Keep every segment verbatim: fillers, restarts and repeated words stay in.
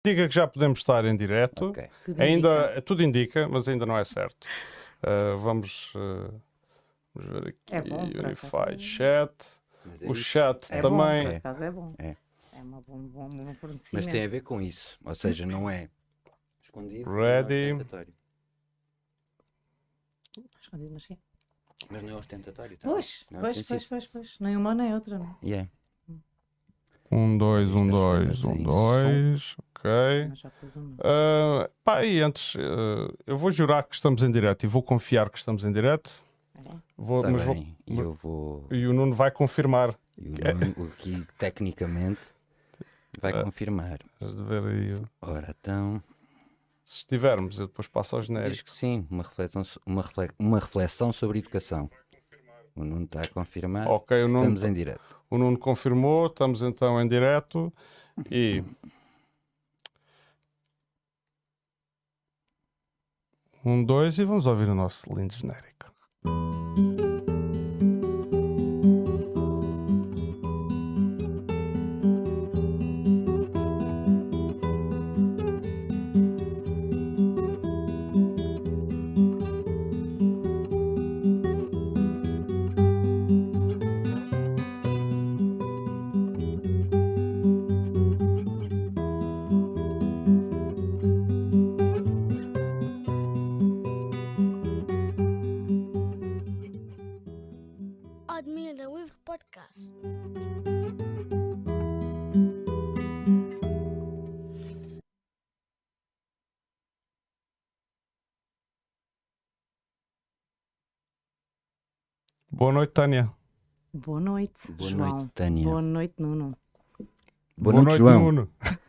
Diga que já podemos estar em direto. Ok. Tudo Ainda, indica. tudo indica, mas ainda não é certo. Uh, vamos, uh, vamos ver aqui. É bom, por acaso, Verify é- chat. Mas é O isso. chat É bom, por também. É. acaso é bom. É. É uma bom, bom, bom Mas fornecimento. tem a ver com isso. Ou seja, não é escondido, Ready. nem é ostentatório. Escondido, mas sim. Mas não é ostentatório. Também. Pois, Não é pois, ostensivo. pois, pois, pois. Nem uma nem outra, não é? Yeah. Um, dois, um, Isto acho que dois, está um, sem dois. Ok. Mas já pus uma. Uh, pá, e antes, uh, eu vou jurar que estamos em direto e vou confiar que estamos em direto. É. Vou, Está mas vou- bem. E eu vou. e o Nuno vai confirmar. E o Nuno aqui, tecnicamente, vai Ah. confirmar. Vamos ver aí. uh, Ora, então. Se estivermos, eu depois passo ao Diz genérico. que sim. Uma reflexão, so- uma refle- uma reflexão sobre educação. O Nuno está a confirmar. Ok, o Nuno, Estamos em direto. o Nuno confirmou. Estamos então em direto. E. Um, dois, e vamos ouvir o nosso lindo genérico. Admira Livre Podcast. Boa noite, Tânia. Boa noite, Boa João. noite, Tânia. Boa noite, Nuno. Boa noite, João. Nuno.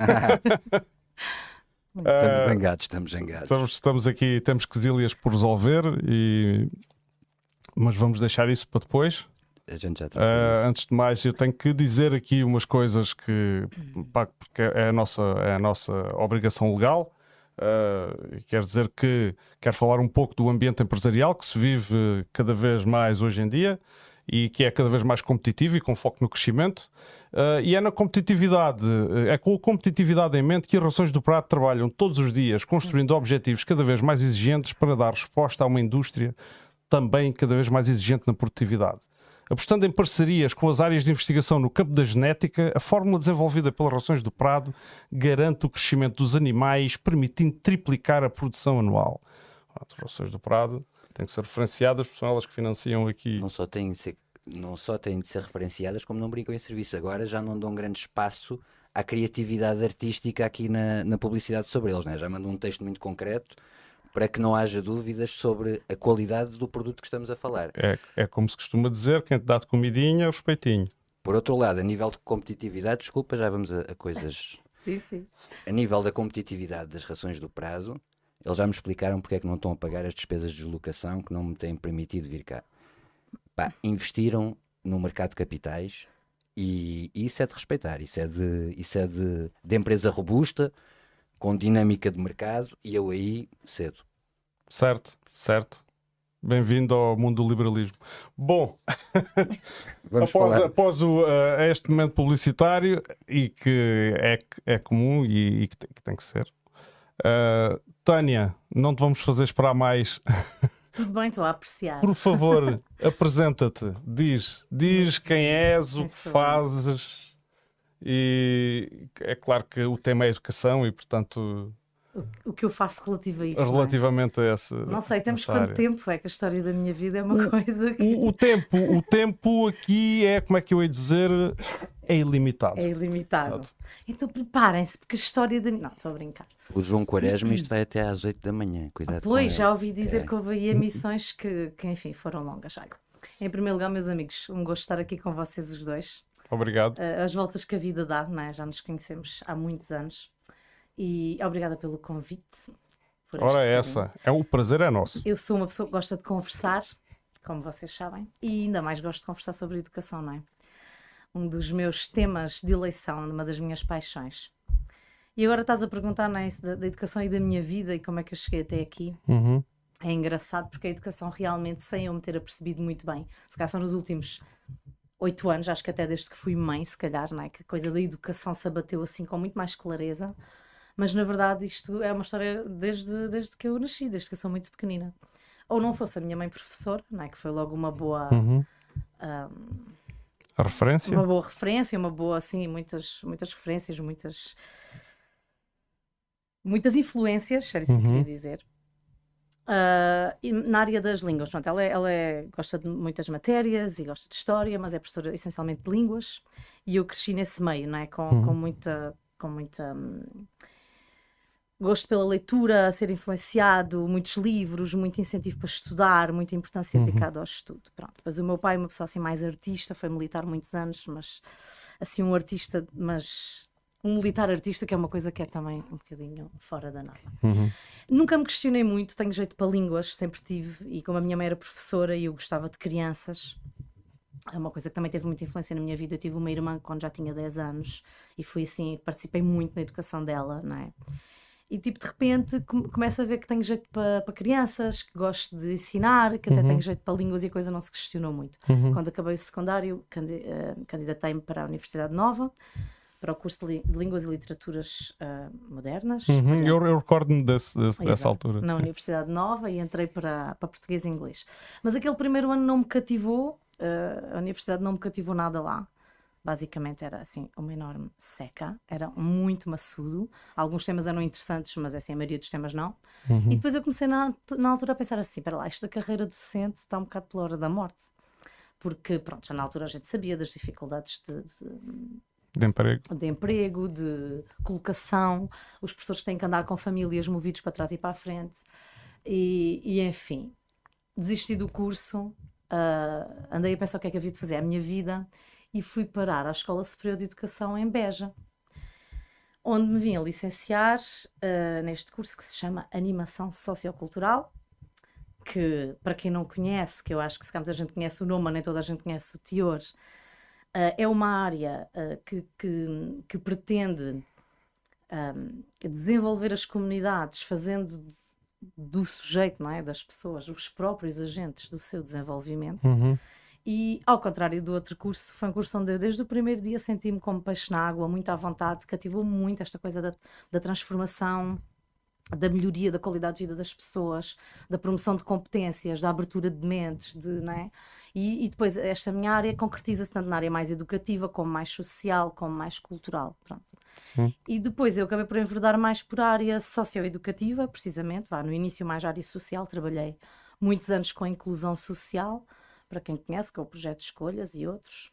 Estamos Ah, zangados, estamos zangados. estamos, estamos aqui, temos quesilhas por resolver, e... mas vamos deixar isso para depois. A gente já Ah, tratou antes de mais, eu tenho que dizer aqui umas coisas que, pá, porque é a nossa, é a nossa obrigação legal. Ah, quer dizer que quero falar um pouco do ambiente empresarial que se vive cada vez mais hoje em dia e que é cada vez mais competitivo e com foco no crescimento. Uh, e é na competitividade, é com a competitividade em mente que as Rações do Prado trabalham todos os dias, construindo objetivos cada vez mais exigentes para dar resposta a uma indústria também cada vez mais exigente na produtividade. Apostando em parcerias com as áreas de investigação no campo da genética, a fórmula desenvolvida pelas Rações do Prado garante o crescimento dos animais, permitindo triplicar a produção anual. As Rações do Prado têm que ser referenciadas, porque são elas que financiam aqui. Não só têm de ser, não só têm de ser referenciadas, como não brincam em serviço. Agora já não dão grande espaço à criatividade artística aqui na, na publicidade sobre eles, né? Já mandam um texto muito concreto para que não haja dúvidas sobre a qualidade do produto que estamos a falar. É, é como se costuma dizer, quem te dá de comidinha é o respeitinho. Por outro lado, a nível de competitividade, desculpa, já vamos a, a coisas. Sim, sim. A nível da competitividade das Rações do Prado, eles já me explicaram porque é que não estão a pagar as despesas de deslocação que não me têm permitido vir cá. Pá, investiram no mercado de capitais e, e isso é de respeitar. Isso é de, isso é de, de empresa robusta, com dinâmica de mercado, e eu aí cedo. Certo, certo. Bem-vindo ao mundo do liberalismo. Bom, Vamos após, falar. após o, uh, este momento publicitário, e que é, é comum e, e que, tem, que tem que ser, uh, Tânia, não te vamos fazer esperar mais. Tudo bem, estou a apreciar. Por favor, apresenta-te. Diz, diz quem és, o Quem que sou eu? fazes. E é claro que o tema é educação e, portanto, O, o que eu faço relativo a isso, não é? relativamente a essa. Não sei, temos essa quanto área. tempo? É que a história da minha vida é uma coisa que O, o tempo, o tempo aqui é, como é que eu ia dizer, é ilimitado. é ilimitado. Exato. Então preparem-se, porque a história da minha... Não, estou a brincar. O João Quaresma, isto vai até às oito da manhã. Cuidado com Pois, ele. já ouvi dizer É. que houve aí emissões que, que, enfim, foram longas. Olha, em primeiro lugar, meus amigos, um gosto de estar aqui com vocês os dois. Obrigado. Uh, as voltas que a vida dá, não é? Já nos conhecemos há muitos anos. E obrigada pelo convite. por Ora, este bocadinho. essa. É, o prazer é nosso. Eu sou uma pessoa que gosta de conversar, como vocês sabem, e ainda mais gosto de conversar sobre educação, não é? Um dos meus temas de eleição, uma das minhas paixões. E agora estás a perguntar, não é, isso da, da educação e da minha vida e como é que eu cheguei até aqui. Uhum. É engraçado porque a educação realmente, sem eu me ter apercebido muito bem, se calhar só nos últimos oito anos, acho que até desde que fui mãe, se calhar, não é? Que a coisa da educação se abateu assim com muito mais clareza. Mas na verdade isto é uma história desde, desde que eu nasci, desde que eu sou muito pequenina. Ou não fosse a minha mãe professora, não é? Que foi logo uma boa, Uhum. um, A referência? uma boa referência, uma boa, assim, muitas, muitas referências, muitas, muitas influências, era isso que eu Uhum. queria dizer. Uh, e na área das línguas, pronto, ela, é, ela é, gosta de muitas matérias e gosta de história, mas é professora essencialmente de línguas, e eu cresci nesse meio, não é? Com, Uhum. com muita, com muita hum, gosto pela leitura, a ser influenciado, muitos livros, muito incentivo para estudar, muita importância Uhum. dedicada ao estudo. Pronto. Depois o meu pai, uma pessoa assim mais artista, foi militar muitos anos, mas assim um artista, mas um militar artista, que é uma coisa que é também um bocadinho fora da norma. Uhum. Nunca me questionei muito, tenho jeito para línguas, sempre tive, e como a minha mãe era professora e eu gostava de crianças, é uma coisa que também teve muita influência na minha vida. Eu tive uma irmã quando já tinha dez anos e fui assim, participei muito na educação dela, não é? E tipo, de repente, come- começo a ver que tenho jeito para, para crianças, que gosto de ensinar, que até Uhum. tenho jeito para línguas, e a coisa não se questionou muito. Uhum. Quando acabei o secundário, candi- eh, candidatei-me para a Universidade Nova, para o curso de, li- de Línguas e Literaturas eh, Modernas. Uhum. Olha, Eu, eu recordo-me desse, desse- dessa exato, altura. na sim. Universidade Nova, e entrei para, para português e inglês. Mas aquele primeiro ano não me cativou, eh, a universidade não me cativou nada lá. Basicamente era assim, uma enorme seca, era muito maçudo. Alguns temas eram interessantes, mas assim, a maioria dos temas não. E Uhum. depois eu comecei na, na altura a pensar assim: espera lá, esta carreira docente está um bocado pela hora da morte. Porque, pronto, já na altura a gente sabia das dificuldades de, de, De emprego. de emprego, de colocação, os professores têm que andar com famílias movidos para trás e para a frente, e, e enfim, desisti do curso, ah, andei a pensar o que é que havia de fazer à minha vida e fui parar à Escola Superior de Educação em Beja, onde me vim a licenciar ah, neste curso que se chama Animação Sociocultural, que, para quem não conhece, que eu acho que se calhar muita gente conhece o nome, mas nem toda a gente conhece o teor. Uh, é uma área uh, que, que, que pretende um, desenvolver as comunidades, fazendo do sujeito, não é? Das pessoas, os próprios agentes do seu desenvolvimento. Uhum. E, ao contrário do outro curso, foi um curso onde eu, desde o primeiro dia, senti-me como peixe na água, muito à vontade, cativou-me muito esta coisa da, da transformação, da melhoria da qualidade de vida das pessoas, da promoção de competências, da abertura de mentes, de, não é? E, e depois esta minha área concretiza-se tanto na área mais educativa, como mais social, como mais cultural. Pronto. Sim. E depois eu acabei por enverdar mais por área socioeducativa, precisamente. Vá, no início mais área social, trabalhei muitos anos com a inclusão social, para quem conhece, que é o Projeto de Escolhas e outros.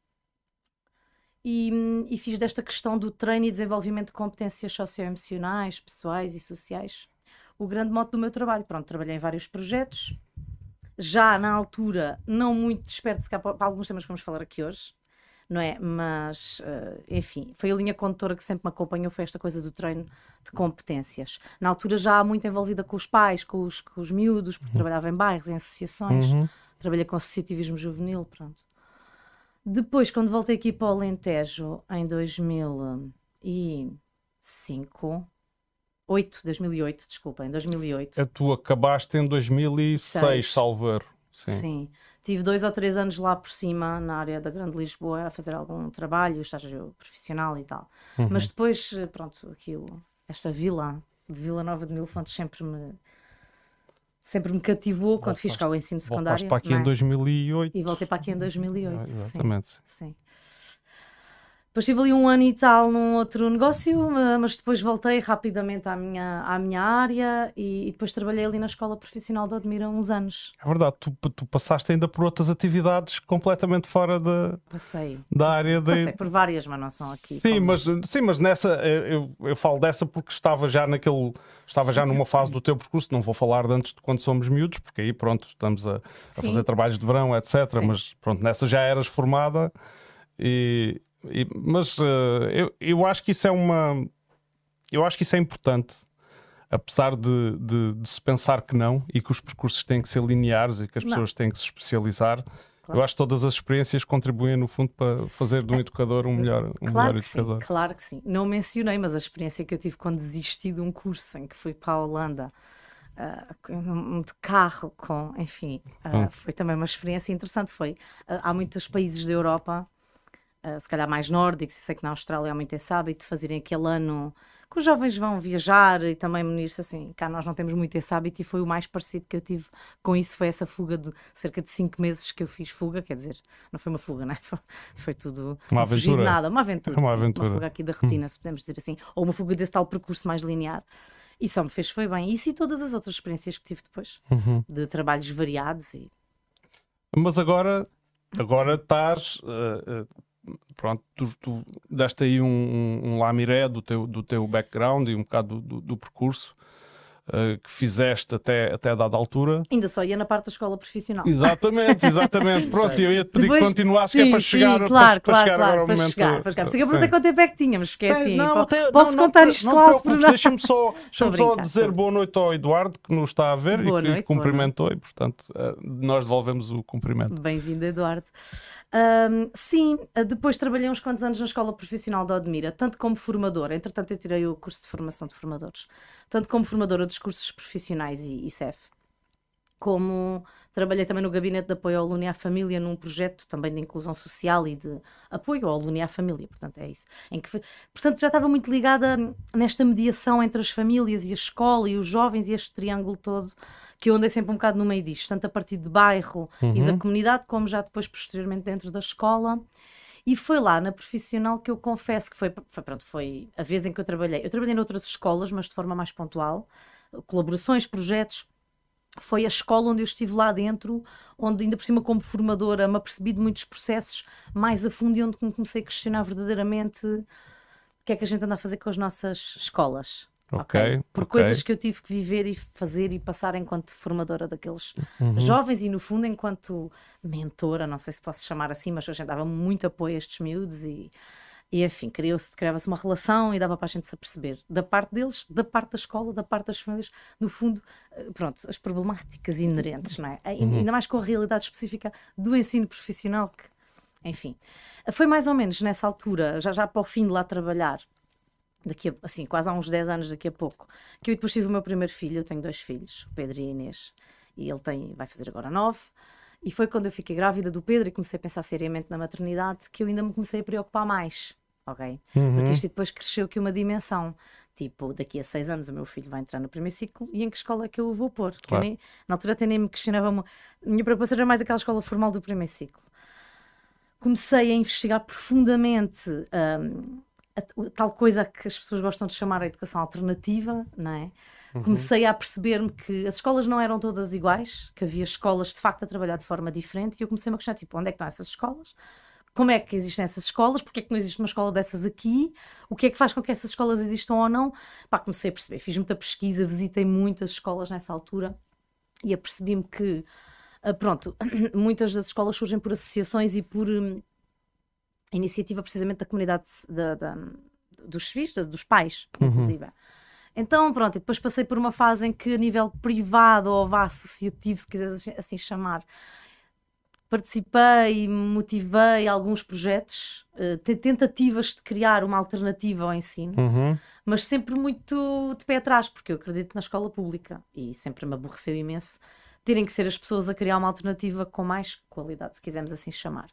E, e fiz desta questão do treino e desenvolvimento de competências socioemocionais, pessoais e sociais o grande mote do meu trabalho. Pronto, trabalhei em vários projetos, já na altura não muito desperto para, para alguns temas que vamos falar aqui hoje, não é? Mas, uh, enfim, foi a linha condutora que sempre me acompanhou, foi esta coisa do treino de competências. Na altura já muito envolvida com os pais, com os, com os miúdos, porque uhum. trabalhava em bairros, em associações, Uhum. trabalhei com associativismo juvenil, pronto. Depois, quando voltei aqui para o Alentejo, em dois mil e cinco, oito, dois mil e oito, desculpa, em dois mil e oito. Tu acabaste em dois mil e seis, salvo erro. Sim. Sim. Tive dois ou três anos lá por cima, na área da Grande Lisboa, a fazer algum trabalho, estágio profissional e tal. Uhum. Mas depois, pronto, aqui o, esta vila de Vila Nova de Mil Fontes sempre me... sempre me cativou voltaste, quando fiz cá o ensino secundário. Voltaste para aqui é? em dois mil e oito. E voltei para aqui em dois mil e oito, ah, exatamente. Sim, sim. Depois tive ali um ano e tal num outro negócio, mas depois voltei rapidamente à minha, à minha área e, e depois trabalhei ali na Escola Profissional de Odmira uns anos. É verdade, tu, tu passaste ainda por outras atividades completamente fora de, passei, da passei, área de... Passei por várias, mas não são aqui. Sim, como... mas, sim mas nessa, eu, eu falo dessa porque estava já naquele, estava já numa fase do teu percurso, não vou falar de antes de quando somos miúdos, porque aí pronto, estamos a, a fazer trabalhos de verão, etcétera. Sim. Mas pronto, nessa já eras formada e... E, mas uh, eu, eu acho que isso é uma eu acho que isso é importante, apesar de, de, de se pensar que não e que os percursos têm que ser lineares e que as não. pessoas têm que se especializar. Claro. Eu acho que todas as experiências contribuem no fundo para fazer de um educador um melhor, um claro melhor que educador. Sim, claro que sim. Não mencionei, mas a experiência que eu tive quando desisti de um curso em que fui para a Holanda uh, de carro com, enfim, uh, hum. foi também uma experiência interessante. Foi, uh, há muitos países da Europa, Uh, se calhar mais nórdicos, sei que na Austrália há muito esse hábito de fazerem aquele ano que os jovens vão viajar e também munir-se assim. Cá nós não temos muito esse hábito e foi o mais parecido que eu tive com isso, foi essa fuga de cerca de cinco meses que eu fiz fuga, quer dizer, não foi uma fuga, né? Foi, foi tudo Uma não fugi de aventura. nada, uma aventura, Uma sim, aventura. uma fuga aqui da rotina, se podemos dizer assim, ou uma fuga desse tal percurso mais linear. E só me fez foi bem. Isso e todas as outras experiências que tive depois, Uhum. de trabalhos variados e Mas agora, agora estás. uh, uh, pronto, tu, tu deste aí um, um, um lamiré do teu, do teu background e um bocado do, do, do percurso uh, que fizeste até, até a dada altura. ainda só ia na parte da escola profissional. Exatamente, exatamente. Pronto, eu ia te pedir Depois- que continuasses, que é sim, para sim, chegar, claro, para, para claro, chegar claro, agora ao para momento. chegar, para chegar. Por isso é que eu Sim. perguntei quanto tempo é que tínhamos, porque é Tem- assim, não, po- até- posso não, não contar te- isto não com te alto preocupes, pormenor. deixa-me só, deixa-me só brincar, dizer tô. boa noite ao Eduardo que nos está a ver Boa e que noite, boa cumprimentou e portanto uh, nós devolvemos o cumprimento. Bem-vindo, Eduardo. Ahm, sim, depois trabalhei uns quantos anos na Escola Profissional da Odmira, tanto como formadora, entretanto eu tirei o curso de formação de formadores, tanto como formadora dos cursos profissionais e, e C E F, como trabalhei também no Gabinete de Apoio ao Aluno e à Família num projeto também de inclusão social e de apoio ao aluno e à família, portanto é isso. Em que, portanto já estava muito ligada nesta mediação entre as famílias e a escola e os jovens e este triângulo todo, que eu andei sempre um bocado no meio disto, tanto a partir de bairro e da comunidade, como já depois posteriormente dentro da escola. E foi lá na profissional que eu confesso que foi, foi, pronto, foi a vez em que eu trabalhei. Eu trabalhei noutras escolas, mas de forma mais pontual, colaborações, projetos. Foi a escola onde eu estive lá dentro, onde ainda por cima como formadora me apercebi de muitos processos mais a fundo e onde me comecei a questionar verdadeiramente o que é que a gente anda a fazer com as nossas escolas. Ok, Por ok. coisas que eu tive que viver e fazer e passar enquanto formadora daqueles Uhum. jovens e no fundo enquanto mentora, não sei se posso chamar assim, mas eu já dava muito apoio a estes miúdos e, e enfim, criou-se, criava-se uma relação e dava para a gente se aperceber da parte deles, da parte da escola, da parte das famílias, no fundo, eh, pronto, as problemáticas inerentes, não é? Uhum. Ainda mais com a realidade específica do ensino profissional que, enfim, foi mais ou menos nessa altura, já, já para o fim de lá trabalhar, daqui a, assim, quase há uns dez anos daqui a pouco, que eu depois tive o meu primeiro filho. Eu tenho dois filhos, o Pedro e a Inês, e ele tem, vai fazer agora nove, e foi quando eu fiquei grávida do Pedro e comecei a pensar seriamente na maternidade que eu ainda me comecei a preocupar mais, ok? Uhum. Porque isto depois cresceu aqui uma dimensão, tipo, daqui a seis anos o meu filho vai entrar no primeiro ciclo e em que escola é que eu o vou pôr? Que eu Claro. nem, na altura até nem me questionava, mu- a minha preocupação era mais aquela escola formal do primeiro ciclo. Comecei a investigar profundamente hum, a, a tal coisa que as pessoas gostam de chamar a educação alternativa, não é? Comecei a perceber-me que as escolas não eram todas iguais, que havia escolas de facto a trabalhar de forma diferente, e eu comecei-me a questionar, tipo, onde é que estão essas escolas? Como é que existem essas escolas? Porque é que não existe uma escola dessas aqui? O que é que faz com que essas escolas existam ou não? Pá, comecei a perceber, fiz muita pesquisa, visitei muitas escolas nessa altura e apercebi-me que, ah, pronto, muitas das escolas surgem por associações e por hum, iniciativa precisamente da comunidade da- da- dos filhos, da- dos pais, inclusive. Então, pronto, e depois passei por uma fase em que a nível privado ou vá associativo, se quiseres assim- assim chamar, participei, motivei alguns projetos, eh, te- tentativas de criar uma alternativa ao ensino, Uhum. mas sempre muito de pé atrás, porque eu acredito na escola pública e sempre me aborreceu imenso terem que ser as pessoas a criar uma alternativa com mais qualidade, se quisermos assim chamar.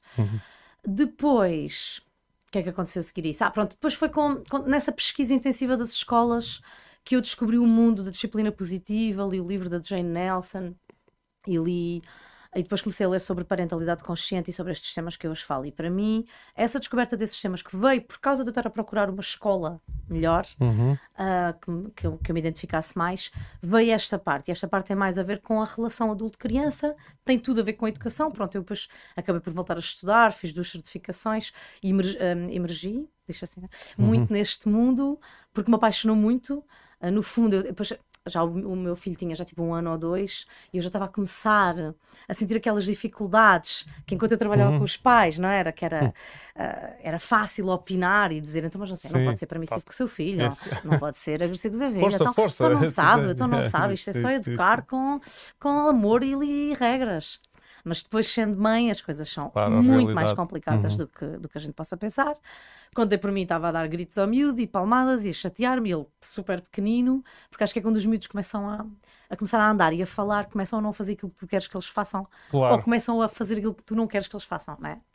Depois, o que é que aconteceu a seguir isso? Ah, pronto, depois foi com, com- nessa pesquisa intensiva das escolas que eu descobri o mundo da disciplina positiva, li o livro da Jane Nelson e li. E depois comecei a ler sobre parentalidade consciente e sobre estes temas que eu hoje falo. E para mim, essa descoberta desses temas que veio por causa de eu estar a procurar uma escola melhor, Uhum. ah, que, me- que eu, que eu me identificasse mais, veio esta parte. E esta parte tem mais a ver com a relação adulto-criança, tem tudo a ver com a educação. Pronto, eu depois acabei por voltar a estudar, fiz duas certificações e emer, ah, emergi, deixa assim, né? Muito neste mundo, porque me apaixonou muito. Ah, no fundo, eu, depois, já o, o meu filho tinha já tipo um ano ou dois e eu já estava a começar a sentir aquelas dificuldades que enquanto eu trabalhava com os pais, não era? Que era, ah, era fácil opinar e dizer, então, mas não sei, não Sim, pode ser permissivo com o seu filho, Esse- não pode ser agressivo com o seu filho. Força, então, força. então não Esse- sabe, então não sabe, isto é Sim, só sim, educar sim. com, com amor e, e regras. Mas depois, sendo mãe, as coisas são Claro, a muito realidade. mais complicadas Uhum. do, que, do que a gente possa pensar. Quando eu por mim estava a dar gritos ao miúdo e palmadas e a chatear-me, ele super pequenino, porque acho que é quando os miúdos começam a, a começar a andar e a falar, começam a não fazer aquilo que tu queres que eles façam, Claro. ou começam a fazer aquilo que tu não queres que eles façam, não é?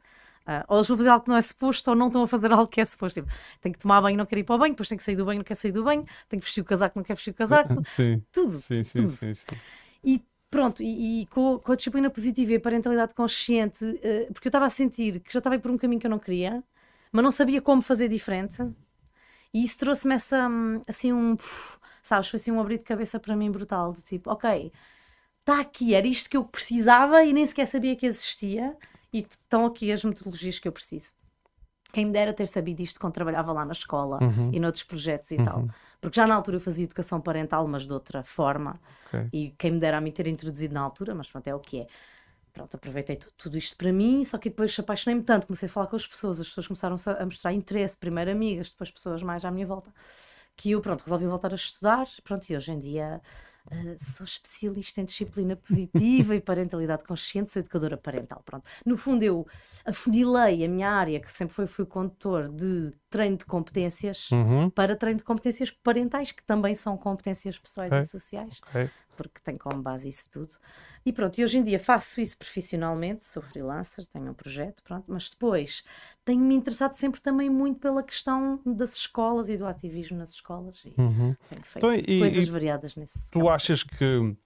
Uh, ou eles vão fazer algo que não é suposto, ou não estão a fazer algo que é suposto. Tipo, tem que tomar banho, não quer ir para o banho, depois tem que sair do banho, não quer sair do banho, tem que vestir o casaco, não quer vestir o casaco. Sim. Tudo, Sim, sim, tudo. sim, sim. E pronto, e, e com, com a disciplina positiva e a parentalidade consciente, uh, porque eu estava a sentir que já estava a ir por um caminho que eu não queria, mas não sabia como fazer diferente. E isso trouxe-me essa, assim, um... Uf, sabes, foi assim um abrir de cabeça para mim brutal, do tipo, ok, está aqui, era isto que eu precisava e nem sequer sabia que existia, e estão aqui as metodologias que eu preciso. Quem me dera ter sabido isto quando trabalhava lá na escola Uhum. e noutros projetos e Uhum. tal. Porque já na altura eu fazia educação parental, mas de outra forma. Okay. E quem me dera a mim ter introduzido na altura, mas pronto, é o que é. Pronto, aproveitei tudo, tudo isto para mim, só que depois apaixonei-me tanto, comecei a falar com as pessoas, as pessoas começaram a mostrar interesse, primeiro amigas, depois pessoas mais à minha volta, que eu, pronto, resolvi voltar a estudar, pronto, e hoje em dia uh, sou especialista em disciplina positiva e parentalidade consciente, sou educadora parental, pronto. No fundo eu afunilei a minha área, que sempre foi, fui condutor de treino de competências, Uhum. para treino de competências parentais, que também são competências pessoais Okay. e sociais, Okay. porque tem como base isso tudo. E pronto, e hoje em dia faço isso profissionalmente, sou freelancer, tenho um projeto, pronto, mas depois tenho-me interessado sempre também muito pela questão das escolas e do ativismo nas escolas, e Uhum. tenho feito Então, e- coisas e variadas nesse Tu campo. achas que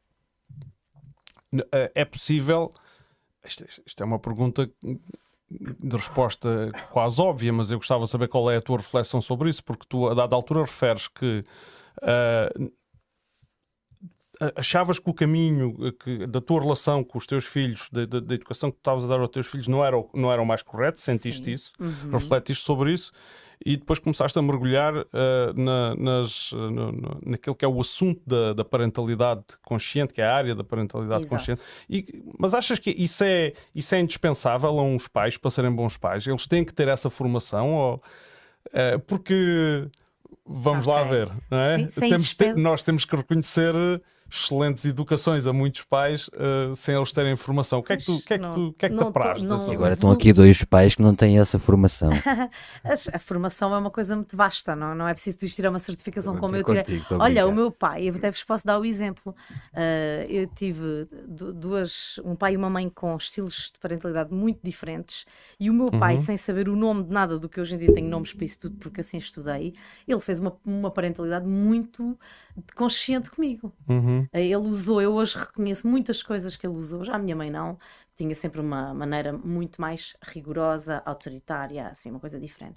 é possível? Isto, isto é uma pergunta de resposta quase óbvia, mas eu gostava de saber qual é a tua reflexão sobre isso, porque tu, a dada altura, referes que uh, achavas que o caminho que, da tua relação com os teus filhos, da, da, da educação que tu estavas a dar aos teus filhos, não era, o- não era o mais correto, sentiste Sim. isso, Uhum. refletiste sobre isso. E depois começaste a mergulhar uh, na, nas, uh, no, no, naquilo que é o assunto da, da parentalidade consciente, que é a área da parentalidade Exato. consciente. E, mas achas que isso é, isso é indispensável a uns pais para serem bons pais? Eles têm que ter essa formação? Ou, uh, porque, vamos Ok. lá ver, não é? Sim, sem Temos, te, despe- nós temos que reconhecer excelentes educações a muitos pais uh, sem eles terem formação. O que é que tu, o que é que Não- tu, o que é que te não tô- apraz dizer não- E sobre agora isso? estão aqui dois pais que não têm essa formação. A, a formação é uma coisa muito vasta, não, não é preciso tu tirar uma certificação como eu tirei. Contigo, estou a Olha, o brincar. meu pai, eu até vos posso dar o exemplo. Uh, eu tive du- duas, um pai e uma mãe com estilos de parentalidade muito diferentes, e o meu pai, Uhum. sem saber o nome de nada do que hoje em dia tenho nomes para isso tudo, porque assim estudei, ele fez uma, uma parentalidade muito consciente comigo. Uhum. Ele usou, eu hoje reconheço muitas coisas que ele usou, já a minha mãe não, tinha sempre uma maneira muito mais rigorosa, autoritária, assim, uma coisa diferente.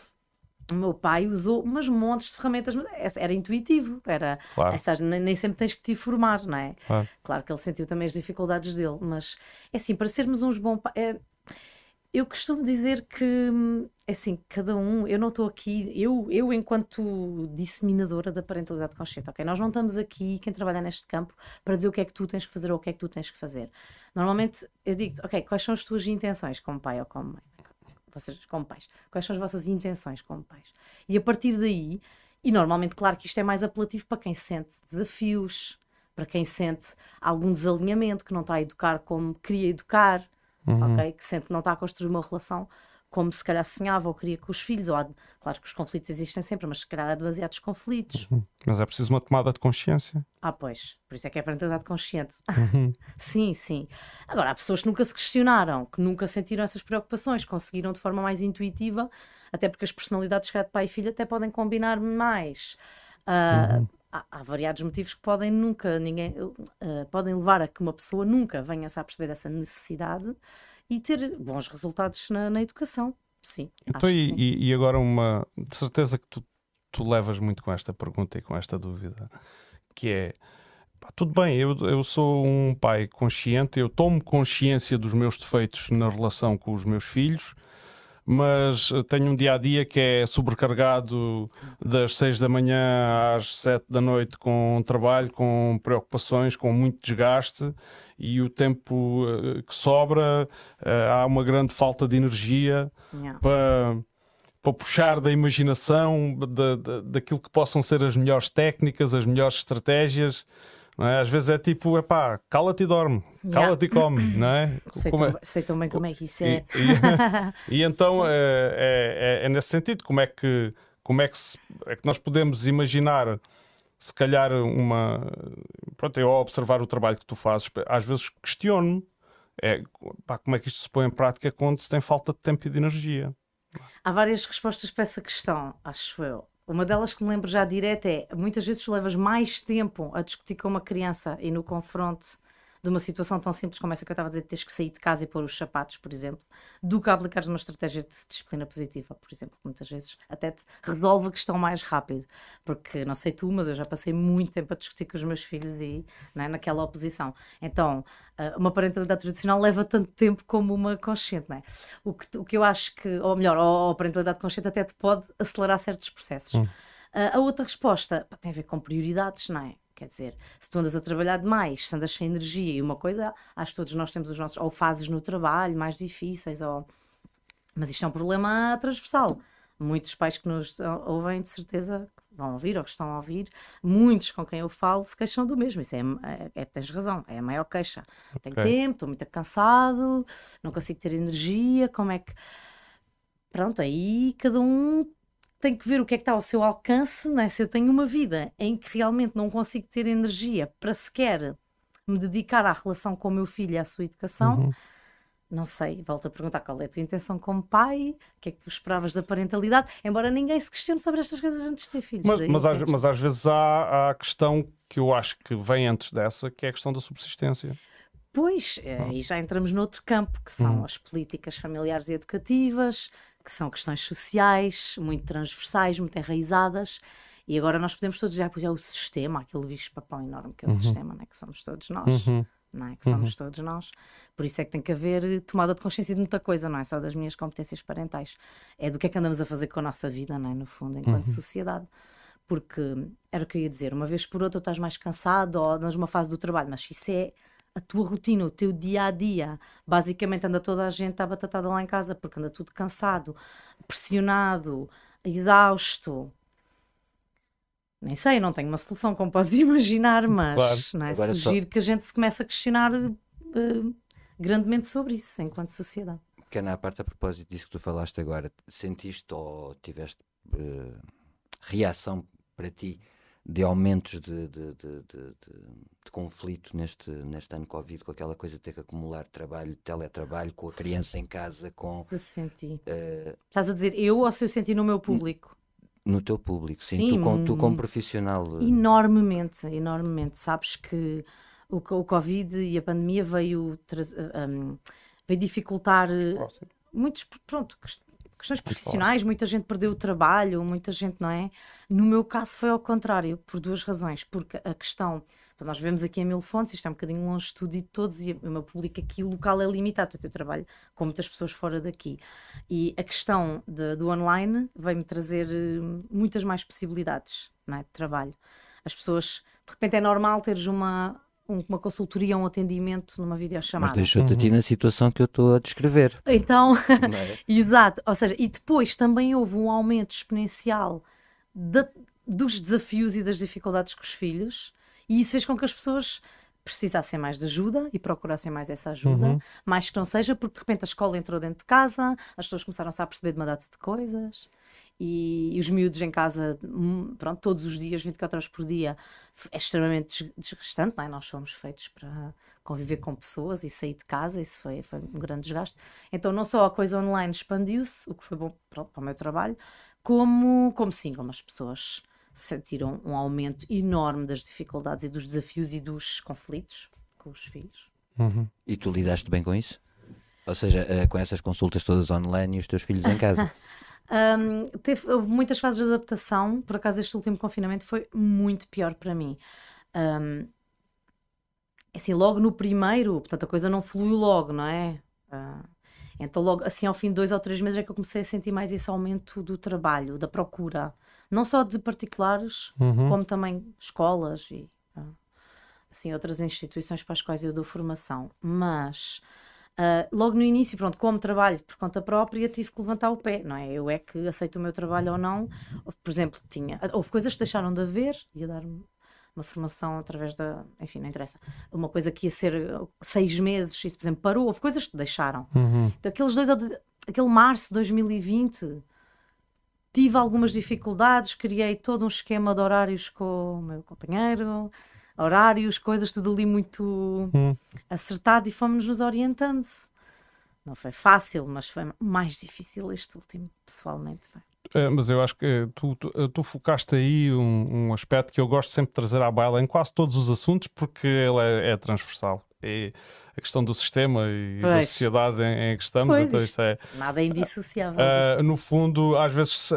O meu pai usou umas montes de ferramentas, mas era intuitivo, era, Claro. essa- nem, nem sempre tens que te informar, não é? Claro. Claro que ele sentiu também as dificuldades dele, mas é assim, para sermos uns bons pais. É, eu costumo dizer que, é assim, cada um, eu não estou aqui, eu, eu enquanto disseminadora da parentalidade consciente, ok? Nós não estamos aqui, quem trabalha neste campo, para dizer o que é que tu tens que fazer ou o que é que tu tens que fazer. Normalmente eu digo, ok, quais são as tuas intenções como pai ou como mãe? Vocês, como pais, quais são as vossas intenções como pais? E a partir daí, e normalmente, claro que isto é mais apelativo para quem sente desafios, para quem sente algum desalinhamento, que não está a educar como queria educar, Uhum. ok? Que sente que não está a construir uma relação como se calhar sonhava ou queria com os filhos, ou há, claro que os conflitos existem sempre, mas se calhar há demasiados conflitos. Uhum. Mas é preciso uma tomada de consciência. Ah, pois, por isso é que é a parentalidade consciente. Uhum. Sim, sim. Agora, há pessoas que nunca se questionaram, que nunca sentiram essas preocupações, conseguiram de forma mais intuitiva, até porque as personalidades de pai e filho até podem combinar mais. Ah, Uhum. há, há variados motivos que podem nunca, ninguém, ah, podem levar a que uma pessoa nunca venha-se a perceber dessa necessidade e ter bons resultados na, na educação. Sim, Então, acho que e, sim. e- e agora uma de certeza que tu, tu levas muito com esta pergunta e com esta dúvida, que é pá, tudo bem, eu, eu sou um pai consciente, eu tomo consciência dos meus defeitos na relação com os meus filhos, mas eh, tenho um dia a dia que é sobrecarregado das seis da manhã às sete da noite com trabalho, com preocupações, com muito desgaste, e o tempo eh, que sobra, eh, há uma grande falta de energia Yeah. para, para puxar da imaginação, da, da, daquilo que possam ser as melhores técnicas, as melhores estratégias. Não é? Às vezes é tipo, epá, cala-te e dorme, Yeah. cala-te e come, não é? Sei, Como é- tão, sei tão bem como é que isso e, é. e- e então é, é- é- é nesse sentido, como é que, como é que, se- é que nós podemos imaginar, se calhar, uma. Pronto, eu ao observar o trabalho que tu fazes, às vezes questiono-me é pá, como é que isto se põe em prática quando se tem falta de tempo e de energia? Há várias respostas para essa questão, acho eu. Uma delas que me lembro já direto é, muitas vezes levas mais tempo a discutir com uma criança e no confronto de uma situação tão simples como essa que eu estava a dizer, de teres que sair de casa e pôr os sapatos, por exemplo, do que aplicares uma estratégia de disciplina positiva, por exemplo, que muitas vezes até te resolve a questão mais rápido. Porque, não sei tu, mas eu já passei muito tempo a discutir com os meus filhos e, né, naquela oposição. Então, uma parentalidade tradicional leva tanto tempo como uma consciente, não é? O que, o que eu acho que, ou melhor, ou a parentalidade consciente até te pode acelerar certos processos. Hum. A outra resposta pá, tem a ver com prioridades, não é? Quer dizer, se tu andas a trabalhar demais, se andas sem energia e uma coisa, acho que todos nós temos os nossos, ou fases no trabalho mais difíceis, ou... mas isto é um problema transversal. Muitos pais que nos ouvem, de certeza, vão ouvir ou que estão a ouvir, muitos com quem eu falo se queixam do mesmo. Isso é, é, é tens razão, é a maior queixa. Não tenho Ok. tempo, estou muito cansado, não consigo ter energia, como é que... Pronto, aí cada um tem que ver o que é que está ao seu alcance, não é? Se eu tenho uma vida em que realmente não consigo ter energia para sequer me dedicar à relação com o meu filho e à sua educação, Uhum. não sei, volto a perguntar qual é a tua intenção como pai, o que é que tu esperavas da parentalidade, embora ninguém se questione sobre estas coisas antes de ter filhos. Mas, daí mas, eu às, penso. mas às vezes há, há a questão que eu acho que vem antes dessa, que é a questão da subsistência. Pois, aí já entramos noutro campo, que são Hum. as políticas familiares e educativas, que são questões sociais, muito transversais, muito enraizadas, e agora nós podemos todos dizer, ah, pois é o sistema, aquele bicho-papão enorme que é o Uhum. sistema, não é? Que somos todos nós, Uhum. não é? Que somos todos nós. Por isso é que tem que haver tomada de consciência de muita coisa, não é só das minhas competências parentais, é do que é que andamos a fazer com a nossa vida, não é? No fundo, enquanto Uhum. sociedade. Porque era o que eu ia dizer, uma vez por outra estás mais cansado ou andas numa fase do trabalho, mas isso é a tua rotina, o teu dia a dia. Basicamente anda toda a gente à batatada lá em casa porque anda tudo cansado, pressionado, exausto. Nem sei, não tenho uma solução como podes imaginar, mas Claro. não é? Agora só- Sugiro que a gente se comece a questionar eh, grandemente sobre isso enquanto sociedade. Pequena à parte a propósito disso que tu falaste agora, sentiste ou tiveste eh, reação para ti de aumentos de, de, de, de, de- de conflito neste, neste ano Covid, com aquela coisa de ter que acumular trabalho, teletrabalho, com a criança em casa, com Se senti. eh, Estás a dizer eu ou se eu senti no meu público? no teu público, sim, Sim, tu, com, tu como hum, profissional. eh, Enormemente, enormemente. Sabes que o, co- o Covid e a pandemia veio, traz- um, veio dificultar eh, Próximo. muitos, pronto, quest- questões Muito profissionais, muita gente perdeu o trabalho, muita gente, não é? No meu caso foi ao contrário, por duas razões. Porque a questão, portanto, nós vivemos aqui em Mil Fontes, isto é um bocadinho longe de tudo e de todos, e o meu público aqui local é limitado, portanto, eu trabalho com muitas pessoas fora daqui. E a questão de- do online veio-me trazer eh, muitas mais possibilidades, não é, de trabalho. As pessoas, de repente é normal teres uma, um- uma consultoria, um atendimento numa mas videochamada. deixou-te a ti na situação que eu estou a descrever. Então, Não é? exato, ou seja, e depois também houve um aumento exponencial da- dos desafios e das dificuldades com os filhos, e isso fez com que as pessoas precisassem mais de ajuda e procurassem mais essa ajuda, Uhum. mais que não seja, porque de repente a escola entrou dentro de casa, as pessoas começaram-se a perceber de uma data de coisas. E, e os miúdos em casa, hum, pronto, todos os dias, vinte e quatro horas por dia, f- é extremamente des- desgastante, não é? Nós somos feitos para conviver com pessoas e sair de casa, isso foi, foi um grande desgaste. Então, não só a coisa online expandiu-se, o que foi bom pronto, para o meu trabalho, como, como sim, como as pessoas sentiram um aumento enorme das dificuldades e dos desafios e dos conflitos com os filhos. Uhum. E tu lidaste bem com isso? Ou seja, eh, com essas consultas todas online e os teus filhos em casa? Hum, teve, houve muitas fases de adaptação, por acaso este último confinamento foi muito pior para mim. Hum, assim, logo no primeiro, portanto a coisa não fluiu logo, não é? Ah, então logo, assim ao fim de dois ou três meses é que eu comecei a sentir mais esse aumento do trabalho, da procura, não só de particulares, Uhum. como também escolas e ah, assim outras instituições para as quais eu dou formação, mas Uh, logo no início, pronto, como trabalho por conta própria, tive que levantar o pé, não é? Eu é que aceito o meu trabalho ou não. Houve, por exemplo, tinha, houve coisas que deixaram de haver, ia dar uma formação através da, enfim, não interessa, uma coisa que ia ser uh, seis meses, isso, por exemplo, parou, houve coisas que deixaram. Uhum. Então, aqueles dois, aquele março de dois mil e vinte, tive algumas dificuldades, criei todo um esquema de horários com o meu companheiro, horários, coisas, tudo ali muito Hum. acertado e fomos nos orientando. Não foi fácil, mas foi mais difícil este último, pessoalmente. Foi. É, mas eu acho que tu, tu, tu focaste aí um, um aspecto que eu gosto sempre de trazer à baila em quase todos os assuntos, porque ele é, é transversal. É a questão do sistema e da Pois. sociedade em, em que estamos. Pois, Então, isto isto é, nada é indissociável. ah, no fundo, às vezes, se-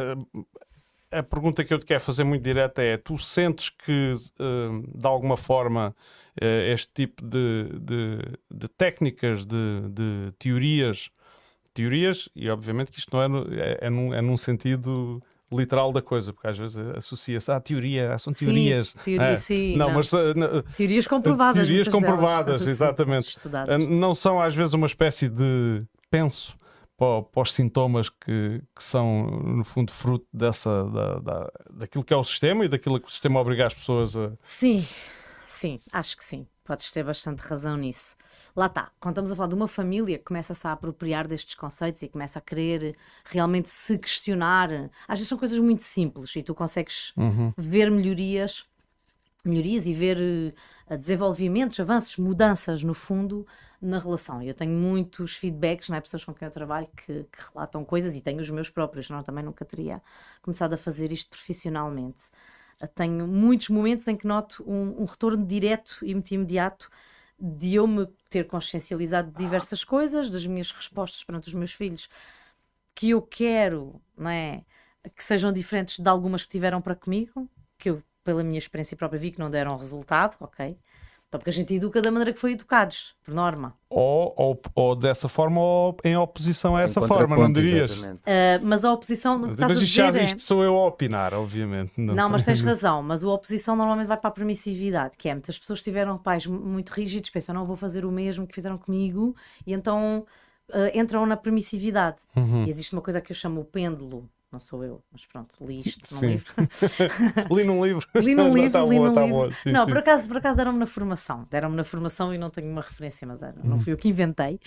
a pergunta que eu te quero fazer muito direta é: tu sentes que, ah, de alguma forma, eh, este tipo de, de, de técnicas, de, de teorias, teorias, e obviamente que isto não é, no- é, é num, é num sentido literal da coisa, porque às vezes associa-se à teoria, são Sim, teorias. teoria, É. sim, não, não. mas ah, não, Teorias comprovadas. teorias muitas comprovadas, delas. Sim, exatamente. estudadas. Ah, não são às vezes uma espécie de penso para, para os sintomas que, que são, no fundo, fruto dessa, da, da, daquilo que é o sistema e daquilo que o sistema obriga as pessoas a. Sim, sim, acho que sim. Podes ter bastante razão nisso. Lá está, quando estamos a falar de uma família que começa-se a apropriar destes conceitos e começa a querer realmente se questionar, às vezes são coisas muito simples e tu consegues Uhum. ver melhorias, melhorias e ver eh, desenvolvimentos, avanços, mudanças no fundo na relação. Eu tenho muitos feedbacks, não é? Pessoas com quem eu trabalho que, que relatam coisas e tenho os meus próprios, não? Também nunca teria começado a fazer isto profissionalmente. Tenho muitos momentos em que noto um, um retorno direto e muito imediato de eu me ter consciencializado de diversas coisas, das minhas respostas perante os meus filhos, que eu quero, não é, que sejam diferentes de algumas que tiveram para comigo, que eu, pela minha experiência própria, vi que não deram resultado, ok? Então, porque a gente educa da maneira que foi educados, por norma. Ou, ou, ou dessa forma, ou em oposição a Em essa forma, não contraponto, dirias? exatamente. Uh, mas a oposição, no que estás Mas a isto, já, dizer é... isto sou eu a opinar, obviamente. Não, mas tens razão, mas a oposição normalmente vai para a permissividade, que é muitas pessoas tiveram pais muito rígidos, pensam, não vou fazer o mesmo que fizeram comigo, e então uh, entram na permissividade. Uhum. E existe uma coisa que eu chamo o pêndulo, não sou eu, mas pronto, li isto num Sim. livro. Li num livro. Li num livro, Tá li boa, num tá livro. boa. Sim, não, sim. por acaso, por acaso deram-me na formação, deram-me na formação e não tenho uma referência, mas era, não fui eu que inventei.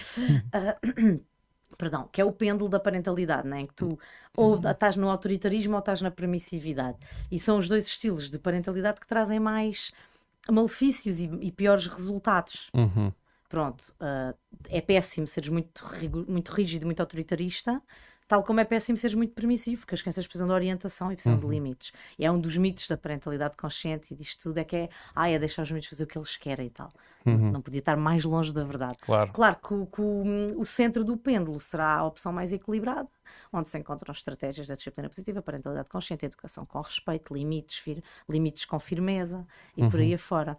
Uh, Perdão, que é o pêndulo da parentalidade, não é? Em que tu ou estás no autoritarismo ou estás na permissividade. E são os dois estilos de parentalidade que trazem mais malefícios e, e piores resultados. Uhum. Pronto, uh, é péssimo seres muito, rigu- muito rígido, muito autoritarista, tal como é péssimo seres muito permissivo, porque as crianças precisam de orientação e precisam Uhum. de limites. E é um dos mitos da parentalidade consciente e disto tudo, é que é, ah, é deixar os miúdos fazer o que eles querem e tal. Uhum. Não podia estar mais longe da verdade. Claro. Claro que, o, que o, o centro do pêndulo será a opção mais equilibrada, onde se encontram estratégias da disciplina positiva, parentalidade consciente, educação com respeito, limites, fir, limites com firmeza e por aí afora.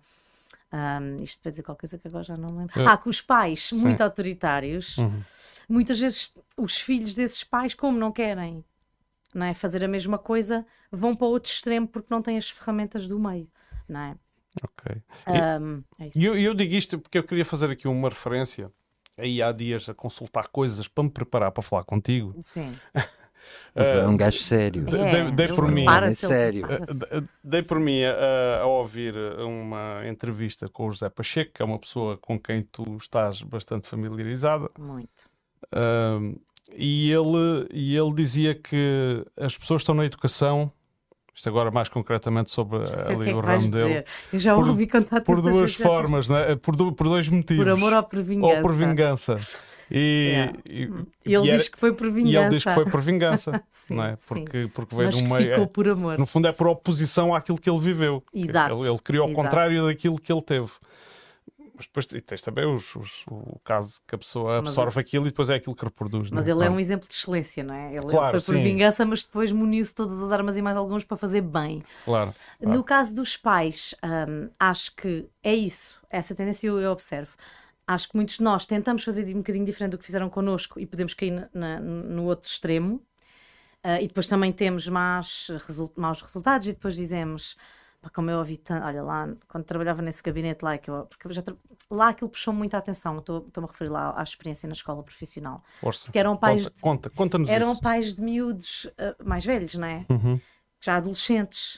Um, isto para dizer qualquer coisa que agora já não me lembro. Eu- Ah, que os pais Sim. muito autoritários, Uhum. muitas vezes os filhos desses pais, como não querem, não é, fazer a mesma coisa, vão para outro extremo porque não têm as ferramentas do meio, não é? Ok. Um, é isso. E eu, eu digo isto porque eu queria fazer aqui uma referência. Aí há dias a consultar coisas para me preparar para falar contigo. Sim. Mas é um gajo sério. de- É, dei- dei ele por mim. prepara-se, É ele sério. prepara-se. Uh, Dei por mim a, a ouvir uma entrevista com o José Pacheco, que é uma pessoa com quem tu estás bastante familiarizada, Muito. um, e, ele, e ele dizia que as pessoas estão na educação, isto agora mais concretamente sobre Já sei o que ali é o que vais ramo dele, dizer. Eu já por- ouvi contar por tantas duas vezes esta formas, né? por, du- por dois motivos. Por amor ou por vingança? Ou por vingança. E, Yeah. e- E ele e era- diz que foi por vingança. e ele diz que foi por vingança, Sim, não é? sim. Porque, porque veio Mas de que um meio. ficou é- por amor. No fundo é por oposição àquilo que ele viveu. Exato, Ele, ele criou ao exato. contrário daquilo que ele teve. Mas depois e tens também os, os- o caso que a pessoa Mas absorve aquilo e depois é aquilo que reproduz. Mas não ele é Claro. um exemplo de excelência, não é? Ele, Claro, ele foi por sim. vingança, mas depois muniu-se todas as armas e mais alguns para fazer bem. Claro. No caso dos pais, hum, acho que é isso. Essa tendência eu, eu observo. Acho que muitos de nós tentamos fazer um bocadinho diferente do que fizeram connosco e podemos cair na- na- no outro extremo. Ah, e depois também temos más, resu- maus resultados e depois dizemos... Pá, como eu ouvi tanto, olha lá, quando trabalhava nesse gabinete lá, que eu, porque eu já tra... lá aquilo puxou muita atenção, estou- estou-me a referir lá à experiência na escola profissional, Força. porque eram pais, Conta, conta, conta-nos eram isso. pais de miúdos ah, mais velhos, não é? Uhum. Já adolescentes.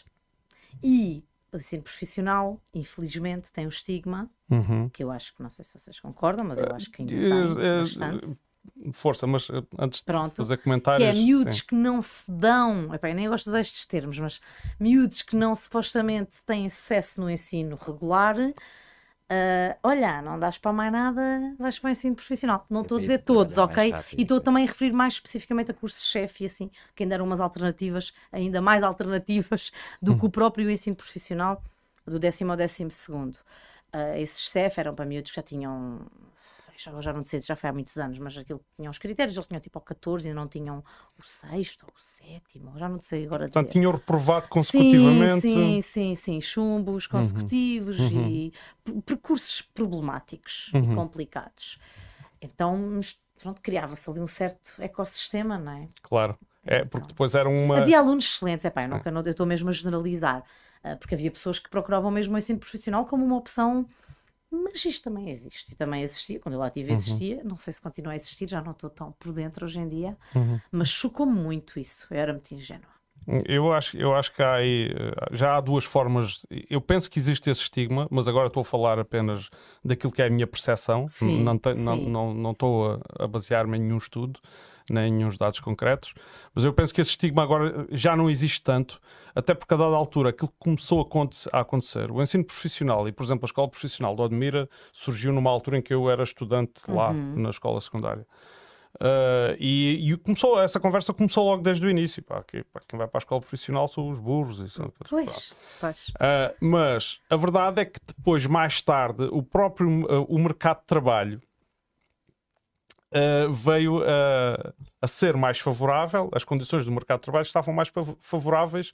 E o ensino profissional, infelizmente, tem um estigma, Uhum. que eu acho que, não sei se vocês concordam, mas eu acho que ainda Eh, tem eh, bastante. força, mas uh, antes Pronto. de fazer Que comentários... é miúdos sim. que não se dão, epá, eu nem gosto de usar estes termos, mas miúdos que não supostamente têm sucesso no ensino regular, ah, olha, não dás para mais nada, vais para o ensino profissional. Não estou a para ir dizer todos, trabalhar mais ok? rápido, E estou sim. também a referir mais especificamente a cursos-chefe e assim, que ainda eram umas alternativas, ainda mais alternativas do que o próprio ensino profissional do décimo ao décimo segundo. Uh, esses C E F eram para miúdos que já tinham, já, já não sei se já foi há muitos anos, mas aquilo que tinham os critérios, eles tinham tipo ao catorze e não tinham o sexto ou o sétimo, já não sei agora dizer. Portanto, tinham reprovado consecutivamente. Sim, sim, sim, sim. Chumbos consecutivos Uhum. e per- percursos problemáticos Uhum. e complicados. Então, mas, pronto, criava-se ali um certo ecossistema, não é? Claro. É, porque Então, depois era uma... havia alunos excelentes, epá, eu, não, eu estou mesmo a generalizar, ah, porque havia pessoas que procuravam mesmo o ensino profissional como uma opção, mas isto também existe, e também existia, quando eu lá estive existia, não sei se continua a existir, já não estou tão por dentro hoje em dia, Uhum. mas chocou-me muito isso, eu era muito ingênua. Eu acho, eu acho que há aí, eh, já há duas formas. Eu penso que existe esse estigma, mas agora estou a falar apenas daquilo que é a minha percepção. Sim, não, te- não, sim. não, não estou a, a basear-me em nenhum estudo, nem em nenhum dados concretos. Mas eu penso que esse estigma agora já não existe tanto, até porque a dada altura aquilo que começou a aconte- a acontecer, o ensino profissional e, por exemplo, a escola profissional de Odmira surgiu numa altura em que eu era estudante lá Uhum. na escola secundária. Uh, e, e começou, essa conversa começou logo desde o início. Pá, que, pá, quem vai para a escola profissional são os burros. E são aqueles, pá. Pois, pois. Uh, mas a verdade é que depois, mais tarde, o próprio uh, o mercado de trabalho uh, veio uh, a ser mais favorável, as condições do mercado de trabalho estavam mais fav- favoráveis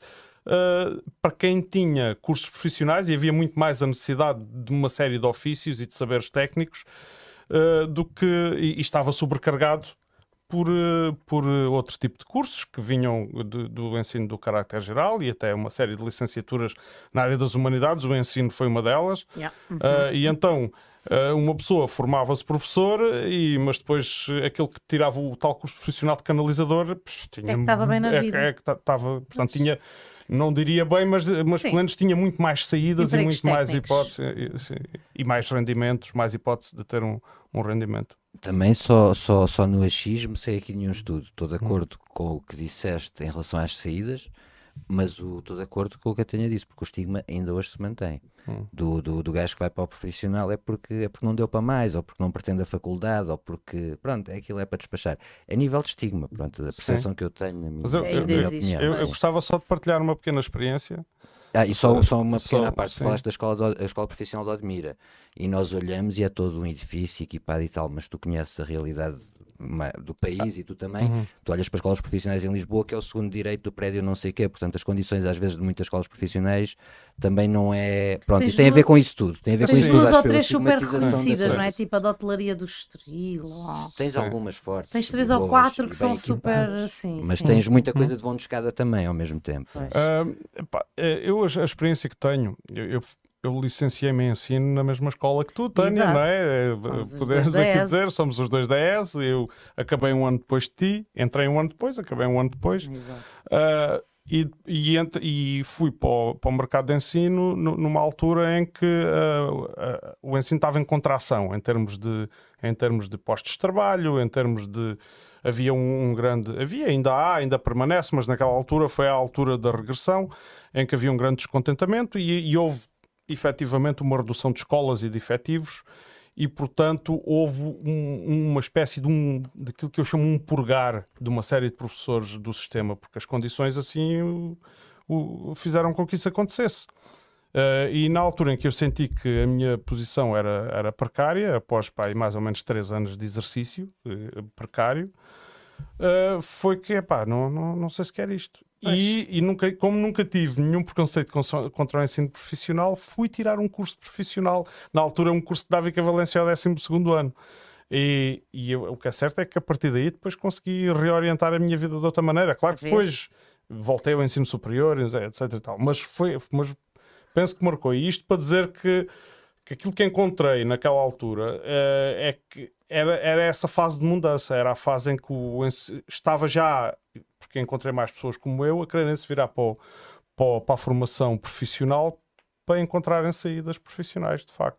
uh, para quem tinha cursos profissionais, e havia muito mais a necessidade de uma série de ofícios e de saberes técnicos uh, do que e, e estava sobrecarregado por, uh, por uh, outro tipo de cursos que vinham de- do ensino do caráter geral e até uma série de licenciaturas na área das humanidades. O ensino foi uma delas. Yeah. Uhum. Uh, e então uh, uma pessoa formava-se professor, e, mas depois uh, aquele que tirava o tal curso profissional de canalizador, psh, tinha, É que estava bem na é- vida. é que ta- estava, portanto, Pois. tinha, não diria bem, mas, mas Sim. pelo menos tinha muito mais saídas Empregos e muito mais técnicos. hipóteses e, e mais rendimentos, mais hipóteses de ter um, um rendimento. Também só, só, só no achismo sei aqui nenhum estudo. Estou de acordo com o que disseste em relação às saídas, mas o- estou de acordo com o que a Tânia disse, porque o estigma ainda hoje se mantém. Hum. Do, do, do gajo que vai para o profissional é porque, é porque não deu para mais, ou porque não pretende a faculdade, ou porque, pronto, é aquilo é para despachar. A nível de estigma, pronto, a percepção que eu tenho, na minha, Mas eu, na eu, Ainda minha eu, existe, opinião. eu- eu sim. gostava só de partilhar uma pequena experiência. Ah, e só, só uma Só- pequena parte, sim. falaste da escola, de, a escola profissional de Odmira, e nós olhamos e é todo um edifício equipado e tal, mas tu conheces a realidade ma- do país e tu também, Uhum. tu olhas para as escolas profissionais em Lisboa, que é o segundo direito do prédio não sei o quê, portanto as condições às vezes de muitas escolas profissionais também não é, pronto, Tens e tem a ver duas- com isso tudo, tem a ver com Tens isso tudo, duas acho ou que foi a três super estigmatização da reconhecidas, não é? coisa. Tipo a da hotelaria do Estoril. ou- Tens Sim. algumas fortes. Tens e três ou boas, quatro e que bem são super. equipadas, Sim, mas sim, tens sim. muita coisa de vão de escada também ao mesmo tempo. Pois. Ah, epá, eh, eu, a a experiência que tenho, eu, eu, eu licenciei-me em ensino na mesma escola que tu, Tânia, Exato. não é? Eh, Somos os Podemos dois da aqui E S. dizer, somos os dois da E S. Eu acabei um ano depois de ti, entrei um ano depois, acabei um ano depois. Exato. Ah, e, e, ent- e fui para o, para o mercado de ensino nu- numa altura em que ah, ah, o ensino estava em contração em termos de, em termos de postos de trabalho, em termos de. Havia um, um grande. Havia, ainda há, ainda permanece, mas naquela altura foi a altura da regressão, em que havia um grande descontentamento e, e houve efetivamente uma redução de escolas e de efetivos. E, portanto, houve um- uma espécie de um, daquilo que eu chamo um purgar de uma série de professores do sistema, porque as condições assim o, o- fizeram com que isso acontecesse. Eh, e na altura em que eu senti que a minha posição era, era precária, após pá, aí mais ou menos três anos de exercício eh, precário, eh, foi que, epá, não, não, não sei se quer isto. E, e nunca, como nunca tive nenhum preconceito conso- contra o ensino profissional, fui tirar um curso profissional. Na altura, um curso que dava equivalência ao décimo segundo ano. E, e eu- o que é certo é que a partir daí depois consegui reorientar a minha vida de outra maneira. Claro que A ver. depois voltei ao ensino superior, etc e tal. Mas, foi, mas penso que marcou. E isto para dizer que, que aquilo que encontrei naquela altura eh, é que era, era essa fase de mudança. Era a fase em que o ens- estava já, porque encontrei mais pessoas como eu, a quererem se virar para, o- para, o- para a formação profissional para encontrarem saídas profissionais, de facto.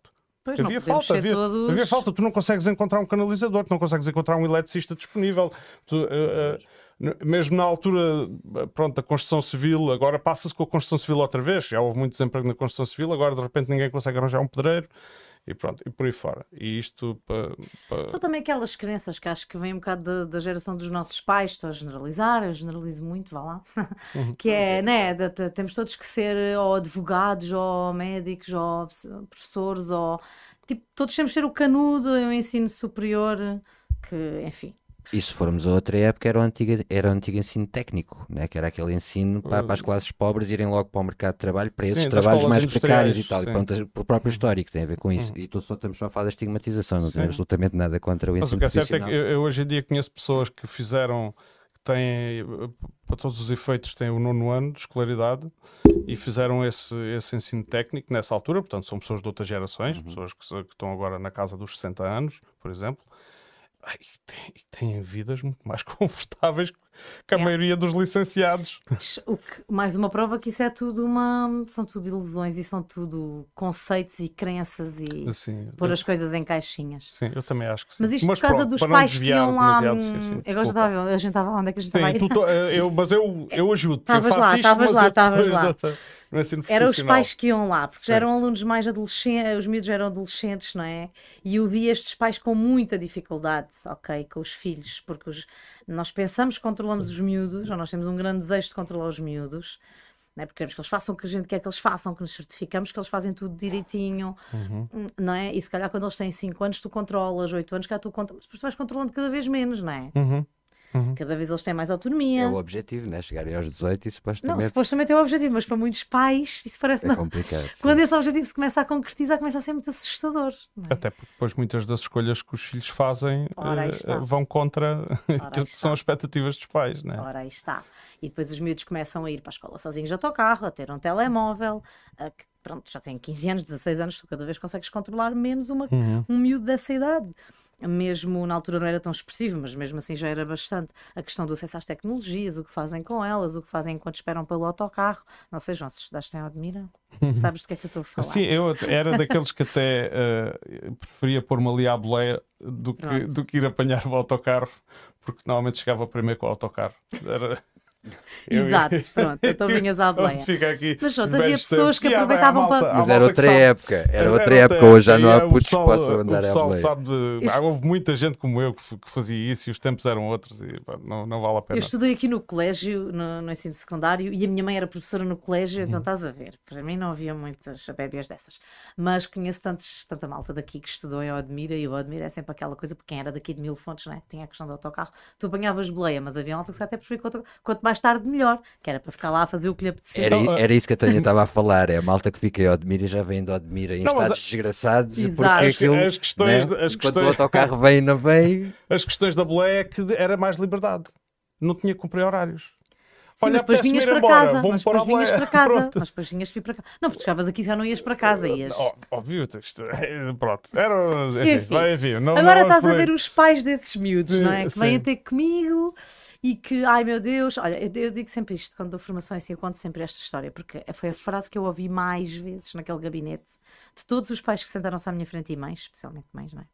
Pois, não havia podemos falta, ser havia, todos- havia falta. Tu não consegues encontrar um canalizador, tu não consegues encontrar um eletricista disponível. Tu, uh, uh, n- mesmo na altura, uh, pronto, da construção civil, agora passa-se com a construção civil outra vez. Já houve muito desemprego na construção civil, agora de repente ninguém consegue arranjar um pedreiro. E pronto, e por aí fora. E isto pa- pa- São também aquelas crenças que acho que vêm um bocado da, da geração dos nossos pais, estou a generalizar, eu generalizo muito, vá lá, que é, né, de- de- temos todos que ser ou advogados, ou médicos, ou professores, ou, tipo, todos temos que ser o canudo em um ensino superior, que, enfim. E se formos a outra época, era o antigo, era o antigo ensino técnico, né? Que era aquele ensino para, para as classes pobres irem logo para o mercado de trabalho, para esses Sim, das trabalhos escolas mais precários e industriais, tal. E sim. pronto, por próprio histórico tem a ver com isso. E estou só, estamos só a falar da estigmatização, não Sim. tenho absolutamente nada contra o Mas o ensino que é certo é que profissional. eu, eu hoje em dia conheço pessoas que fizeram, que têm, uh, para todos os efeitos, têm o nono ano de escolaridade e fizeram esse, esse ensino técnico nessa altura. Portanto, são pessoas de outras gerações, Uhum. pessoas que, se- que estão agora na casa dos sessenta anos, por exemplo. Ai, e têm, e têm vidas muito mais confortáveis que a É. maioria dos licenciados. O que, mais uma prova que isso é tudo uma, são tudo ilusões e são tudo conceitos e crenças e Assim, pôr eu, as coisas em caixinhas. sim, eu também acho que sim. Mas isto por causa pronto, dos para não pais que desviar iam lá. demasiado, hum, sim, sim, eu gosto de desculpa. estar a ver, a gente estava onde é que a gente estava a Sim, ir? tu to- eu, mas eu, eu ajudo. Eu Estavas faço lá, isto, estavas mas lá, eu estavas depois lá. da- no ensino Eram os profissional. pais que iam lá, porque já Sim. eram alunos mais adolescentes, os miúdos eram adolescentes, não é? E eu vi estes pais com muita dificuldade, ok, com os filhos, porque os- nós pensamos que controlamos os miúdos, ou nós temos um grande desejo de controlar os miúdos, não é? Porque queremos que eles façam o que a gente quer que eles façam, que nos certificamos que eles fazem tudo direitinho, Uhum. não é? E se calhar quando eles têm cinco anos tu controlas, oito anos, cá tu controlas, depois tu vais controlando cada vez menos, não é? Uhum. Uhum. Cada vez eles têm mais É autonomia. o objetivo, né? Chegarem aos dezoito e Não, supostamente supostamente é o objetivo, mas para muitos pais isso parece é não. complicado. sim. Quando esse objetivo se começa a concretizar, começa a ser muito assustador. Não é? Até porque depois muitas das escolhas que os filhos fazem Ora, aí eh, está. vão contra aí aquilo que são está. as expectativas dos pais, né? Ora, aí está. E depois os miúdos começam a ir para a escola sozinhos de autocarro, a ter um telemóvel, a que, pronto, já têm quinze anos, dezasseis anos, tu cada vez consegues controlar menos uma, Uhum. um miúdo dessa idade. Mesmo na altura não era tão expressivo, mas mesmo assim já era bastante. A questão do acesso às tecnologias, o que fazem com elas, o que fazem enquanto esperam pelo autocarro. Não sei, João, se estudaste em Odmira, sabes do que é que eu estou a falar? Sim, eu até- era daqueles que até eh, preferia pôr-me ali à boleia do que, Pronto. do que ir apanhar o autocarro, porque normalmente chegava primeiro com o autocarro. Era... eu- Exato, pronto, então vinhas à boleia. Fica aqui Mas só, os havia velhos pessoas tempos. que E há- há aproveitavam malta- para- há Mas malta era que outra sabe- época, era outra época, hoje já não há e, putos que o pessoal- possam o andar à pessoal boleia. sabe de- há- houve muita gente como eu que, f- que fazia isso e os tempos eram outros e pá, não, não vale a Eu pena. estudei aqui no colégio, no, no ensino secundário, e a minha mãe era professora no colégio, Uhum. então estás a ver. Para mim não havia muitas bébias dessas. Mas conheço tantos, tanta malta daqui que estudou em Odmira, e o Odmira é sempre aquela coisa, porque quem era daqui de Mil Fontes, né? Tinha a questão do autocarro. Tu apanhavas boleia, mas havia malta que se até preferia quanto, quanto mais tarde melhor, que era para ficar lá a fazer o que lhe apetecesse. Era, Então, era isso que a Tânia estava a falar, é a malta que fica em Odmira e já vem de Odmira em Não, mas estados desgraçados e porque Exato. As- aquilo, as questões- né? as enquanto questões- o autocarro vem e não vem, As questões da boleia é que era mais liberdade. Não tinha que cumprir horários. Sim, Olha, mas depois apetece-me vinhas ir para embora, casa, vou-me mas pôr à depois vinhas boleia. para casa, Pronto. mas depois vinhas vir para casa. Não, porque chegavas aqui e já não ias para casa, ias. Ó- Óbvio, isto, é- pronto. Era, enfim, Enfim. vai, enfim, não, Agora não estás vamos a por aí. ver os pais desses miúdos, Sim, não é? Que sim. vêm ter comigo e que, ai meu Deus, olha, eu, eu digo sempre isto, quando dou formação assim, eu conto sempre esta história, porque foi a frase que eu ouvi mais vezes naquele gabinete, de todos os pais que sentaram-se à minha frente, e mães, especialmente mães, não é?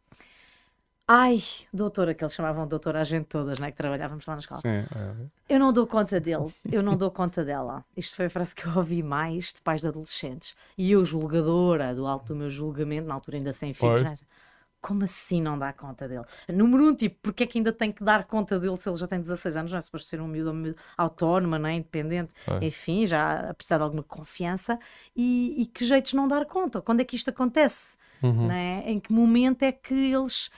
Ai, doutora, que eles chamavam doutora a gente todas, não é? Que trabalhávamos lá na escola. Sim, é. Eu não dou conta dele, eu não dou conta dela. Isto foi a frase que eu ouvi mais de pais de adolescentes. E eu, julgadora, do alto do meu julgamento, na altura ainda sem filhos, Oi. não é? Como assim não dá conta dele? Número um, tipo, porque é que ainda tem que dar conta dele se ele já tem dezasseis anos? Não é suposto ser um miúdo, um miúdo autónoma, não é? Independente, Oi. enfim, já a precisar de alguma confiança. E, e que jeitos não dar conta? Quando é que isto acontece? Uhum. Não é? Em que momento é que eles...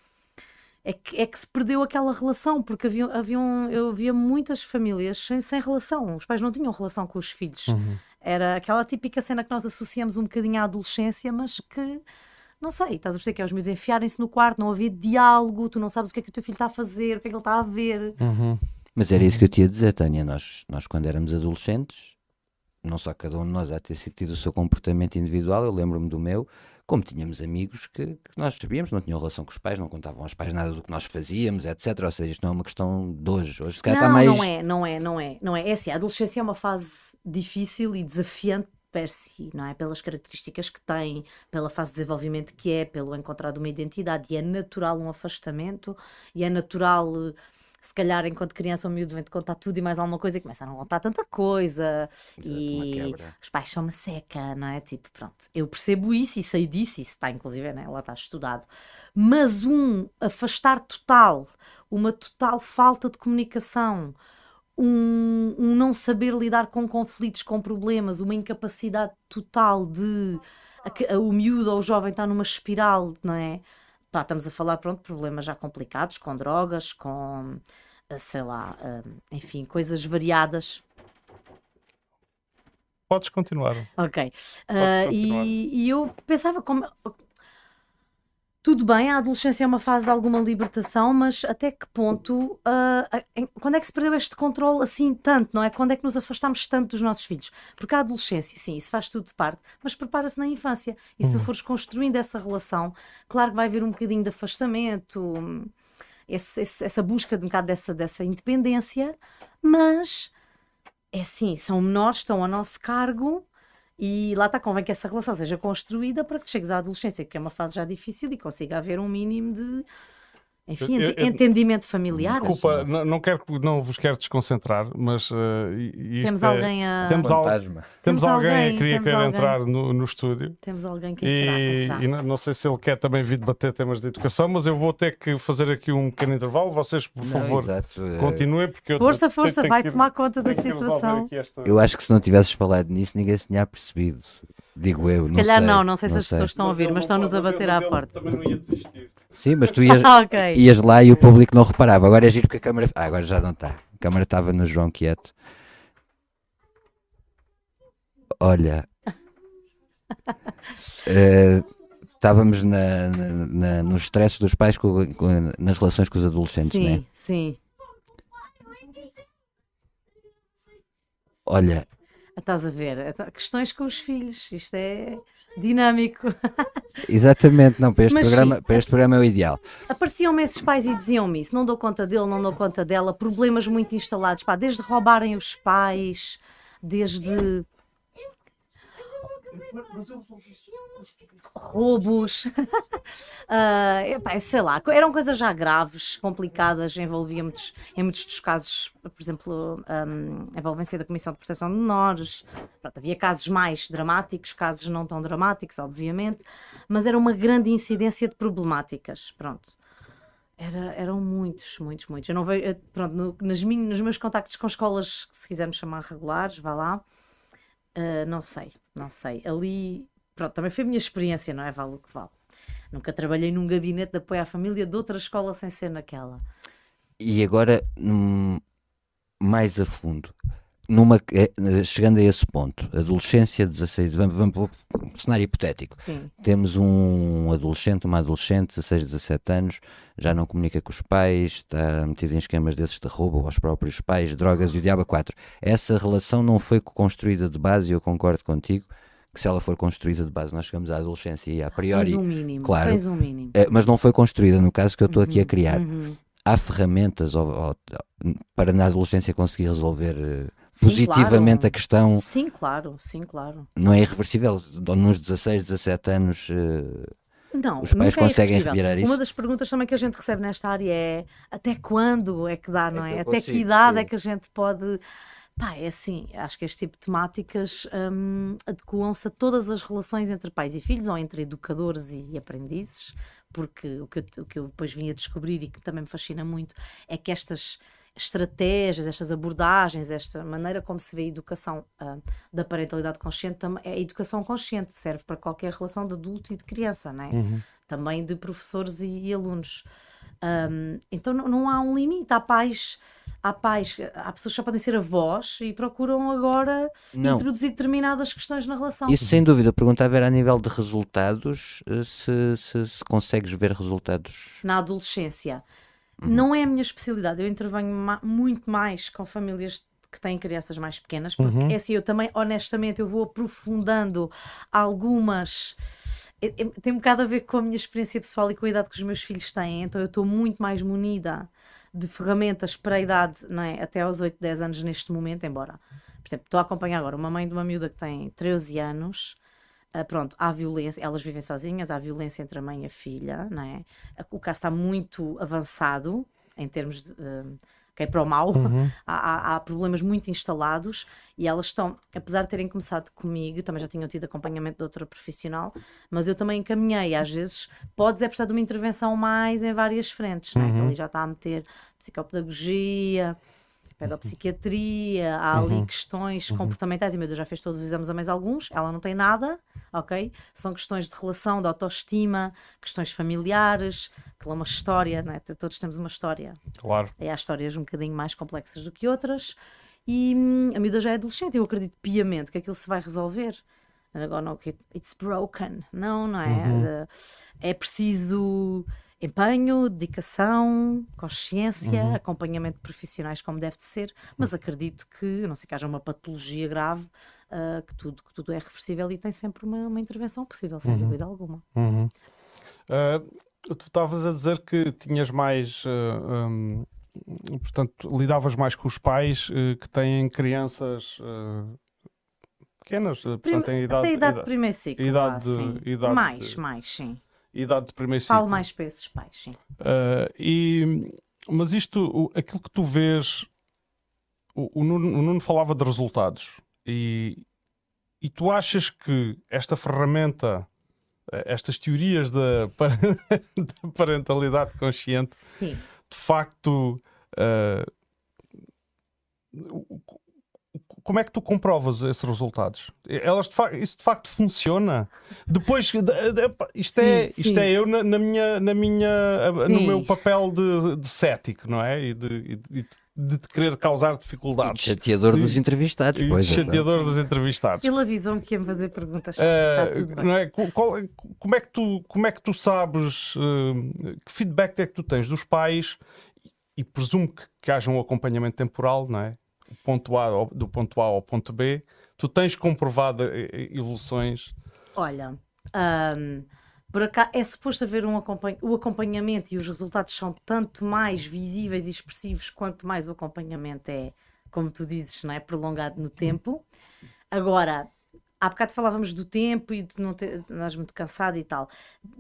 É que, é que se perdeu aquela relação, porque havia, haviam, eu via muitas famílias sem, sem relação, os pais não tinham relação com os filhos. Uhum. Era aquela típica cena que nós associamos um bocadinho à adolescência, mas que, não sei, estás a perceber que é os miúdos enfiarem-se no quarto, não havia diálogo, tu não sabes o que é que o teu filho está a fazer, o que é que ele está a ver. Uhum. mas era isso que eu te ia dizer, Tânia. Nós, nós quando éramos adolescentes, não só cada um de nós a ter tido o seu comportamento individual, eu lembro-me do meu, como tínhamos amigos que, que nós sabíamos, não tinham relação com os pais, não contavam aos pais nada do que nós fazíamos, etcétera. Ou seja, isto não é uma questão de hoje. Hoje se calhar Não, está mais. não é, não é, não é, não é. É assim, a adolescência é uma fase difícil e desafiante per si, não é? Pelas características que tem, pela fase de desenvolvimento que é, pelo encontrar de uma identidade, e é natural um afastamento, e é natural, eh, se calhar, enquanto criança o miúdo vem-te contar tudo e mais alguma coisa e começa a não contar tanta coisa, Exato, uma e quebra. os pais são uma seca, não é? Tipo, pronto, eu percebo isso e sei disso, isso está inclusive, né? Lá está estudado, mas um afastar total, uma total falta de comunicação, um, um não saber lidar com conflitos, com problemas, uma incapacidade total de a que- a- o miúdo ou o jovem está numa espiral, não é? Pá, estamos a falar, pronto, problemas já complicados, com drogas, com, ah, sei lá, ah, enfim, coisas variadas. Podes continuar. Ok. Ah, Podes continuar. e, e eu pensava como. Tudo bem, a adolescência é uma fase de alguma libertação, mas até que ponto, ah, ah, em- quando é que se perdeu este controle assim tanto, não é? Quando é que nos afastamos tanto dos nossos filhos? Porque a adolescência, sim, isso faz tudo de parte, mas prepara-se na infância. E se tu fores construindo essa relação, claro que vai haver um bocadinho de afastamento, hum, esse- esse- essa busca de um bocado dessa, dessa independência, mas é assim, são menores, estão a nosso cargo. E lá está, convém que essa relação seja construída para que chegues à adolescência, que é uma fase já difícil, e consiga haver um mínimo de, enfim, Eu- ente- eu- entendimento familiar. Desculpa, não, não quero, não vos quero desconcentrar, mas eh, i- isto Temos é- alguém a. Temos, al- Fantasma. temos Temos alguém alguém, a querer, temos querer alguém. entrar no, no estúdio. Temos alguém, quem será? Quem E, será? e não, não sei se ele quer também vir debater temas de educação, mas eu vou ter que fazer aqui um pequeno intervalo. Vocês, por Não, favor, exato. eh, continuem, porque eu Força, tenho- força, tenho vai que ir- tomar conta da tenho que ir resolver situação. aqui esta- Eu acho que se não tivesses falado nisso, ninguém se tinha percebido. Digo eu. Se não calhar sei, não, não sei se as sei. pessoas estão a ouvir, ele mas não estão-nos a pode- bater mas à ele porta. Também não ia desistir. Sim, mas tu ias, Ah, ok. ias lá e o público não reparava. Agora é giro porque a câmara. Ah, agora já não está. A câmara estava no João quieto. Olha. eh, estávamos na, na- na- nos stresses dos pais com- com- nas relações com os adolescentes, Sim, né? sim. Olha, Estás a ver? Então, questões com os filhos, isto é dinâmico. exatamente, não, para este, Mas programa, sim. para este programa é o ideal. Apareciam-me esses pais e diziam-me isso, não dou conta dele, não dou conta dela, problemas muito instalados, pá, desde roubarem os pais, desde roubos, ah, epá, eu sei lá, eram coisas já graves, complicadas, envolvia muitos, em muitos dos casos, por exemplo, hum, a envolvência da Comissão de Proteção de Menores. Pronto, havia casos mais dramáticos, casos não tão dramáticos, obviamente, mas era uma grande incidência de problemáticas, pronto. Era, eram muitos, muitos, muitos. Eu não vejo, eu, pronto, no- nas min- nos meus contactos com escolas, se quisermos chamar regulares, vá lá, ah, não sei, não sei. Ali, pronto, também foi a minha experiência, não é? Vale o que vale. Nunca trabalhei num gabinete de apoio à família de outra escola sem ser naquela. E agora, hum, mais a fundo, numa, eh, eh, chegando a esse ponto, adolescência, dezasseis, vamos, vamos para um cenário hipotético. Sim, Temos um adolescente, uma adolescente, dezasseis, dezassete anos, já não comunica com os pais, está metido em esquemas desses de roubo aos próprios pais, drogas e o diabo a quatro. Essa relação não foi construída de base, e eu concordo contigo, que se ela for construída de base, nós chegamos à adolescência e a priori, tens um mínimo, claro. tens um mínimo. eh, mas não foi construída no caso que eu estou aqui a criar. Uhum. Há ferramentas ou- ou- para na adolescência conseguir resolver eh, Sim, positivamente claro. a questão, Sim, claro, sim, claro. não é irreversível, nos dezasseis, dezassete anos eh, Não, os pais nunca é conseguem irreversível. revirar isso? Uma das perguntas também que a gente recebe nesta área é até quando é que dá, não É é? que eu Até que consigo, idade sim. é que a gente pode. Pá, é assim, acho que este tipo de temáticas hum, adequam-se a todas as relações entre pais e filhos ou entre educadores e aprendizes, porque o que, eu, o que eu depois vim a descobrir e que também me fascina muito é que estas estratégias, estas abordagens, esta maneira como se vê a educação ah, da parentalidade consciente, tam- é a educação consciente, serve para qualquer relação de adulto e de criança, não é? Uhum. Também de professores e, e alunos. Um, então não, não há um limite, há pais, há pais, há pessoas que já podem ser avós e procuram agora Não. introduzir determinadas questões na relação. Isso sem dúvida, eu perguntava era a nível de resultados, eh, se, se, se consegues ver resultados. Na adolescência. Não é a minha especialidade, eu intervenho ma- muito mais com famílias que têm crianças mais pequenas, porque Uhum. é assim, eu também, honestamente, eu vou aprofundando algumas. é- é- Tem um bocado a ver com a minha experiência pessoal e com a idade que os meus filhos têm, então eu estou muito mais munida de ferramentas para a idade, não é? Até aos oito, dez anos neste momento, embora exemplo, estou a acompanhar agora uma mãe de uma miúda que tem treze anos. Uh, pronto, há violência, elas vivem sozinhas, há violência entre a mãe e a filha, não é? O caso está muito avançado em termos de, uh, que é para o mal, Uhum. há, há, há problemas muito instalados e elas estão, apesar de terem começado comigo, também já tinham tido acompanhamento de outra profissional, mas eu também encaminhei, às vezes podes é precisar de uma intervenção mais em várias frentes, não é? Uhum. Então ali já está a meter psicopedagogia, pedopsiquiatria, há ali Uhum. questões comportamentais, e meu Deus, já fez todos os exames a mais alguns, ela não tem nada, ok? São questões de relação, de autoestima, questões familiares, que é uma história, não é? Todos temos uma história, Claro. e há histórias um bocadinho mais complexas do que outras, e hum, a miúda já é adolescente, eu acredito piamente que aquilo se vai resolver. Agora não, que it's broken, não, não é? Uhum. É preciso empenho, dedicação, consciência, Uhum. acompanhamento de profissionais como deve de ser, mas acredito que, a não sei que haja uma patologia grave, uh, que, tudo, que tudo é reversível e tem sempre uma, uma intervenção possível, sem Uhum. dúvida alguma. Uhum. Uh, tu estavas a dizer que tinhas mais, uh, um, portanto, lidavas mais com os pais uh, que têm crianças uh, pequenas, uh, portanto, têm idade, Até a idade de idade, primeiro ciclo, idade lá, de- sim. idade mais, de- mais, sim. idade de primeiro ciclo. Falo mais para esses pais, sim. Uh, e, mas isto, o- aquilo que tu vês, o, o Nuno, o Nuno falava de resultados, e, e tu achas que esta ferramenta, eh, estas teorias da par- da parentalidade consciente, Sim. de facto, uh, o- o- como é que tu comprovas esses resultados? Elas de fa- isso de facto funciona? Depois, de- de- epá, isto, Sim, é, isto sim. é eu na, na minha, na minha, no Sim. meu papel de, de cético, não é? E de, e de, de te querer causar E de dificuldades. chateador E- dos entrevistados, E pois de é. chateador dos entrevistados. Ele avisou-me que ia-me fazer perguntas. Eh, Está tudo bem. não é? Co- qual- como, é que tu, como é que tu sabes, eh, que feedback é que tu tens dos pais, e presumo que, que haja um acompanhamento temporal, não é? O ponto A, ao- do ponto A ao ponto B, tu tens comprovado eh, eh, evoluções. Olha, ahm, por acaso é suposto haver um acompanha... o acompanhamento, e os resultados são tanto mais visíveis e expressivos quanto mais o acompanhamento é, como tu dizes, não é? Prolongado no tempo. Agora, há bocado falávamos do tempo e de não ter, estás muito cansado e tal.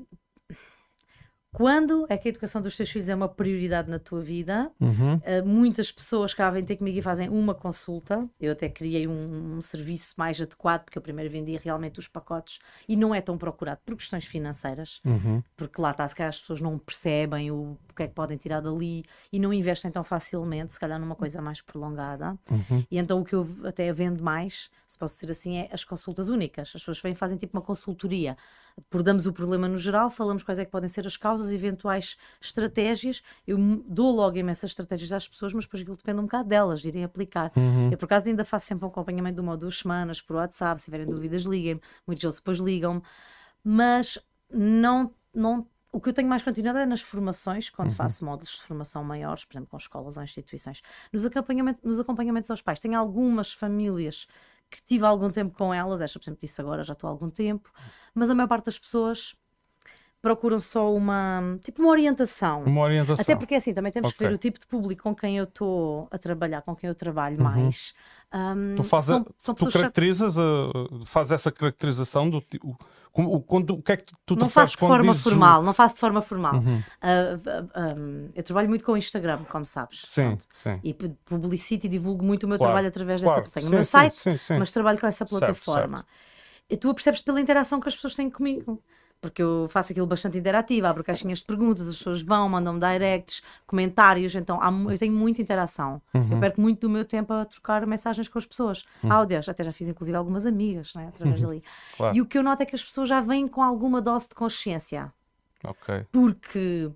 Quando é que a educação dos teus filhos é uma prioridade na tua vida? Uh, muitas pessoas cá vêm ter comigo e fazem uma consulta. Eu até criei um, um serviço mais adequado, porque eu primeiro vendia realmente os pacotes e não é tão procurado por questões financeiras, Uhum. porque lá está, se calhar as pessoas não percebem o, o que é que podem tirar dali e não investem tão facilmente, se calhar numa coisa mais prolongada. Uhum. E então o que eu até vendo mais, se posso dizer assim, é as consultas únicas. As pessoas vêm e fazem tipo uma consultoria. Abordamos o problema no geral, falamos quais é que podem ser as causas, eventuais estratégias. Eu m- dou logo imensas estratégias às pessoas, mas depois aquilo depende um bocado delas, de irem aplicar. Uhum. Eu, por acaso, ainda faço sempre um acompanhamento de uma ou duas semanas por WhatsApp. Se tiverem dúvidas, liguem-me. Muitos deles depois ligam-me. Mas não, não, o que eu tenho mais continuidade é nas formações, quando faço módulos de formação maiores, por exemplo, com escolas ou instituições. Nos, acompanhamento, nos acompanhamentos aos pais, tenho algumas famílias que tive algum tempo com elas, esta, por exemplo, disse agora, já estou há algum tempo, mas a maior parte das pessoas procuram só uma, tipo, uma orientação. Uma orientação. Até porque assim, também temos que Ok. ver o tipo de público com quem eu estou a trabalhar, com quem eu trabalho mais. Hum, Tu, fazes, são, são tu pessoas chatas. caracterizas, a, fazes essa caracterização do ti- o, o, o, quando, o que é que tu, tu Não te faço fazes de quando forma dizes o- formal, não faço de forma formal. Uhum. Ah, ah, hum, eu trabalho muito com o Instagram, como sabes. Sim, Pronto. sim. E pu- publicito e divulgo muito o meu Claro, trabalho através claro. dessa. Tenho Sim, o meu sim, site, sim, sim. mas trabalho com essa Certo, plataforma. E tu percebes pela interação que as pessoas têm comigo. Porque eu faço aquilo bastante interativo, abro caixinhas de perguntas, as pessoas vão, mandam-me directs, comentários, então há mu- eu tenho muita interação. Uhum. Eu perco muito do meu tempo a trocar mensagens com as pessoas. Áudios, até já fiz inclusive algumas amigas, né, através dali. Claro. E o que eu noto é que as pessoas já vêm com alguma dose de consciência. Ok. Porque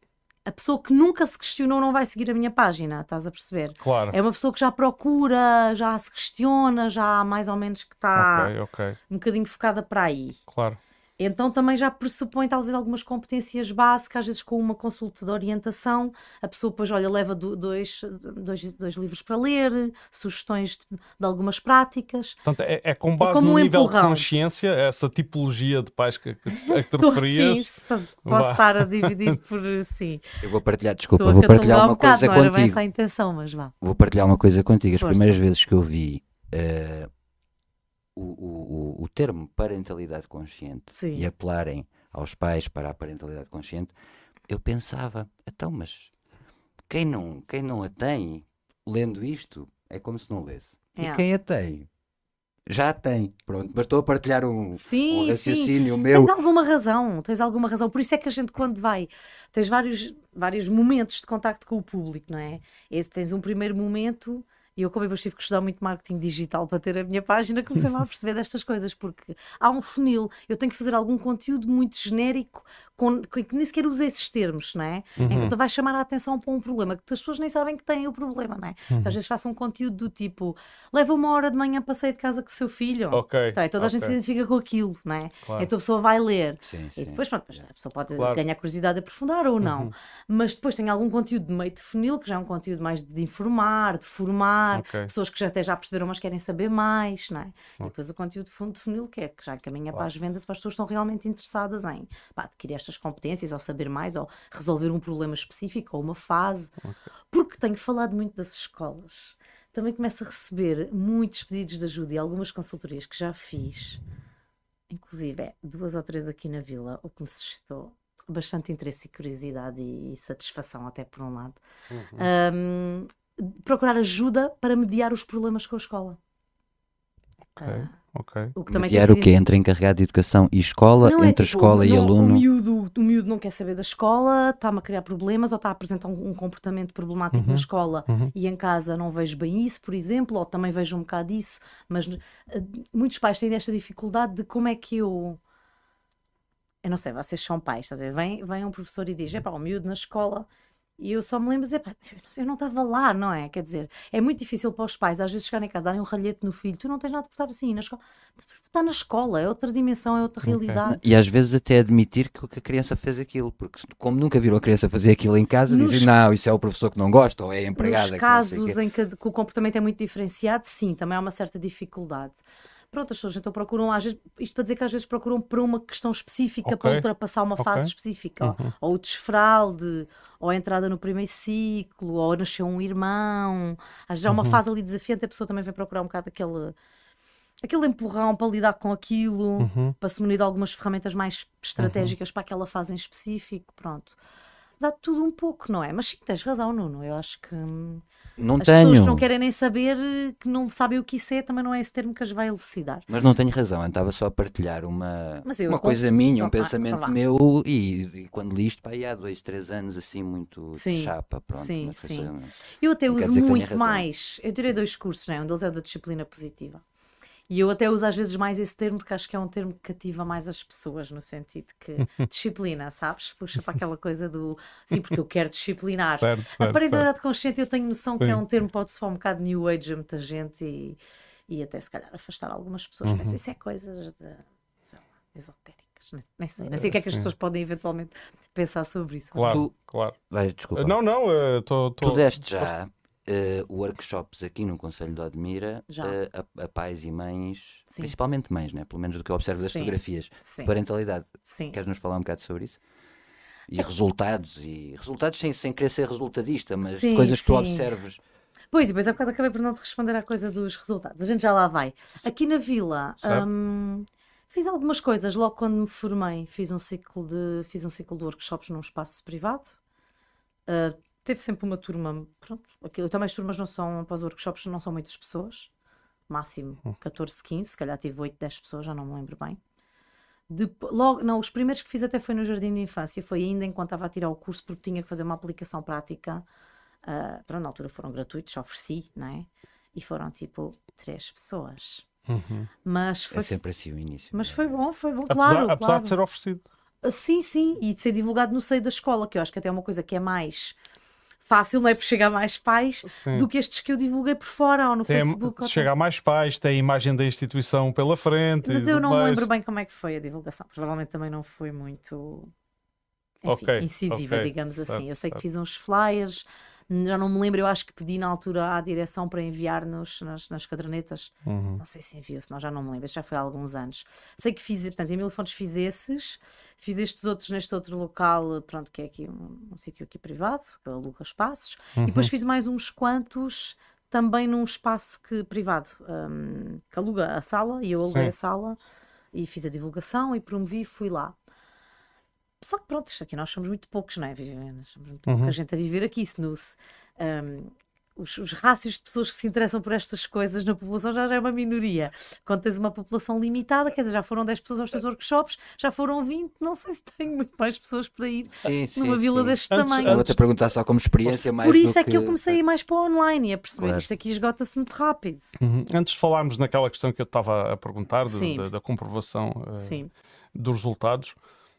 a pessoa que nunca se questionou não vai seguir a minha página, estás a perceber? Claro. É uma pessoa que já procura, já se questiona, já mais ou menos que está Ok, ok. um bocadinho focada para aí. Claro. Então também já pressupõe talvez algumas competências básicas, às vezes com uma consulta de orientação, a pessoa depois, olha, leva do- dois, dois, dois livros para ler, sugestões de, de algumas práticas. Portanto, é, é com base como no um nível de empurrão. consciência, essa tipologia de pais que, que, a que te Estou referias. sim, se- Vá. posso estar a dividir por sim. Eu vou partilhar, desculpa, Estou a vou partilhar catalogar um uma bocado, coisa não era bem contigo. essa a intenção, mas vá. Vou partilhar uma coisa contigo. As Força. primeiras vezes que eu vi uh, o, o, o, o termo parentalidade consciente Sim. e apelarem aos pais para a parentalidade consciente, eu pensava, então, mas quem não, quem não a tem, lendo isto, é como se não lesse. E É. quem a tem, já a tem. Pronto, mas estou a partilhar um, Sim, um raciocínio sim. meu. Tens alguma razão, tens alguma razão. Por isso é que a gente, quando vai, tens vários, vários momentos de contacto com o público, não é? Esse, tens um primeiro momento, e eu, como eu tive que estudar muito marketing digital para ter a minha página, comecei-me a perceber destas coisas, porque há um funil, eu tenho que fazer algum conteúdo muito genérico, com, que nem sequer usa esses termos, não é? Uhum. Em que tu vais chamar a atenção para um problema, que as pessoas nem sabem que têm o problema, não é? Uhum. Então, às vezes faço um conteúdo do tipo, leva uma hora de manhã para sair de casa com o seu filho. Ok. Então, toda a gente ok. se identifica com aquilo, não é? Claro. Então a pessoa vai ler. Sim, E sim. depois, pronto, a pessoa pode Claro. ganhar curiosidade de aprofundar ou não. Uhum. Mas depois tem algum conteúdo de meio de funil, que já é um conteúdo mais de informar, de formar, Ok. pessoas que já até já perceberam, mas querem saber mais, não é? E Ok. depois o conteúdo de fundo de funil, que é que já encaminha Claro. para as vendas, para as pessoas que estão realmente interessadas em pá, adquirir estas competências, ou saber mais, ou resolver um problema específico, ou uma fase. Ok. Porque tenho falado muito das escolas. Também começo a receber muitos pedidos de ajuda e algumas consultorias que já fiz, inclusive é, duas ou três aqui na Vila, o que me suscitou bastante interesse e curiosidade e satisfação, até por um lado. Uhum. Um, procurar ajuda para mediar os problemas com a escola. Ok. Ah, ok. o que também tem Mediar o sido quê? Entre encarregado de educação e escola? Não, é entre tipo, escola e não, aluno? O miúdo, o miúdo não quer saber da escola, está-me a criar problemas, ou está a apresentar um, um comportamento problemático Uhum, na escola uhum. e em casa não vejo bem isso, por exemplo, ou também vejo um bocado isso, mas uh, muitos pais têm esta dificuldade de como é que eu. Eu não sei, vocês são pais, estás a ver? Vem, vem um professor e diz: epá, o miúdo na escola. E eu só me lembro de dizer, pá, eu não estava lá, não é? Quer dizer, é muito difícil para os pais, às vezes chegarem em casa, darem um ralhete no filho, tu não tens nada por estar assim na escola. Está na escola, é outra dimensão, é outra Ok. realidade. E às vezes até admitir que a criança fez aquilo, porque se- como nunca viram a criança fazer aquilo em casa, Nos- dizem, não, isso é o professor que não gosta, ou é a empregada Nos que não sei o casos quê. em que, que o comportamento é muito diferenciado, sim, também há uma certa dificuldade. Pronto, as pessoas então procuram, às vezes, isto para dizer que às vezes procuram para uma questão específica, Ok, para ultrapassar uma ok. fase específica, ou- Uhum. ou o desfralde, ou a entrada no primeiro ciclo, ou nasceu um irmão. Às vezes há uma Uhum. fase ali desafiante, a pessoa também vem procurar um bocado aquele, aquele empurrão para lidar com aquilo, Uhum. para se munir de algumas ferramentas mais estratégicas para aquela fase em específico, pronto. Dá tudo um pouco, não é? Mas sim, tens razão, Nuno, eu acho que... hum, Não as pessoas que tenho, não querem nem saber, que não sabem o que isso é, também não é esse termo que as vai elucidar. mas não tenho razão, eu estava só a partilhar uma, Mas eu uma conf- coisa minha, um Então, ah, pensamento então vá. meu, e, e quando li isto, pá, aí há dois, três anos, assim, muito Sim, de chapa, pronto. sim, mas foi sim. só- Eu até Não quer uso dizer que tenha muito razão. mais. Eu tirei dois cursos, né? Um deles é o da disciplina positiva. E eu até uso às vezes mais esse termo porque acho que é um termo que cativa mais as pessoas, no sentido que disciplina, sabes? Puxa para aquela coisa do sim, porque eu quero disciplinar. Certo, A certo, certo. parentalidade consciente eu tenho noção que é Sim. um termo que pode soar um bocado new age a muita gente e, e até se calhar afastar algumas pessoas. Uhum. Penso, isso é coisas de, sei lá, esotéricas, né? Nem sei, nem sei o que é que as Sim. pessoas podem eventualmente pensar sobre isso. Claro, Tu- claro. Vai, desculpa. Não, não, eh, tô, tô... Tu deste já eh, workshops aqui no Conselho de Odmira Já. eh, a, a pais e mães, Sim. principalmente mães, né? Pelo menos do que eu observo das Sim. fotografias. Sim, Parentalidade. sim. Queres nos falar um bocado sobre isso? E resultados, e resultados sem, sem querer ser resultadista, mas Sim, coisas que tu sim. observes. Pois, e depois há bocado acabei por não te responder à coisa dos resultados. A gente já lá vai. Aqui na Vila, Certo. hum, fiz algumas coisas. Logo quando me formei, fiz um ciclo de, fiz um ciclo de workshops num espaço privado. Uh, teve sempre uma turma, pronto. Aquilo, também as turmas não são, para os workshops não são muitas pessoas. Máximo catorze, quinze. Se calhar tive oito, dez pessoas, já não me lembro bem. Depo- logo, não, os primeiros que fiz até foi no Jardim de Infância. Foi ainda enquanto estava a tirar o curso, porque tinha que fazer uma aplicação prática. Uh, pronto, na altura foram gratuitos, ofereci, não é? E foram tipo três pessoas. Uhum. Mas É foi, sempre assim o início. mas foi bom, foi bom, Apesar, claro, apesar claro. de ser oferecido. Ah, sim, sim, e de ser divulgado no seio da escola, que eu acho que até é uma coisa que é mais fácil, não é? Por chegar a mais pais Sim. do que estes que eu divulguei por fora ou no Tem, Facebook. ou chega a mais pais, tem a imagem da instituição pela frente. Mas e eu tudo não me mais. lembro bem como é que foi a divulgação. Provavelmente também não foi muito, enfim, Ok, incisiva, ok, digamos certo, assim. Eu sei que certo. fiz uns flyers, já não me lembro, eu acho que pedi na altura à direção para enviar-nos nas, nas cadernetas. Uhum. Não sei se enviou, senão já não me lembro, isso já foi há alguns anos. Sei que fiz, portanto, em Mil Fontes fiz esses, fiz estes outros neste outro local, pronto, que é aqui um, um sítio aqui privado, que aluga espaços, e depois Uhum. fiz mais uns quantos também num espaço que, privado, um, que aluga a sala, e eu aluguei Sim. a sala e fiz a divulgação e promovi, fui lá. Só que pronto, isto aqui nós somos muito poucos, não é? Vivendo, somos muito Uhum. pouca gente a viver aqui, se no, se, um, os, os rácios de pessoas que se interessam por estas coisas na população já, já é uma minoria. Quando tens uma população limitada, quer dizer, já foram dez pessoas aos teus workshops, já foram vinte, não sei se tenho muito mais pessoas para ir Sim, sim, numa vila sim. deste Antes- tamanho. Estava-te a perguntar só como experiência, mais Por isso do é que eu comecei a ir mais para o online e a perceber Claro. que isto aqui esgota-se muito rápido. Uhum. Antes de falarmos naquela questão que eu estava a perguntar, de- Sim. da, da comprovação eh, Sim. dos resultados,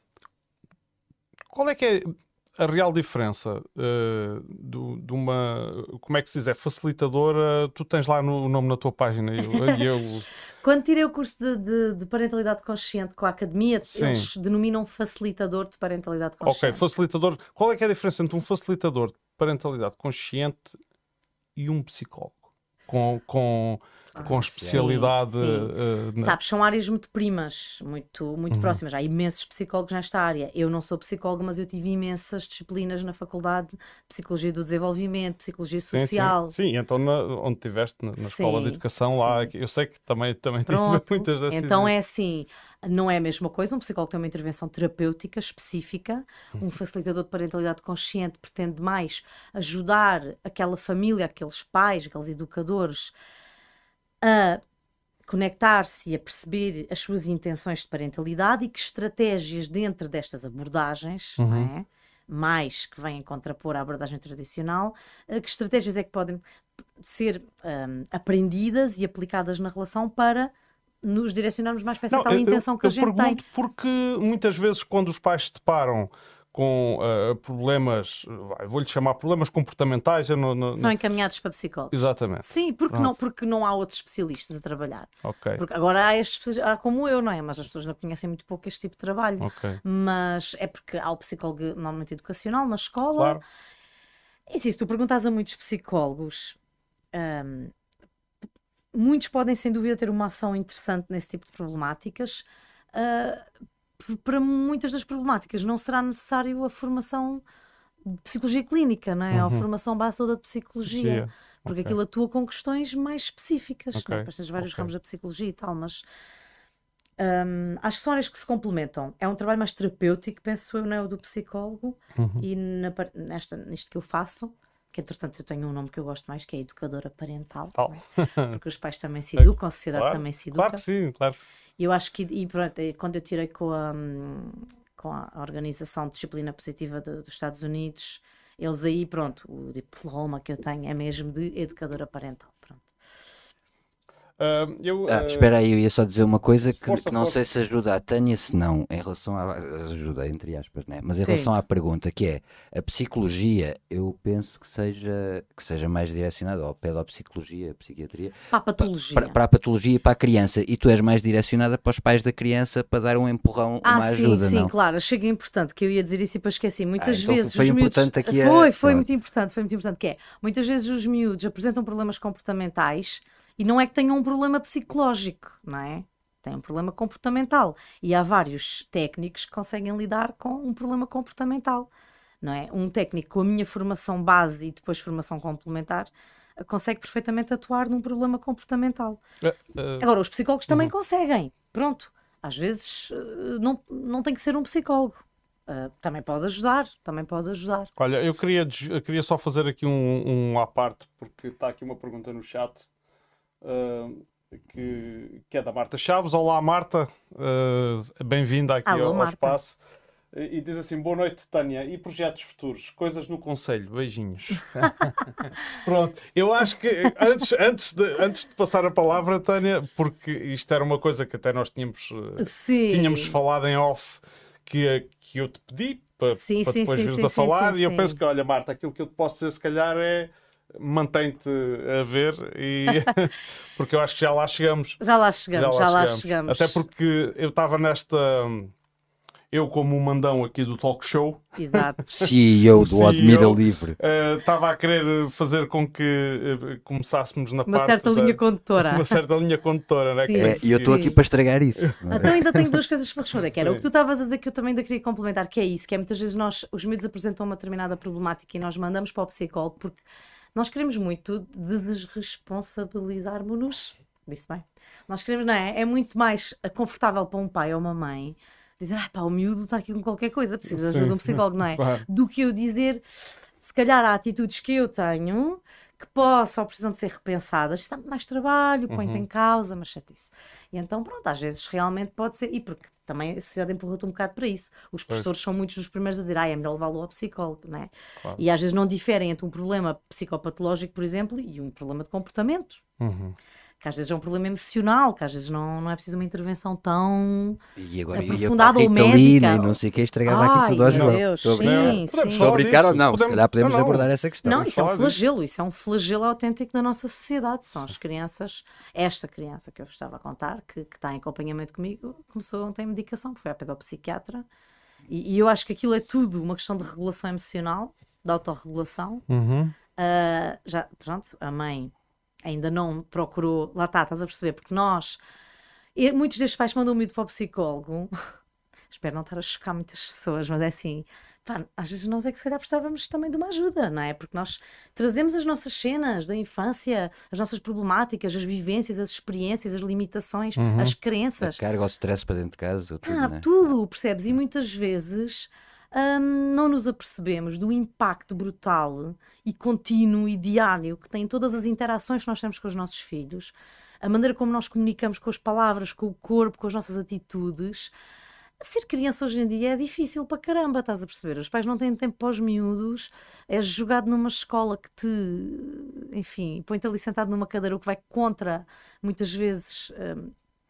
qual é que é a real diferença eh, do- de uma, como é que se diz, é facilitadora? Tu tens lá no, o nome na tua página e eu, e eu Quando tirei o curso de, de- de parentalidade consciente com a academia, Sim. eles denominam facilitador de parentalidade ok, consciente. facilitador, qual é que é a diferença entre um facilitador de parentalidade consciente e um psicólogo? Com, com, com Ah, especialidade sim, sim. eh, na- Sabes, são áreas muito primas, muito, muito Uhum. próximas. Há imensos psicólogos nesta área. Eu não sou psicóloga, mas eu tive imensas disciplinas na faculdade de Psicologia do Desenvolvimento, Psicologia Sim, Social. Sim, sim, então na- onde estiveste, na, na escola de Sim, educação lá, sim. eu sei que também, também tive Pronto, muitas dessas então ideias. é assim, não é a mesma coisa, um psicólogo tem uma intervenção terapêutica específica, um facilitador de parentalidade consciente pretende mais ajudar aquela família, aqueles pais, aqueles educadores a conectar-se e a perceber as suas intenções de parentalidade e que estratégias dentro destas abordagens, não Uhum. é? Mais que vêm contrapor à abordagem tradicional, eh, que estratégias é que podem ser hum, aprendidas e aplicadas na relação para nos direcionarmos mais para essa tal eu- intenção eu, que a eu gente tem. pergunto porque muitas vezes quando os pais se deparam com ah, problemas, vai, vou-lhe chamar problemas comportamentais, eu não, não- São não- encaminhados para psicólogos. exatamente, Sim, porque Pronto. não, porque não há outros especialistas a trabalhar. ok, Porque agora há estes, há como eu, não é? Mas as pessoas não conhecem muito pouco este tipo de trabalho. ok, Mas é porque há o psicólogo normalmente educacional na escola. claro, E sim, se tu perguntas a muitos psicólogos, hum, muitos podem sem dúvida ter uma ação interessante nesse tipo de problemáticas. Ah, p- para muitas das problemáticas não será necessário a formação de psicologia clínica, não é? Ou a Uhum. formação base toda de psicologia. Gia, Porque ok. aquilo atua com questões mais específicas, Ok, não é? Depois tens vários ok. ramos da psicologia e tal, mas hum, acho que são áreas que se complementam. É um trabalho mais terapêutico, penso eu, não é o do psicólogo, Uhum. e na par- nesta, nisto que eu faço, que entretanto eu tenho um nome que eu gosto mais, que é educadora parental, Tal. não é? Porque os pais também se educam, a sociedade Claro, também se educa. claro que sim, claro. E eu acho que, e pronto, e quando eu tirei com a, hum, com a Organização de Disciplina Positiva de- dos Estados Unidos, eles aí, pronto, o diploma que eu tenho é mesmo de educadora parental. Pronto. Ah, eu, Ah, ah, espera aí, eu ia só dizer uma coisa que, Força, que não força. sei se ajuda a Tânia, se não, em relação à ajuda, entre aspas, né? Mas em Sim. relação à pergunta que é, a psicologia, eu penso que seja, que seja mais direcionada, ou pedopsicologia, psiquiatria, Para a patologia. para, para a patologia e para a criança, e tu és mais direcionada para os pais da criança para dar um empurrão, Ah, uma sim, ajuda, sim, não? claro. Chega importante que eu ia dizer isso e depois esqueci. Muitas Ah, então vezes foi os miúdos... importante aqui a- Foi, foi pronto. muito importante, foi muito importante. Que é, muitas vezes os miúdos apresentam problemas comportamentais e não é que tenham um problema psicológico, não é? Têm um problema comportamental. E há vários técnicos que conseguem lidar com um problema comportamental, não é? Um técnico com a minha formação base e depois formação complementar eh, consegue perfeitamente atuar num problema comportamental. ah, ah, Agora, os psicólogos também Uhum. conseguem. Pronto. Às vezes eh, não, não tem que ser um psicólogo. Eh, também pode ajudar. Também pode ajudar. Olha, eu queria, des- eu queria só fazer aqui um, um à parte, porque está aqui uma pergunta no chat ah, que, que é da Marta Chaves. Olá, Marta, ah, bem-vinda aqui Alô, ao, ao Marta. espaço. E e diz assim: boa noite, Tânia. E projetos futuros? Coisas no Conselho? Beijinhos. Pronto, eu acho que antes, antes, de, antes de passar a palavra, Tânia, porque isto era uma coisa que até nós tínhamos, eh, Sim. tínhamos falado em off, que, que eu te pedi para, Sim, para sim, depois sim, vires sim, a falar, sim, e eu sim. penso que, olha, Marta, aquilo que eu te posso dizer, se calhar, é mantém-te a ver, e porque eu acho que já lá chegamos. Já lá chegamos, já lá chegamos. chegamos. Até porque eu estava nesta. Eu, como o mandão aqui do talk show, Exato. C E O O do C E O, Admira Livre. eh, estava a querer fazer com que eh, começássemos na Uma parte certa da- linha condutora. uma certa linha condutora, né? que Sim. tem É, que e eu estou seguir. aqui para estragar isso. Então ainda tenho duas coisas para responder, que era o Sim. que tu estavas a dizer que eu também ainda queria complementar, que é isso, que é muitas vezes nós, os miúdos apresentam uma determinada problemática e nós mandamos para o psicólogo porque nós queremos muito desresponsabilizarmos-nos. Disse bem. Nós queremos, não é? É muito mais confortável para um pai ou uma mãe dizer, ah pá, o miúdo está aqui com qualquer coisa, precisa de ajuda de um psicólogo, não é? Claro. Do que eu dizer, se calhar há atitudes que eu tenho que possam ou precisam de ser repensadas. Isto dá muito mais trabalho, põe-te Uhum. em causa, mas chatice. E então, pronto, às vezes realmente pode ser, e porque também a sociedade empurra-te um bocado para isso. Os professores são muitos dos primeiros a dizer, ah, é melhor levá-lo ao psicólogo, não é? Claro. E às vezes não diferem entre um problema psicopatológico, por exemplo, e um problema de comportamento. Uhum. Que às vezes é um problema emocional, que às vezes não, não é preciso uma intervenção tão... E agora ia para aprofundada a ou Ritalina médica. e não sei o que, estragava aqui Ai, tudo ao meu João. Deus, Estou a brincar. sim, Podemos sim. Estou a falar brincar ou disso. não? Se Podemos- calhar podemos não, não. abordar essa questão. Não, Vamos isso é um falar disso. flagelo, isso é um flagelo autêntico da nossa sociedade. São as crianças, esta criança que eu vos estava a contar, que, que está em acompanhamento comigo, começou ontem medicação, foi à pedopsiquiatra, e, e eu acho que aquilo é tudo uma questão de regulação emocional, de autorregulação. Uhum. Ah, já, pronto, a mãe ainda não procurou, lá está, estás a perceber, porque nós, e muitos destes pais mandam o miúdo para o psicólogo, espero não estar a chocar muitas pessoas, mas é assim, pá, às vezes nós é que se calhar precisávamos também de uma ajuda, não é? Porque nós trazemos as nossas cenas da infância, as nossas problemáticas, as vivências, as experiências, as limitações, Uhum. as A crenças, carga ou stress para dentro de casa, ou tudo, ah, né? tudo, percebes? E muitas vezes hum, não nos apercebemos do impacto brutal e contínuo e diário que tem todas as interações que nós temos com os nossos filhos, a maneira como nós comunicamos com as palavras, com o corpo, com as nossas atitudes. Ser criança hoje em dia é difícil para caramba, estás a perceber? Os pais não têm tempo para os miúdos, és jogado numa escola que te, enfim, põe-te ali sentado numa cadeira, o que vai contra, muitas vezes, hum,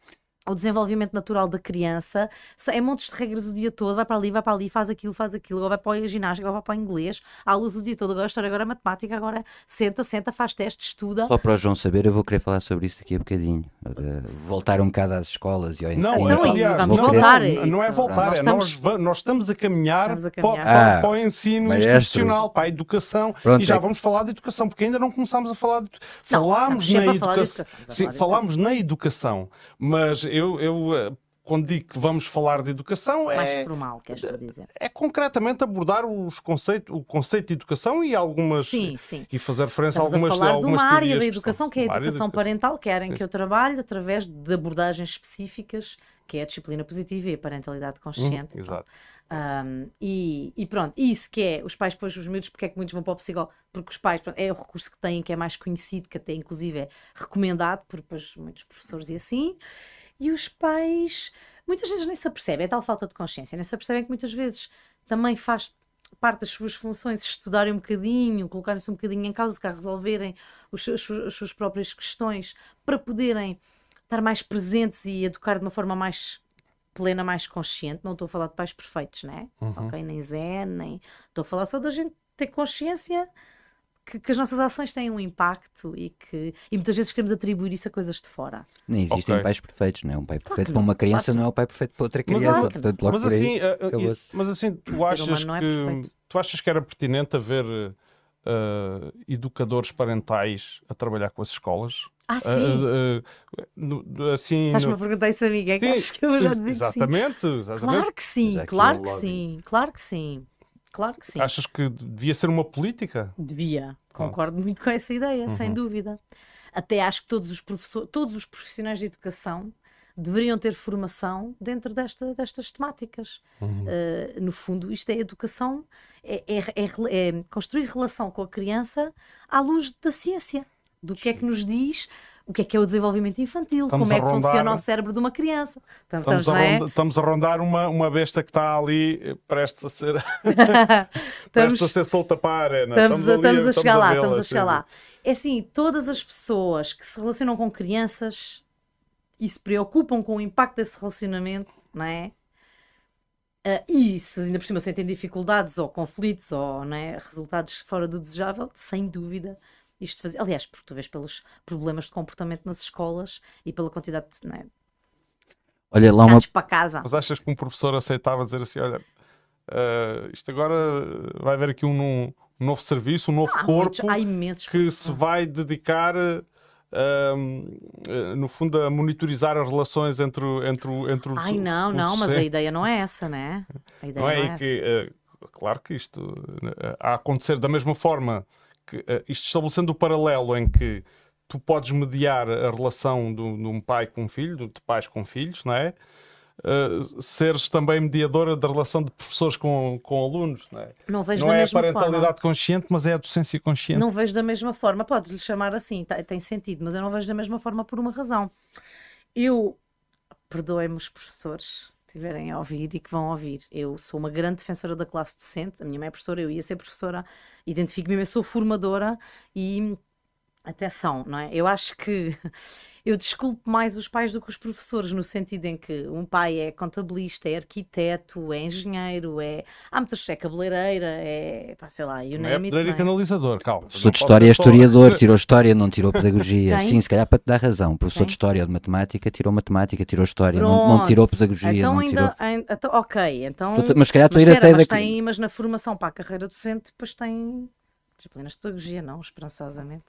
o desenvolvimento natural da criança. É montes de regras o dia todo, vai para ali, vai para ali, faz aquilo, faz aquilo, agora vai para a ginástica, agora vai para o inglês, há luz o dia todo, agora a história, agora a matemática, agora senta, senta, faz testes, estuda. Só para o João saber, eu vou querer falar sobre isso daqui a bocadinho. De voltar um bocado às escolas e ao Não, ensino. Então, aliás, vamos não, voltar a não, não é isso. voltar, Nós é estamos- nós, va- nós estamos a caminhar, Estamos a Para, caminhar. para- Ah, para o ensino maestro. institucional, para a educação. Pronto, e já é- vamos falar de educação, porque ainda não começámos a falar de. Não, Falámos estamos sempre na a falar de educação. educação, estamos a Sim, falar de falámos na educação, mas eu, eu eh, quando digo que vamos falar de educação, Mais é, formal, queres tu dizer? é concretamente abordar os conceitos, o conceito de educação e algumas. Sim, sim. E fazer referência Estamos a algumas a falar de algumas uma área teorias da que educação são- que é a uma área da educação parental, querem Sim, que eu sim. trabalhe através de abordagens específicas, que é a disciplina positiva e a parentalidade consciente. Uhum, exato. Um, e, e pronto, isso que é, os pais depois, os miúdos, porque é que muitos vão para o psicólogo? Porque os pais, pronto, é o recurso que têm, que é mais conhecido, que até inclusive é recomendado por depois, muitos professores e assim, e os pais muitas vezes nem se apercebem, é tal falta de consciência, nem se apercebem que muitas vezes também faz parte das suas funções estudarem um bocadinho, colocarem-se um bocadinho em causa, se calhar resolverem os seus- as suas próprias questões para poderem estar mais presentes e educar de uma forma mais plena, mais consciente. Não estou a falar de pais perfeitos, né? Uhum. Ok, nem Zé, nem. Estou a falar só da gente ter consciência que, que as nossas ações têm um impacto e que. E muitas vezes queremos atribuir isso a coisas de fora. Nem existem Ok. pais perfeitos, não é? Um pai perfeito que para não, uma criança claro que não é o pai perfeito para outra Mas criança. claro que não. Portanto, logo Mas por aí, assim, eh, eh, acabou-se. mas assim, O tu ser achas humano não é que perfeito. tu achas que era pertinente haver eh, educadores parentais a trabalhar com as escolas? Ah, Eh, sim! eh, eh, no- assim, Estás-me no- a perguntar isso a mim, é que Sim, acho que eu vou já ex- dizer que sim. exatamente, estás a ver? Claro que sim, Já aqui claro um que lobby. sim, claro que sim, claro que sim. Achas que devia ser uma política? Devia, Pronto. concordo muito com essa ideia, sem Uhum. dúvida. Até acho que todos os professores, todos os profissionais de educação deveriam ter formação dentro desta, destas temáticas. Uhum. Uh, no fundo, isto é educação, é, é- é- é construir relação com a criança à luz da ciência, do que é que nos diz, o que é que é o desenvolvimento infantil, Estamos como é a que rondar- funciona o cérebro de uma criança. Estamos, Estamos, a não é? ronda- estamos a rondar uma, uma besta que está ali eh, prestes a ser, Estamos- prestes a ser solta para a arena. Estamos, a, ali estamos a chegar lá, vê-la, estamos a chegar sim. lá. É assim, todas as pessoas que se relacionam com crianças e se preocupam com o impacto desse relacionamento, não é? Ah, e se ainda por cima sentem dificuldades ou conflitos ou não é, resultados fora do desejável, sem dúvida, isto fazia. Aliás, porque tu vês pelos problemas de comportamento nas escolas e pela quantidade de não é, Olha, lá uma. gatos para casa. Mas achas que um professor aceitava dizer assim: olha, eh, isto agora vai haver aqui um, um novo serviço, um novo Há, corpo muitos, há imensos que se vai dedicar, eh, eh, no fundo, a monitorizar as relações entre, o- entre, o- entre o Ai, o- não, o não, mas a docente. ideia não é essa, né? A ideia Não é? não é E essa. que, eh, claro que isto, eh, a acontecer da mesma forma que, uh, isto estabelecendo o paralelo em que tu podes mediar a relação do- de um pai com um filho, de pais com filhos, não é? Uh, seres também mediadora da relação de professores com, com alunos, não é? Não vejo Não da é a mesma parentalidade forma. consciente, mas é a docência consciente. Não vejo da mesma forma. Podes-lhe chamar assim, tá- tem sentido, mas eu não vejo da mesma forma por uma razão. Eu, perdoem-me os professores que estiverem a ouvir e que vão ouvir. Eu sou uma grande defensora da classe docente. A minha mãe é professora, eu ia ser professora. Identifico-me, eu sou formadora e atenção, não é? Eu acho que eu desculpo mais os pais do que os professores, no sentido em que um pai é contabilista, é arquiteto, é engenheiro, é. Há muitas, é cabeleireira, é. Pá, sei lá, you Não é name it, pedreiro e não é? canalizador, calma. Professor de Não pode História é ser só- historiador, tirou História, não tirou Pedagogia. Quem? Sim, se calhar para te dar razão. O professor Quem? de História ou de Matemática tirou Matemática, tirou História, não, não Pronto. tirou Pedagogia, Então não ainda, tirou... ain- então, ok, então. Tô- mas se calhar estou a ir espera, até mas, da- tem, mas na formação para a carreira docente, depois tem disciplinas de pedagogia, não, esperançosamente.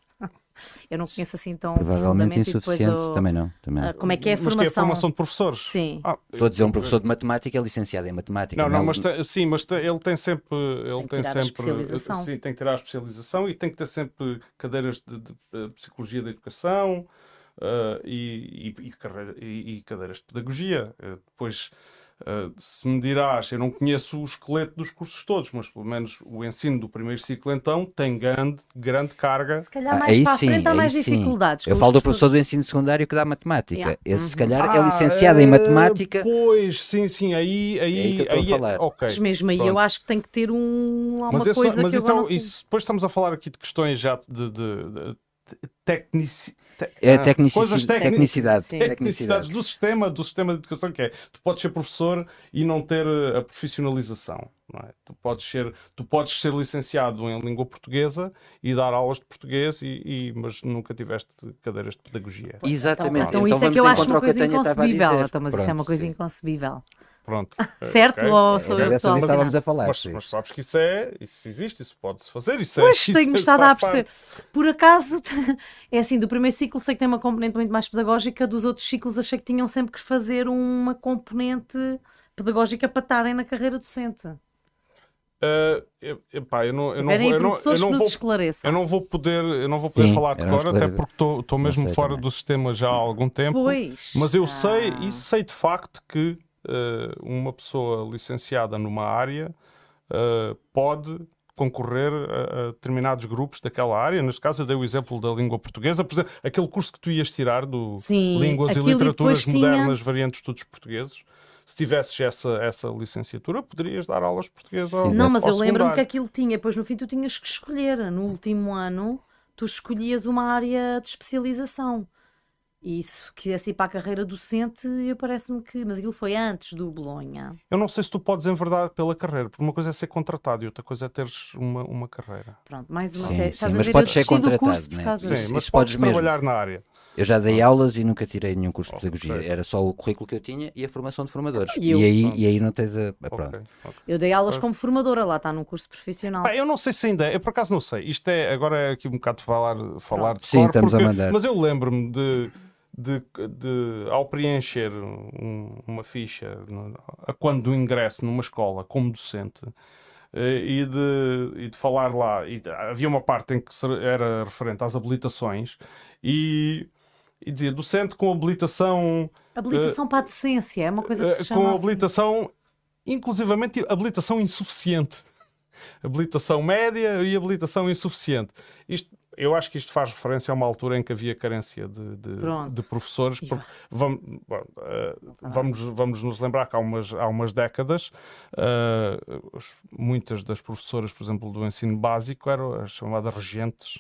Eu não conheço assim tão Provavelmente profundamente e depois insuficiente, eu- também não. Também não. ah, como é que é a Mas que é a formação? formação de professores? Sim. Ah, Estou a dizer, um eu- professor de Matemática é licenciado em Matemática. Não, não, é- mas te- sim, mas te- ele tem sempre, ele que tem tirar a sempre, especialização. sim, tem que tirar a especialização e tem que ter sempre cadeiras de, de, eh, psicologia da educação eh, e, e, e carreira- e- e cadeiras de pedagogia. Eh, depois, eh, se me dirás, eu não conheço o esqueleto dos cursos todos, mas pelo menos o ensino do primeiro ciclo então tem grande, grande carga. Se calhar Ah, mais aí para a sim, frente há aí mais sim. dificuldades. Eu com falo os do professor professores. do ensino secundário que dá Matemática. Yeah. Esse, se Uhum. calhar, é Ah, licenciado em eh, Matemática. Pois, sim, sim, aí, aí, É aí que eu estou a aí falar. ok. Mas mesmo aí pronto. eu acho que tem que ter um, lá uma Mas, esse- coisa mas que eu então, agora não sei. isso, depois estamos a falar aqui de questões já de, de, de tecnici, te- É ah, tecnici- coisas técnicas, tecnicidade. Sim. tecnicidades Tecnicidade. do sistema, do sistema de educação, que é, tu podes ser professor e não ter eh, a profissionalização, não é? Tu podes ser, tu podes ser licenciado em língua portuguesa e dar aulas de português, e, e- mas nunca tiveste cadeiras de pedagogia. Exatamente. Então, isso é vamos que eu de acho encontro uma ao que a coisa Tânia estava a inconcebível. dizer. Então, mas isso é Pronto, uma coisa sim. inconcebível. Pronto. Certo? Ok? Ou sou eu Agora que dessa estou a vez estávamos alucinar? a falar. Mas, sim. mas sabes que isso é, isso existe, isso pode-se fazer, isso é, Pois, isso, tenho-me isso estado a faz perceber. parte. Por acaso, é assim, do primeiro ciclo sei que tem uma componente muito mais pedagógica, dos outros ciclos achei que tinham sempre que fazer uma componente pedagógica para estarem na carreira docente. Uh, eu, epá, eu não, eu não Tiverem vou, eu não, eu professores não que nos vou, esclareçam. eu não vou poder, eu não vou poder Sim, falar de era um cor, até esclarecedor. porque estou mesmo sei fora também. do sistema já há algum tempo. Pois. Mas eu sei, Ah. e sei de facto que uh, uma pessoa licenciada numa área uh, pode concorrer a, a determinados grupos daquela área. Neste caso, eu dei o exemplo da língua portuguesa, por exemplo, aquele curso que tu ias tirar do Sim, Línguas e aquilo e Literaturas depois tinha- Modernas, Variantes de Estudos Portugueses. Se tivesses essa, essa licenciatura, poderias dar aulas de português ao Não, mas ao eu lembro-me que secundário. aquilo tinha, depois no fim tu tinhas que escolher. No último ano, tu escolhias uma área de especialização. E se quisesse ir para a carreira docente, eu parece-me que. Mas aquilo foi antes do Bolonha. Eu não sei se tu podes enverdar pela carreira, porque uma coisa é ser contratado e outra coisa é teres uma, uma carreira. Pronto, mais uma Sim, série. sim, Estás a mas ver, pode eu ser desisti do contratado, curso por né? causa Sim, disso. Isso mas podes podes mesmo. trabalhar na área. Eu já dei aulas e nunca tirei nenhum curso de Ok. pedagogia. Era só o currículo que eu tinha e a formação de formadores. E E, eu- aí, Pronto. e aí não tens a. a- Pronto. Ok, ok. Eu dei aulas como formadora, lá está num curso profissional. Pá, eu não sei se ainda é, eu por acaso não sei. Isto é agora é aqui um bocado de falar, falar de Sim, cor, estamos a porque- mandar. mas eu lembro-me de, de, de, ao preencher um- uma ficha no- a quando do ingresso numa escola como docente. eh, E de, e de falar lá, e de- havia uma parte em que se- era referente às habilitações e, e dizia docente com habilitação Habilitação para a docência, é uma coisa que eh, se chama com assim. habilitação, inclusivamente habilitação insuficiente. Habilitação média e habilitação insuficiente. Isto, eu acho que isto faz referência a uma altura em que havia carência de, de, Pronto. de professores. E Porque vamos, bom, eh, vamos, vamos nos lembrar que há umas, há umas décadas eh, os- muitas das professoras, por exemplo, do ensino básico eram as chamadas regentes.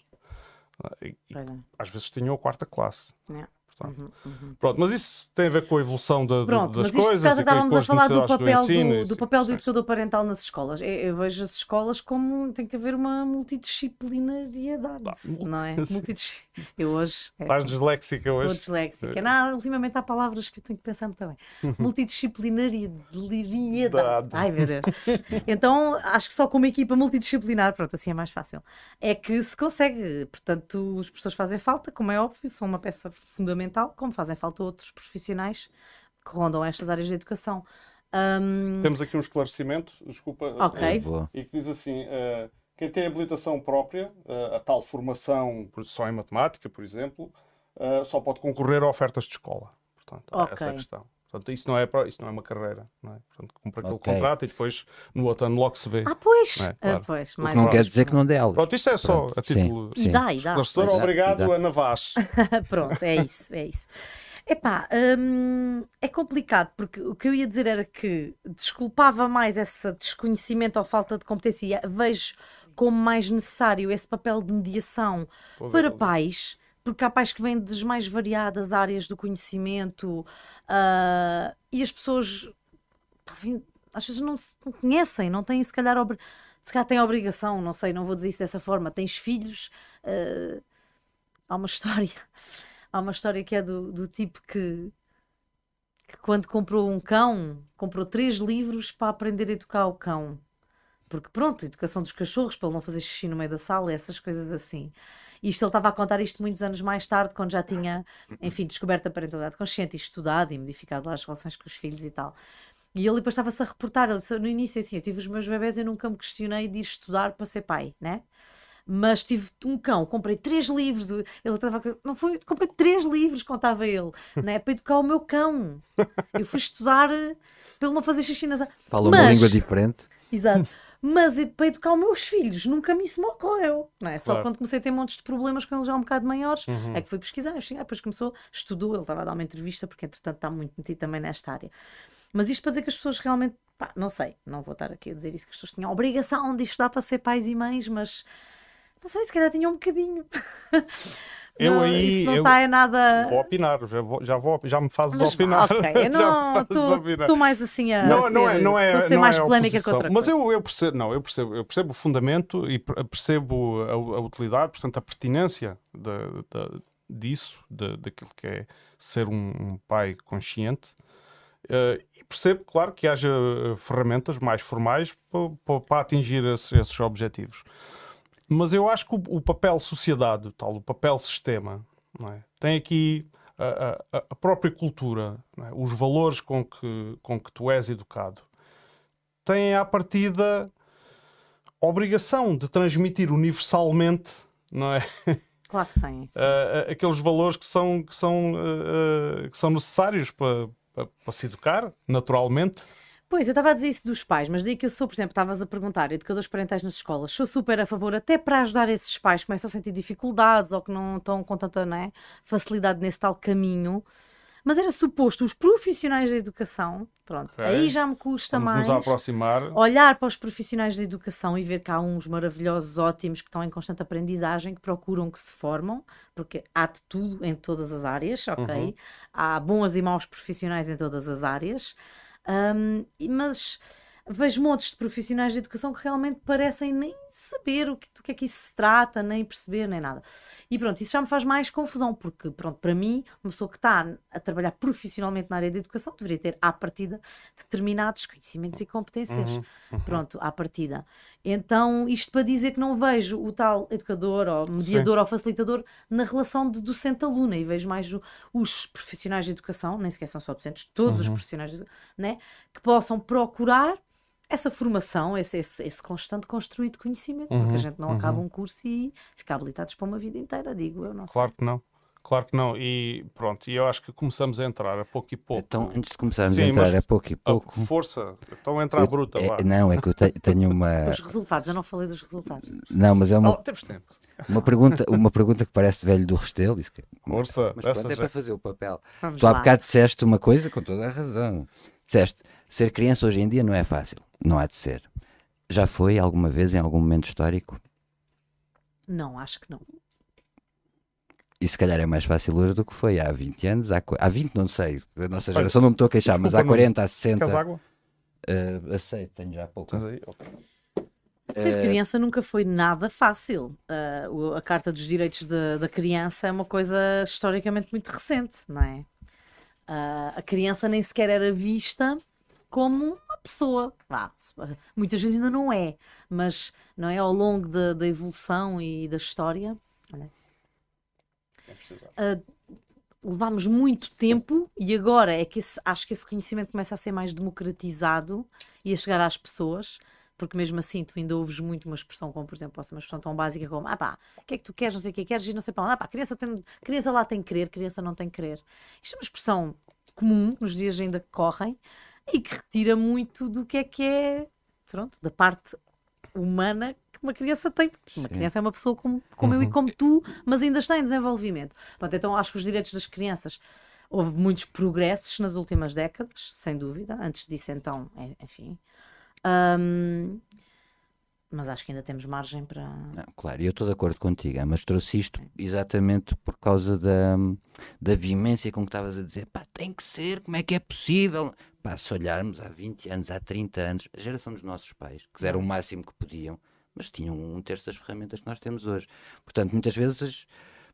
Eh, e- e Pois é. às vezes tinham a quarta classe. É. Portanto, Uhum, uhum. Pronto, mas isso tem a ver com a evolução da- da- Pronto, das mas isto por coisas causa e com, estávamos com a as falar do necessidades do papel ensino. do, e do sim, papel do sim, educador parental nas escolas. Eu, eu vejo as escolas como tem que haver uma multidisciplinariedade, Ah, mul- não é? sim. Multidis... Eu hoje é Estás assim, disléxica estou hoje? disléxica. Não, ultimamente há palavras que eu tenho que pensar muito bem. Multidisciplinariedade. Dado. Ai, meu Deus. Então, acho que só com uma equipa multidisciplinar, pronto, assim é mais fácil, é que se consegue. Portanto, os professores fazem falta, como é óbvio, são uma peça fundamental, como fazem falta outros profissionais que rondam estas áreas de educação. Hum, Temos aqui um esclarecimento, desculpa. Ok. eh, Boa. E que diz assim: eh, quem tem habilitação própria, uh, a tal formação só em matemática, por exemplo, uh, só pode concorrer a ofertas de escola. Portanto, é Ok. essa a questão. Portanto, isso não é, pro- isso não é uma carreira. Não é? Portanto, cumpre aquele Ok. contrato e depois no outro ano logo se vê. Ah, pois! É, Ah, claro. pois, O que mais não um quer dos dizer que não dê aulas. Pronto, isto é só Pronto, a título sim, E sim. dá, e dá. esclarecedor. Exato, Obrigado, exato. Ana Vaz. Pronto, é isso, é isso. Epá, hum, é complicado, porque o que eu ia dizer era que desculpava mais esse desconhecimento ou falta de competência e vejo como mais necessário esse papel de mediação Estou a ver para ali. pais, porque há pais que vêm das mais variadas áreas do conhecimento, ah, e as pessoas pá, vêm- às vezes não, se- não conhecem, não têm se calhar, obri- se calhar têm obrigação, não sei, não vou dizer isso dessa forma, tens filhos, ah, há uma história, há uma história que é do, do tipo que, que quando comprou um cão, comprou três livros para aprender a educar o cão. Porque pronto, educação dos cachorros, para ele não fazer xixi no meio da sala, essas coisas assim. E isto ele estava a contar isto muitos anos mais tarde, quando já tinha, enfim, descoberto a parentalidade consciente e estudado e modificado lá as relações com os filhos e tal. E ele depois estava-se a reportar, ele disse, no início assim, eu tive os meus bebés, eu nunca me questionei de ir estudar para ser pai, né? Mas tive um cão, comprei três livros, ele estava, a- não foi, comprei três livros, contava ele, né? Para educar o meu cão. Eu fui estudar eh, para ele não fazer xixi nas... Fala uma Mas- língua diferente. Exato. Mas eh, para educar os meus filhos, nunca me isso me ocorreu. Não é? Só Claro. quando comecei a ter montes de problemas com eles já um bocado maiores, Uhum. é que fui pesquisar. Ah, depois começou, estudou, ele estava a dar uma entrevista, porque entretanto está muito metido também nesta área. Mas isto para dizer que as pessoas realmente, pá, não sei, não vou estar aqui a dizer isso, que as pessoas tinham a obrigação de estudar para ser pais e mães, mas não sei, se calhar tinham um bocadinho. Eu Não, aí- isso não eu está é nada. Vou opinar, já, vou, já, vou, já me fazes Mas, opinar. ok, eu Já me não fazes estou opinar. estou mais assim a. Não, a não é, ser- não é, estou a ser não mais é polémica que oposição. outra Mas coisa. eu, eu percebo, não, eu percebo, eu percebo o fundamento e per- percebo a, a utilidade, portanto, a pertinência de, de- disso, de, daquilo que é ser um, um pai consciente. Eh, e percebo, claro, que haja eh, ferramentas mais formais pa- pa- para atingir esses, esses objetivos. Mas eu acho que o, o papel sociedade, tal, o papel sistema, não é? Tem aqui a, a- a própria cultura, não é? Os valores com que, com que tu és educado, têm à partida a obrigação de transmitir universalmente, não é? Claro que tem. sim. Ah, ah, aqueles valores que são, que são, ah, ah, que são necessários para, para, para se educar, naturalmente. Pois, eu estava a dizer isso dos pais, mas daí que eu sou, por exemplo, estavas a perguntar, educadores parentais nas escolas, sou super a favor, até para ajudar esses pais que começam a sentir dificuldades ou que não estão com tanta, não é, facilidade nesse tal caminho. Mas era suposto os profissionais da educação, pronto, Ok. aí já me custa Vamos mais nos aproximar. olhar para os profissionais da educação e ver que há uns maravilhosos, ótimos, que estão em constante aprendizagem, que procuram, que se formam, porque há de tudo em todas as áreas, ok? Uhum. Há bons e maus profissionais em todas as áreas. Hum, e- mas vejo montes de profissionais de educação que realmente parecem nem saber o que, do que é que isso se trata, nem perceber, nem nada. E pronto, isso já me faz mais confusão, porque pronto, para mim, uma pessoa que está a trabalhar profissionalmente na área da educação deveria ter, à partida, determinados conhecimentos e competências. Uhum, uhum. Pronto, à partida. Então, isto para dizer que não vejo o tal educador ou mediador ou facilitador na relação de docente-aluna e vejo mais o- os profissionais de educação, nem sequer são só docentes, todos os Uhum. profissionais de, né, que possam procurar essa formação, esse, esse, esse constante construir de conhecimento, porque a Uhum, gente não uhum. acaba um curso e fica habilitados para uma vida inteira, digo eu, não Claro sei. que não. Claro que não. E pronto, e eu acho que começamos a entrar a pouco e pouco. Então, antes de começarmos Sim, a entrar mas a pouco e a pouco. força. Então entra a eu- bruta, é- vá. não, é que eu te- tenho uma. Os resultados, eu não falei dos resultados. Não, mas é Oh, uma, temos tempo. uma, pergunta, uma pergunta que parece velho do Restelo. Isso que- Força. Mas Essa pronto, é já- para fazer o papel. Vamos Tu há lá. bocado disseste uma coisa com toda a razão. Disseste, ser criança hoje em dia não é fácil. Não há de ser. Já foi alguma vez em algum momento histórico? Não, acho que não. E se calhar é mais fácil hoje do que foi há vinte anos. Há, qu- há vinte, não sei. A nossa Olha, geração não me estou a queixar, mas há desculpa, quarenta, há Queres sessenta. água? Uh, aceito, tenho já pouco. Tens aí? Ok. Ser Eh, criança nunca foi nada fácil. Ah, o- a Carta dos Direitos da, da Criança é uma coisa historicamente muito recente, não é? Ah, a criança nem sequer era vista como uma pessoa. Vá, muitas vezes ainda não é, mas não é ao longo da, da evolução e da história. Olha, Não precisa. levámos muito tempo e agora é que esse- acho que esse conhecimento começa a ser mais democratizado e a chegar às pessoas, porque mesmo assim tu ainda ouves muito uma expressão como, por exemplo, uma expressão tão básica como, ah pá, o que é que tu queres, não sei o que queres, e não sei para onde, ah pá, criança, tem, criança lá tem que querer, criança não tem que querer. Isto é uma expressão comum nos dias ainda que correm e que retira muito do que é que é, pronto, da parte humana que uma criança tem. Uma Sim. criança é uma pessoa como, como eu e Uhum. como tu, mas ainda está em desenvolvimento. Pronto, então acho que os direitos das crianças, houve muitos progressos nas últimas décadas, sem dúvida. Antes disso, então, é- enfim. Ahm, mas acho que ainda temos margem para. Não, claro, e eu estou de acordo contigo, mas trouxe isto exatamente por causa da, da vimência com que estavas a dizer, pá, tem que ser, como é que é possível? Pá, se olharmos há vinte anos, há trinta anos, a geração dos nossos pais, que deram o máximo que podiam, mas tinham um terço das ferramentas que nós temos hoje. Portanto, muitas vezes,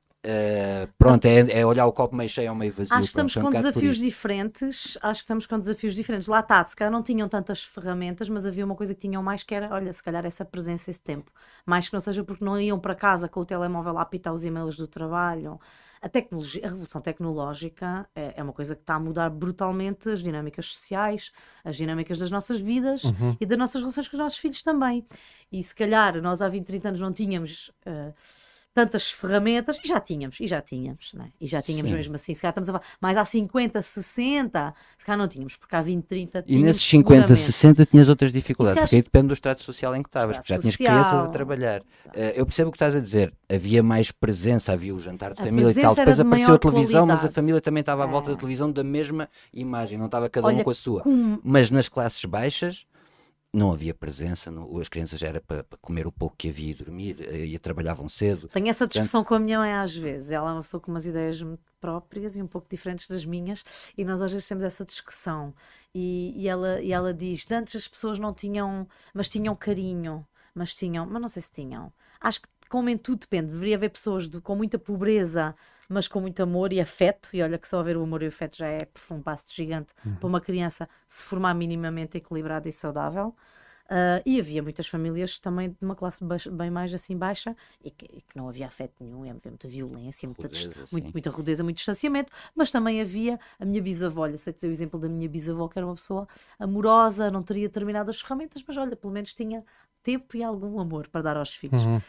eh, pronto, é, é olhar o copo meio cheio ou meio vazio. Acho que pronto, estamos foi um com bocado por desafios isso. diferentes. Acho que estamos com desafios diferentes. Lá está, se calhar não tinham tantas ferramentas, mas havia uma coisa que tinham mais que era, olha, se calhar essa presença, esse tempo. Mais que não seja porque não iam para casa com o telemóvel a apitar os e-mails do trabalho. A tecnologia, a revolução tecnológica é, é uma coisa que está a mudar brutalmente as dinâmicas sociais, as dinâmicas das nossas vidas Uhum. e das nossas relações com os nossos filhos também. E se calhar nós há vinte, trinta anos não tínhamos eh, tantas ferramentas, e já tínhamos, e já tínhamos, não é? E já tínhamos Sim. mesmo assim, se calhar estamos a falar, mas há cinquenta, sessenta, se calhar não tínhamos, porque há vinte, trinta E tínhamos nesses cinquenta, seguramente. sessenta tinhas outras dificuldades, calhar- porque aí depende do estado social em que estavas, Estado porque já tinhas social. crianças a trabalhar. Exato. Eh, eu percebo o que estás a dizer, havia mais presença, havia o jantar de A família e presença tal, era depois de apareceu maior a televisão, mas a qualidade. família também estava à volta É. da televisão da mesma imagem, não estava cada um Olha, com a sua. como- Mas nas classes baixas não havia presença, não- as crianças já era para, para comer o pouco que havia e dormir, eh, e trabalhavam cedo. Tenho essa discussão com a minha mãe às vezes. Ela é uma pessoa com umas ideias muito próprias e um pouco diferentes das minhas, e nós às vezes temos essa discussão. E, e ela, e ela diz: "De antes as pessoas não tinham, mas tinham carinho, mas tinham, mas não sei se tinham. Acho que, como em tudo, depende. Deveria haver pessoas de- com muita pobreza, mas com muito amor e afeto. E olha que só haver o amor e o afeto já é por um passo gigante para uma criança se formar minimamente equilibrada e saudável. Ah, e havia muitas famílias também de uma classe baixa- bem mais assim baixa e que, e que não havia afeto nenhum, havia muita violência, muita, dis- Rudeza, muito- sim. muita rudeza, muito distanciamento, mas também havia a minha bisavó, olha, sei dizer o exemplo da minha bisavó, que era uma pessoa amorosa, não teria determinadas ferramentas, mas olha, pelo menos tinha tempo e algum amor para dar aos filhos. Uhum.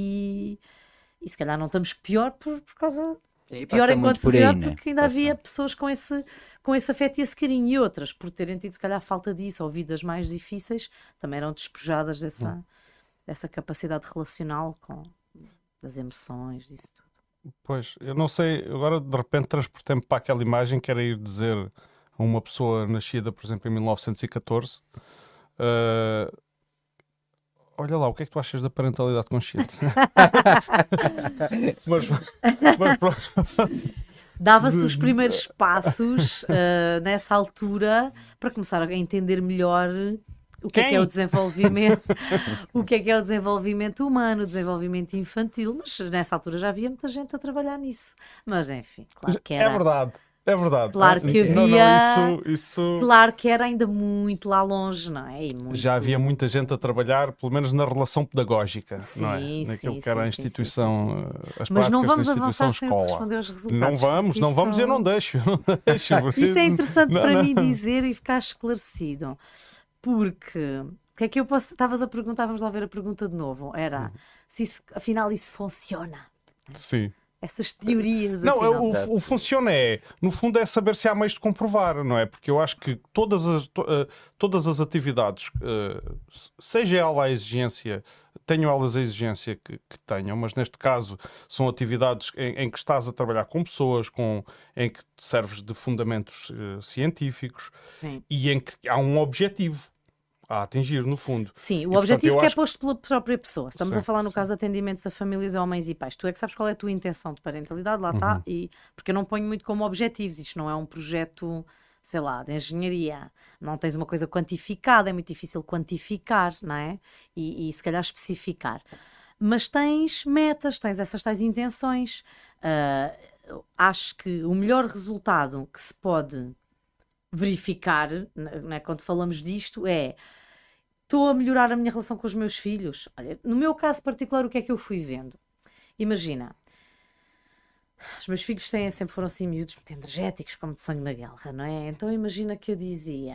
E, e se calhar não estamos pior por, por causa E pior passa enquanto muito por aí, sociedade, né? porque ainda Passa. havia pessoas com esse, com esse afeto e esse carinho, e outras, por terem tido, se calhar, falta disso, ou vidas mais difíceis, também eram despojadas dessa, dessa capacidade relacional com das emoções, disso tudo. Pois, eu não sei, agora de repente transportei-me para aquela imagem que era ir dizer a uma pessoa nascida, por exemplo, em mil novecentos e catorze, ah, olha lá, o que é que tu achas da parentalidade consciente? mas, mas pronto. Dava-se os primeiros passos ah, nessa altura para começar a entender melhor o que é que é o Quem? desenvolvimento, o que é que é o desenvolvimento humano, o desenvolvimento infantil, mas nessa altura já havia muita gente a trabalhar nisso. Mas enfim, claro que É era. verdade, é verdade. Claro Ah, que não, não, havia- isso, isso Claro que era ainda muito lá longe, não é? E muito... já havia muita gente a trabalhar, pelo menos na relação pedagógica, não é? Sim, Naquilo sim, que era a sim, sim, sim, instituição, sim, sim, sim. eh, as Mas não práticas vamos da instituição avançar sem eu te escola. responder aos resultados. Não vamos, porque não vamos, eu isso- não deixo, eu não deixo. Isso é interessante Não, para não. mim dizer e ficar esclarecido. Porque o que é que eu posso. Estavas a perguntar, vamos lá ver a pergunta de novo. Era se isso, afinal isso funciona. Sim. Essas teorias. Não, afinal. o, o funciona é, no fundo, é saber se há meios de comprovar, não é? Porque eu acho que todas as, to- eh, todas as atividades, eh, se- seja ela a exigência, tenham elas a exigência que, que tenham, mas neste caso são atividades em, em que estás a trabalhar com pessoas, com, em que te serves de fundamentos eh, científicos Sim. e em que há um objetivo a atingir, no fundo. Sim, o E, portanto, objetivo eu que é acho- posto pela própria pessoa. Se estamos Sim, a falar no sim. caso de atendimentos a famílias ou mães e pais. Tu é que sabes qual é a tua intenção de parentalidade, lá está. Uhum. E porque eu não ponho muito como objetivos. Isto não é um projeto, sei lá, de engenharia. Não tens uma coisa quantificada, é muito difícil quantificar, não é? E, e se calhar especificar. Mas tens metas, tens essas tais intenções. Ah, acho que o melhor resultado que se pode verificar, né, quando falamos disto, é estou a melhorar a minha relação com os meus filhos. Olha, no meu caso particular, o que é que eu fui vendo? Imagina, os meus filhos têm, sempre foram assim miúdos muito energéticos, como de sangue na guerra, não é? Então imagina que eu dizia,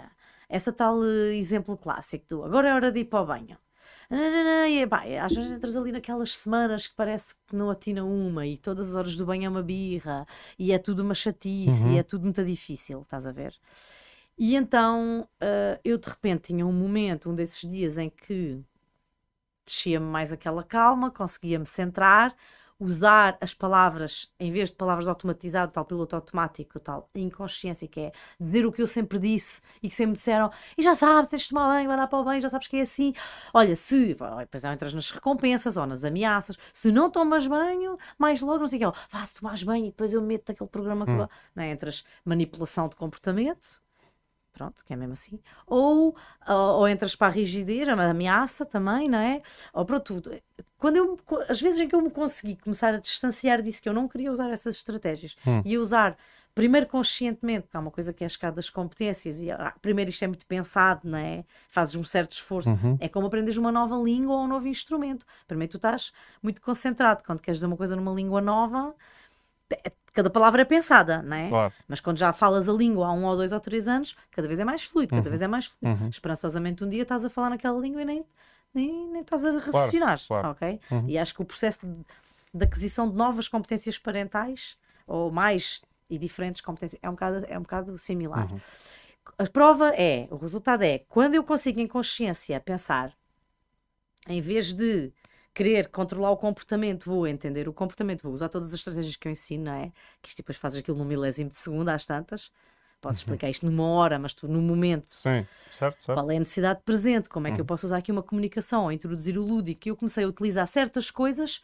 essa tal eh, exemplo clássico do agora é hora de ir para o banho. E, pá, às vezes entras ali naquelas semanas que parece que não atina uma e todas as horas do banho é uma birra e é tudo uma chatice Uhum. e é tudo muito difícil, estás a ver? E então eh, eu de repente tinha um momento, um desses dias em que descia-me mais aquela calma, conseguia-me centrar, usar as palavras, em vez de palavras automatizadas, tal piloto automático, tal inconsciência, que é dizer o que eu sempre disse e que sempre me disseram, e já sabes, tens de tomar banho, vai lá para o banho, já sabes que é assim. Olha, se, depois entras nas recompensas ou nas ameaças, se não tomas banho, mais logo, não sei o que, vá, se tomares banho e depois eu meto aquele programa que tu... Hum. Não é? Entras manipulação de comportamento, pronto, que é mesmo assim, ou, ou, ou entras para a rigidez, a ameaça também, não é? Ou pronto, quando eu, às vezes em que eu me consegui começar a distanciar disso, que eu não queria usar essas estratégias, Hum. e usar primeiro conscientemente, que há uma coisa que é a escada das competências, e ah, primeiro isto é muito pensado, não é? Fazes um certo esforço, Uhum. é como aprendes uma nova língua ou um novo instrumento. Primeiro tu estás muito concentrado, quando queres dizer uma coisa numa língua nova, cada palavra é pensada, não é? Claro. Mas quando já falas a língua há um ou dois ou três anos, cada vez é mais fluido, cada Uhum. vez é mais fluido. Uhum. Esperançosamente um dia estás a falar naquela língua e nem, nem, nem estás a raciocinar, claro. ok? Uhum. E acho que o processo de, de aquisição de novas competências parentais, ou mais e diferentes competências, é um bocado, é um bocado similar. Uhum. A prova é, o resultado é, quando eu consigo em consciência pensar, em vez de querer controlar o comportamento, vou entender o comportamento, vou usar todas as estratégias que eu ensino, não é? Que isto depois fazes aquilo num milésimo de segundo, às tantas. Posso explicar isto numa hora, mas tu no momento, Sim, certo, certo. qual é a necessidade presente, como é que eu Uhum. posso usar aqui uma comunicação, ou introduzir o lúdico, e eu comecei a utilizar certas coisas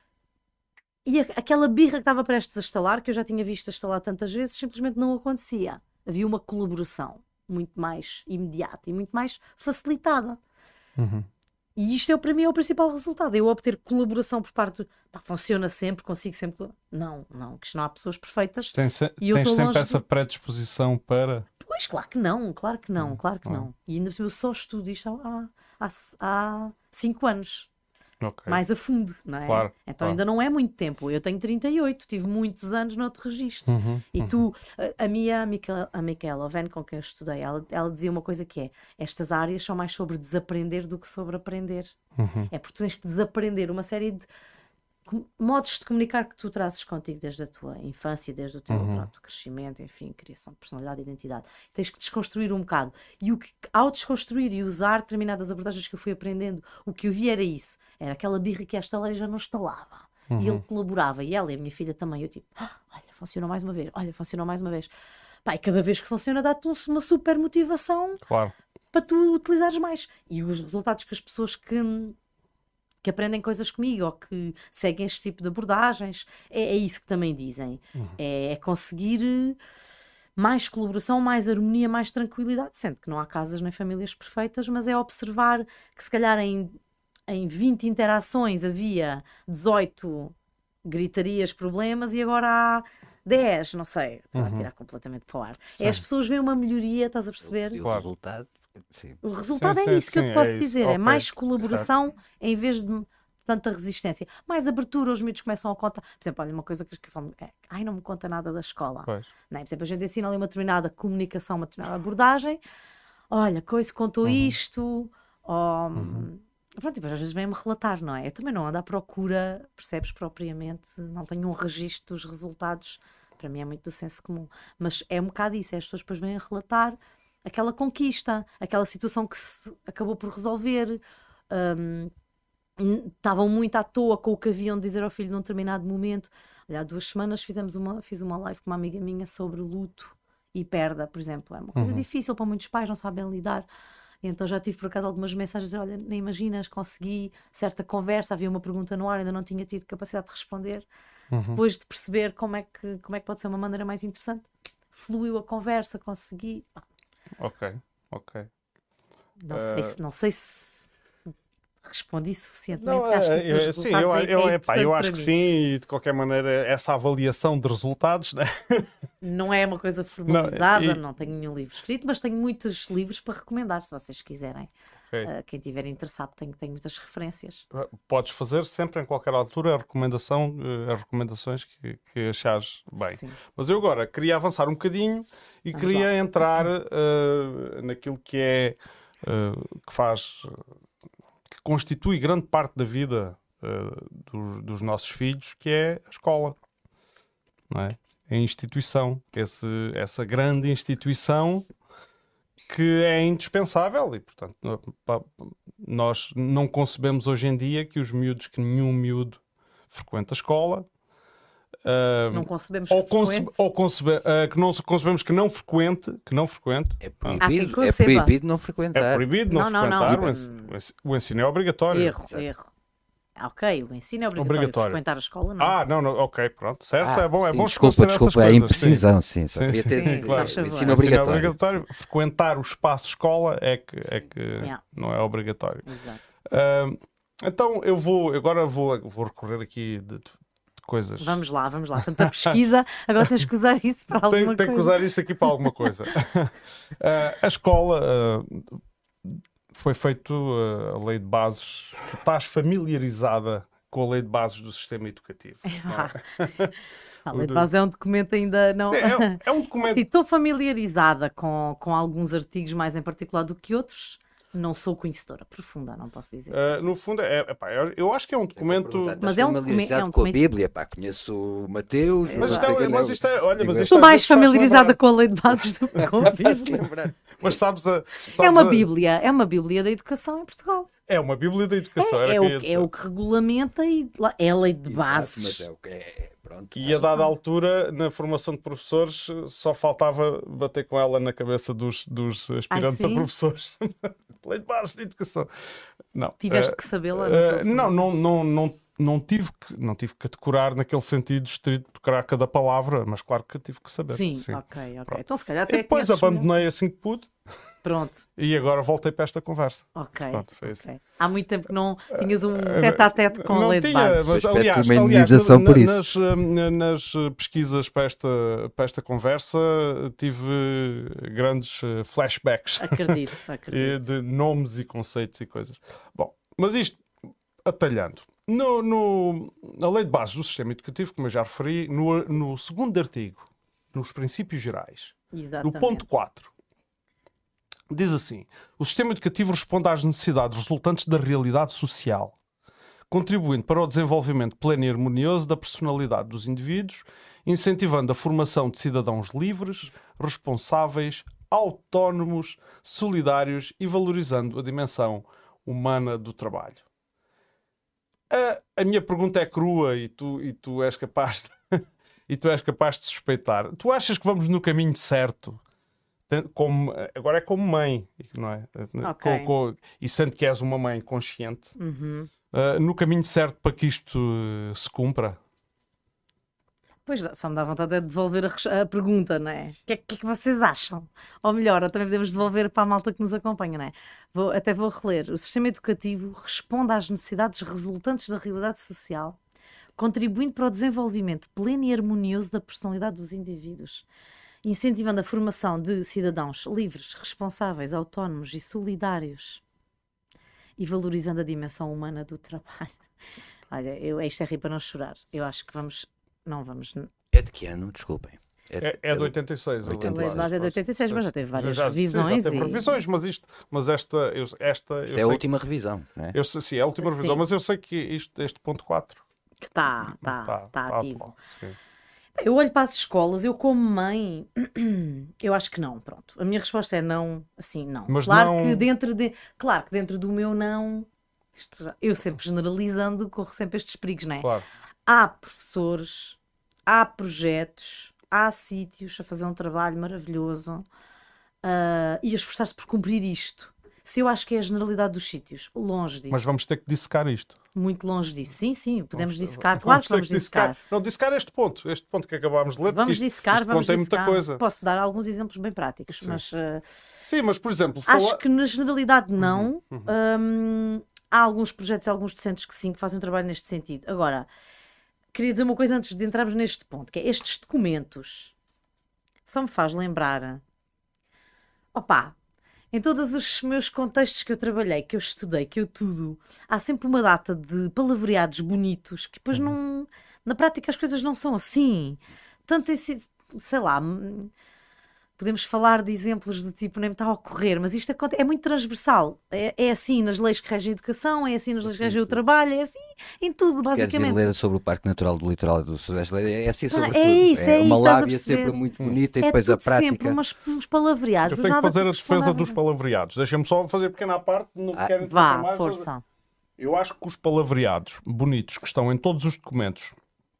e a- aquela birra que estava prestes a estalar, que eu já tinha visto a estalar tantas vezes, simplesmente não acontecia. Havia uma colaboração muito mais imediata e muito mais facilitada. Uhum. E isto é, para mim é o principal resultado. Eu obter colaboração por parte do... Pá, funciona sempre, consigo sempre... Não, não, que isto não há pessoas perfeitas. Tens, se- E eu tens estou sempre longe essa de- predisposição para... Pois, claro que não, claro que não, claro que Hum, não. E ainda por cima eu só estudo isto há, há, há cinco anos. Ok. Mais a fundo, não é? Claro, Então claro. ainda não é muito tempo. Eu tenho trinta e oito, tive muitos anos no outro registro. Uhum, E uhum. tu, a, a minha, a Micaela, a Micaela Oven, com quem eu estudei, ela, ela dizia uma coisa que é: estas áreas são mais sobre desaprender do que sobre aprender. Uhum. É porque tu tens que desaprender uma série de com- modos de comunicar que tu trazes contigo desde a tua infância, desde o teu Uhum. pronto, crescimento, enfim, criação de personalidade e identidade. Tens que desconstruir um bocado. E o que, ao desconstruir e usar determinadas abordagens que eu fui aprendendo, o que eu vi era isso. Era aquela birra que esta lei já não estalava. E ele Uhum. colaborava. E ela e a minha filha também. Eu tipo, "Ah, olha, funcionou mais uma vez. Olha, funcionou mais uma vez. Pá, e cada vez que funciona dá-te um- uma super motivação Claro. para tu utilizares mais. E os resultados que as pessoas que, que aprendem coisas comigo ou que seguem este tipo de abordagens, é, é isso que também dizem. Uhum. É, é conseguir eh, mais colaboração, mais harmonia, mais tranquilidade, sendo que não há casas nem famílias perfeitas, mas é observar que se calhar em, em vinte interações havia dezoito gritarias, problemas e agora há dez, não sei, estou a Uhum. tirar completamente para o ar. Sim. É as pessoas veem uma melhoria, estás a perceber? E o Claro. resultado, sim. O resultado Sim, é sim, isso que eu sim, te posso é isso. dizer, é Ok, mais colaboração em vez de tanta resistência. Mais abertura, os miúdos começam a contar. Por exemplo, olha, uma coisa que eu falo, é, ai, não me conta nada da escola. Pois. Não é? Por exemplo, a gente ensina ali uma determinada comunicação, uma determinada abordagem. Olha, coisa contou Uhum. isto. Ou, Uhum. pronto, e depois às vezes vem-me relatar, não é? Eu também não ando à procura, percebes, propriamente, não tenho um registro dos resultados. Para mim é muito do senso comum. Mas é um bocado isso, é as pessoas depois vêm a relatar aquela conquista, aquela situação que se acabou por resolver. hum, Estavam muito à toa com o que haviam de dizer ao filho num determinado momento. Olha, há duas semanas fizemos uma, fiz uma live com uma amiga minha sobre luto e perda, por exemplo. É uma coisa Uhum. difícil para muitos pais, não sabem lidar. E então já tive por acaso algumas mensagens a dizer, olha, nem imaginas, consegui certa conversa, havia uma pergunta no ar, ainda não tinha tido capacidade de responder. Uhum. Depois de perceber como é que, como é que pode ser uma maneira mais interessante, fluiu a conversa, consegui. Ah, Ok, ok. não sei Eh, se, não sei se respondi suficientemente, Não, porque acho que isso é, dos é, sim, eu, resultados é, eu, é epá, eu importante acho para que mim. sim, e de qualquer maneira, essa avaliação de resultados, né? Não é uma coisa Não, formalizada, e- não tenho nenhum livro escrito, mas tenho muitos livros para recomendar, se vocês quiserem. Ok. Uh, quem estiver interessado tem, tem muitas referências. Podes fazer sempre, em qualquer altura, a recomendação, eh, as recomendações que, que achares bem. Sim. Mas eu agora queria avançar um bocadinho e Vamos queria lá. entrar eh, naquilo que é, eh, que faz, que constitui grande parte da vida eh, dos, dos nossos filhos, que é a escola, não é? A instituição, esse, essa grande instituição que é indispensável e, portanto, pa- nós não concebemos hoje em dia que os miúdos, que nenhum miúdo frequenta a escola, ah, Não concebemos ou, que conce- frequente. ou concebe- ah, que não se- concebemos que não frequente, que não frequente, É quem proibido, é conceba. proibido não é frequentar. proibido não, Não, não, não. frequentar, o ens- o ens- o ensino é obrigatório. Erro, Exato. erro. Ah, ok, o ensino é obrigatório. Obrigatório. Frequentar a escola, não. Ah, não, não, ok, pronto, certo, Ah, é bom, é sim, bom desculpa, esclarecer essas desculpa, é coisas, sim. imprecisão, sim. Só Sim, queria sim, ter sim, claro. faz favor. ensino O ensino é obrigatório. obrigatório. Frequentar o espaço escola é que, é que Yeah. não é obrigatório. Exato. Ah, então eu vou, agora vou, vou recorrer aqui de, de coisas. Vamos lá, vamos lá. Tanta pesquisa, agora tens que usar isso para alguma Tem, coisa. tem que usar isto aqui para alguma coisa. Ah, a escola ah, foi feito ah, a lei de bases. Tu estás familiarizada com a lei de bases do sistema educativo. não é? A lei de base é um documento ainda não. Sim, é, é um Assim, documento. estou familiarizada com, com alguns artigos mais em particular do que outros. Não sou conhecedora profunda, não posso dizer. ah, no fundo, é, epá, eu, eu acho que é um documento. Mas é um documen- familiarizado é um com a documento- Bíblia, pá, conheço o Mateus, Mas não isto, sei é, quem mas isto é, olha, mas isto Estou às mais vezes faz-me familiarizada lembrar. com a lei de bases do que com a Bíblia. lembrar. Mas sabes, a, sabes É uma a- Bíblia, é uma Bíblia da educação em Portugal. É uma Bíblia da educação. É, era é o o, que eu ia que- dizer. é o que regulamenta e lá- é a lei de Exato, bases. mas é o que é, pronto. E a dada altura, na formação de professores, só faltava bater com ela na cabeça dos, dos aspirantes a sim? professores. Lei de bases de educação. Não. Tiveste eh, que sabê-la na eh, tua não, formação. não, não, não, não, tive que, não tive que decorar naquele sentido estrito de decorar cada palavra, mas claro que tive que saber. Sim, Sim. ok, ok. Pronto. Então se calhar E até depois conheces melhor. abandonei assim que pude Pronto, e agora voltei para esta conversa. ok. Pronto, foi isso. ok. Há muito tempo que não tinhas um tete-a-tete com a Não lei de tinha, bases. mas Eu espero aliás, uma aliás indenização na- por isso. nas, eh, nas eh, pesquisas para esta, para esta conversa tive grandes eh, flashbacks Acredito, eh, acredito. de nomes e conceitos e coisas. Bom, mas isto atalhando. No, no- na lei de bases do sistema educativo, como eu já referi, no, no segundo artigo, nos princípios gerais, no Exatamente. ponto quatro, diz assim: o sistema educativo responde às necessidades resultantes da realidade social, contribuindo para o desenvolvimento pleno e harmonioso da personalidade dos indivíduos, incentivando a formação de cidadãos livres, responsáveis, autónomos, solidários e valorizando a dimensão humana do trabalho. A, a minha pergunta é crua e tu, e tu és capaz de, e tu és capaz de suspeitar. Tu achas que vamos no caminho certo? Tem- Como, agora é como mãe, não é? Ok. Com- com- e sendo que és uma mãe consciente, Uhum. Uh, no caminho certo para que isto uh, se cumpra? Pois dá- só me dá vontade de devolver a, res- a pergunta, não é? O que, é que é que vocês acham? Ou melhor, ou também podemos devolver para a malta que nos acompanha, não é? Vou, até vou reler. O sistema educativo responde às necessidades resultantes da realidade social, contribuindo para o desenvolvimento pleno e harmonioso da personalidade dos indivíduos, incentivando a formação de cidadãos livres, responsáveis, autónomos e solidários, e valorizando a dimensão humana do trabalho. Olha, eu, isto é rir para não chorar. Eu acho que vamos... Não vamos... É de que ano? Desculpem. É, é de oitenta e seis. oitenta A lei de base é de oitenta e seis, mas já teve várias Já- revisões. Sim, já teve e- revisões, mas, isto, mas esta... Eu, esta eu Isto é sei a última revisão, não é? que- eu sei- sim, é a última Sim. revisão, mas eu sei que isto, este ponto quatro Que está tá, está tá está ativo. atual, sim. Eu olho para as escolas, eu como mãe, eu acho que não, pronto. A minha resposta é não, assim, não. Mas claro não- que dentro de, claro que dentro do meu não, isto já- eu sempre generalizando, corro sempre estes perigos, não é? Claro. Há professores, há projetos, há sítios a fazer um trabalho maravilhoso, ah, e a esforçar-se por cumprir isto. Se eu acho que é a generalidade dos sítios, longe disso. Mas vamos ter que dissecar isto. Muito longe disso. Sim, sim, podemos Vamos- dissecar. Claro que ter vamos dissecar. Não, dissecar este ponto, este ponto que acabámos de ler. porque Vamos isto, dissecar, este vamos ponto tem muita dissecar. coisa. Posso dar alguns exemplos bem práticos, Sim. mas ah, Sim, mas por exemplo, acho fala- que na generalidade não. uhum. Hum, há alguns projetos e alguns docentes que sim, que fazem um trabalho neste sentido. Agora, queria dizer uma coisa antes de entrarmos neste ponto, que é estes documentos só me faz lembrar. Opá, Em todos os meus contextos que eu trabalhei, que eu estudei, que eu tudo, há sempre uma data de palavreados bonitos que depois não. Na prática as coisas não são assim. Tanto esse, sei lá, hum, podemos falar de exemplos do tipo, nem me está a ocorrer, mas isto aconte- é muito transversal. É, é assim nas leis que regem a educação, é assim nas leis que regem o trabalho, é assim em tudo, Quer dizer, basicamente. ler sobre o Parque Natural do Litoral do Sudeste, é assim Pá, sobre é tudo. isso, é uma isso, estás a lábia perceber? sempre muito bonita e É depois a tudo sempre prática. umas, uns palavreados. Eu mas tenho que nada fazer a defesa corresponde à dos vida. palavreados. Deixa-me só fazer pequena à parte, não Ah, quero interromper Vá, mais. mas força. Eu acho que os palavreados bonitos que estão em todos os documentos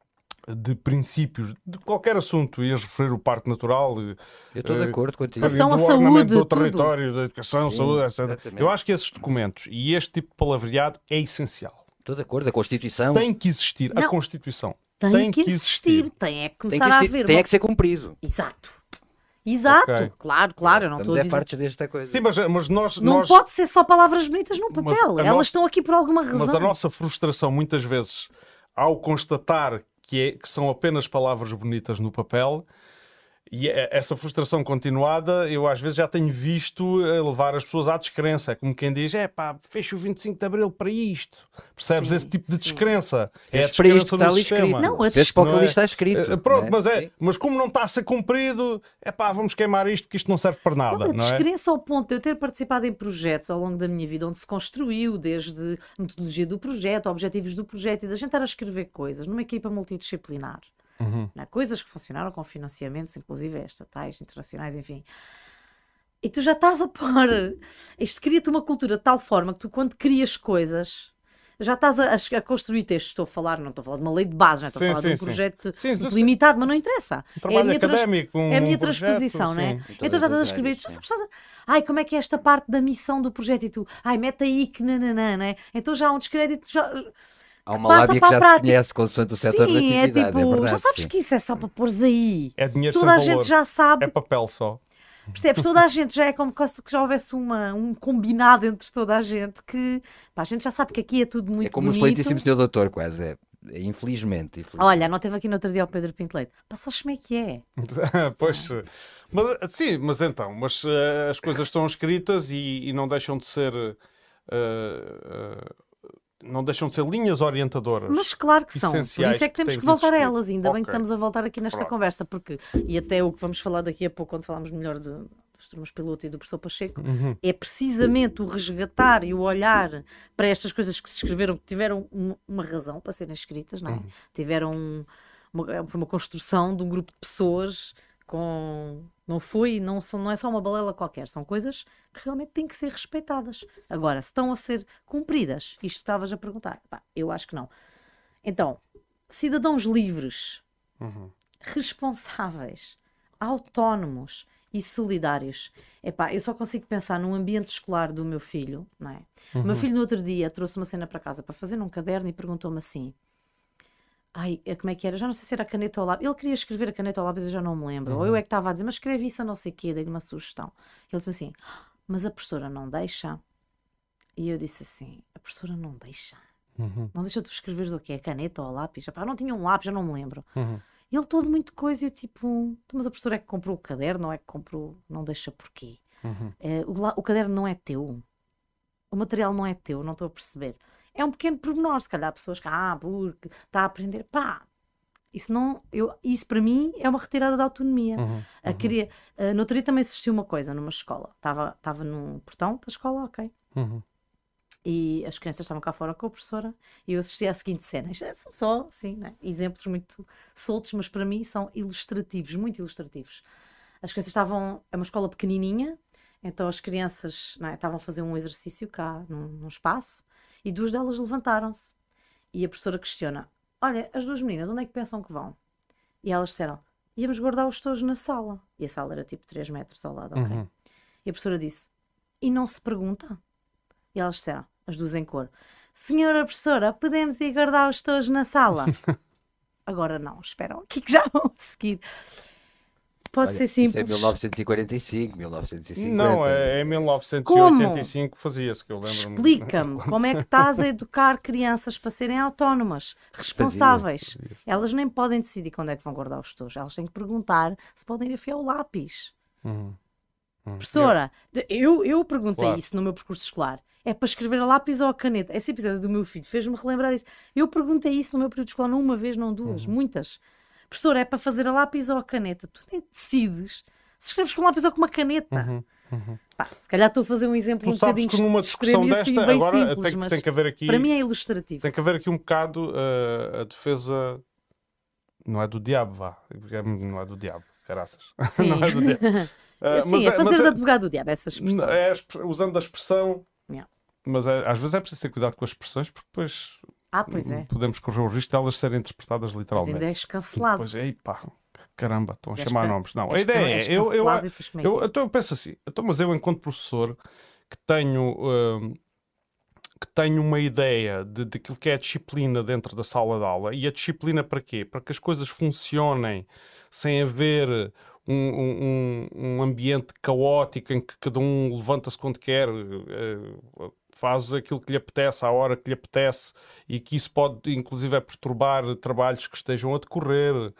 de princípios de qualquer assunto, ias referir o Parque Natural, Eu estou de eh, acordo contigo. Educação, do a ordenamento saúde, do tudo. território, da educação, Sim, saúde, etcétera. exatamente. Eu acho que esses documentos e este tipo de palavreado é essencial. Estou de acordo. A Constituição Tem que existir. A Não. Constituição Tem, que existir, tem é que tem começar que, a existir, haver. tem uma- é que ser cumprido. Exato. Exato, Ok. claro, claro, eu não Estamos estou a é dizer. partes desta coisa. Sim, mas, mas nós, Não nós pode ser só palavras bonitas num Mas papel. a Elas nossa- estão aqui por alguma razão. Mas a nossa frustração, muitas vezes, ao constatar que, é- que são apenas palavras bonitas no papel, e é- essa frustração continuada, eu às vezes já tenho visto eh, levar as pessoas à descrença. É como quem diz: é pá, fecha o vinte e cinco de Abril para isto. Percebes? Sim, esse tipo de sim. descrença. É a Fez para isto descrença que está no ali sistema. escrito. Não, a Fez para o que Não ali é? está escrito. Eh, Pronto, não é? mas, é, Sim. mas como não está a ser cumprido, é pá, vamos queimar isto, que isto não serve para nada. Não, a Não é? descrença ao ponto de eu ter participado em projetos ao longo da minha vida, onde se construiu desde a metodologia do projeto, objetivos do projeto, e da gente estar a escrever coisas numa equipa multidisciplinar. Uhum. Não é? Coisas que funcionaram com financiamentos, inclusive estatais, internacionais, enfim. E tu já estás a pôr. Isto cria-te uma cultura de tal forma que tu, quando crias coisas, já estás a, a construir textos. Estou a falar, não estou a falar de uma lei de base, não é? Estou Sim, a falar de sim, um sim. projeto Sim, muito sim. limitado, mas não interessa. Um trabalho é a minha, trans- académico, um é a minha projeto, transposição, não é? sim. Em Então todas já estás a as escrever. áreas, Tu já sim. estás a- Ai, como é que é esta parte da missão do projeto? E tu, ai, mete aí que nananã, não é? Então já há um descrédito. Já... Há uma passa lábia que para a já se prática. conhece consoante o setor de Sim, é atividade, tipo, é verdade. já sabes sim. que isso é só para pôres aí. É dinheiro Toda a sem valor. gente já sabe. É papel só. Percebes? Toda a gente já é como que já houvesse uma, um combinado entre toda a gente que pá, a gente já sabe que aqui é tudo muito É como o bonito. excelentíssimo senhor doutor, quase. É, é infelizmente, infelizmente. Olha, não teve aqui no outro dia o Pedro Pinto Leite. Pá, sabes como é que é? Pois, eh, mas, sim, mas então, mas eh, as coisas estão escritas e, e não deixam de ser eh, eh, não deixam de ser linhas orientadoras. Mas claro que são. Por essenciais isso é que temos têm que voltar a existir. elas. Ainda bem que Ok. estamos a voltar aqui nesta Pronto. conversa, porque, e até o que vamos falar daqui a pouco, quando falarmos melhor de, dos turmas piloto e do professor Pacheco, Uhum. é precisamente o resgatar e o olhar para estas coisas que se escreveram, que tiveram um- uma razão para serem escritas, não é? Uhum. Tiveram um- uma, foi uma construção de um grupo de pessoas com. Não foi, não, são, não é só uma balela qualquer, são coisas que realmente têm que ser respeitadas. Agora, se estão a ser cumpridas, isto que estavas a perguntar, pá, eu acho que não. Então, cidadãos livres, Uhum. responsáveis, autónomos e solidários. Epá, eu só consigo pensar num ambiente escolar do meu filho, não é? O meu filho no outro dia trouxe uma cena para casa para fazer num caderno e perguntou-me assim: ai, como é que era? Já não sei se era caneta ou lápis. Ele queria escrever a caneta ou lápis, eu já não me lembro. Ou eu é que estava a dizer, mas escreve isso a não sei o quê, dei-lhe uma sugestão. Ele disse assim: mas a professora não deixa? E eu disse assim: a professora não deixa? Uhum. Não deixa tu escreveres o quê? A caneta ou a lápis? Epá, eu não tinha um lápis, já não me lembro. Uhum. E ele todo muito coisa, e eu tipo, "Então, mas a professora é que comprou o caderno, não é que comprou, não deixa porquê? Uhum. Eh, o, la- o caderno não é teu, o material não é teu, não estou a perceber. É um pequeno pormenor, se calhar há pessoas que, ah, porque está a aprender, pá, isso não, eu, isso para mim é uma retirada da autonomia. Uhum. A queria, eh, no outro dia também assisti uma coisa numa escola, estava estava num portão da escola, ok. Uhum. E as crianças estavam cá fora com a professora e eu assisti à seguinte cena. Isto é- são só, sim, né? Exemplos muito soltos, mas para mim são ilustrativos, muito ilustrativos. As crianças estavam, é uma escola pequenininha, então as crianças, não é, estavam a fazer um exercício cá num, num espaço e duas delas levantaram-se. E a professora questiona: olha, as duas meninas, onde é que pensam que vão? E elas disseram: íamos guardar os tojos na sala. E a sala era tipo três metros ao lado, ok. Uhum. E a professora disse: e não se pergunta? E elas disseram, as duas em cor: senhora professora, podemos ir guardar os tojos na sala? Agora não, esperam, o que é que já vão seguir? Pode Olha, ser isso é simples. mil novecentos e quarenta e cinco, mil novecentos e cinquenta. Não, é, é em mil novecentos e oitenta e cinco fazia-se, que eu lembro-me. Explica-me como é que estás a educar crianças para serem autónomas, responsáveis. Fazia-se. Elas nem podem decidir quando é que vão guardar os tojos. Elas têm que perguntar se podem ir afiar o lápis. Uhum. Hum. Professora, eu, eu perguntei Claro. isso no meu percurso escolar. É para escrever a lápis ou a caneta? Esse episódio do meu filho fez-me relembrar isso. Eu perguntei isso no meu período escolar, não uma vez, não duas, Uhum. muitas. Professora, é para fazer a lápis ou a caneta? Tu nem decides se escreves com lápis ou com uma caneta. Uhum, uhum. Pá, se calhar estou a fazer um exemplo Tu um sabes bocadinho que numa extremo discussão e assim, desta, bem agora simples, tem, que- mas tem que haver aqui, para mim é ilustrativo. tem que haver aqui um bocado uh, a defesa, não é do diabo, vá, não é do diabo, caraças, Sim, não é do diabo. Uh, Sim, é é- fazer de é- advogado do diabo essa expressão. é a exp- usando a expressão, Yeah. mas é- às vezes é preciso ter cuidado com as expressões, porque depois Ah, pois é. podemos correr o risco de elas serem interpretadas Mas literalmente. ainda és cancelado. Depois, ei pá, caramba, estão a És chamar can- nomes. Não, a és ideia can- és é, eu, eu, cancelado e depois como é que eu, é? então eu penso assim, então, mas eu enquanto professor que tenho, hum, que tenho uma ideia de, daquilo que é a disciplina dentro da sala de aula, e a disciplina para quê? Para que as coisas funcionem sem haver um, um, um- um ambiente caótico em que cada um levanta-se quando quer, eh, faz aquilo que lhe apetece à hora que lhe apetece, e que isso pode inclusive é perturbar trabalhos que estejam a decorrer.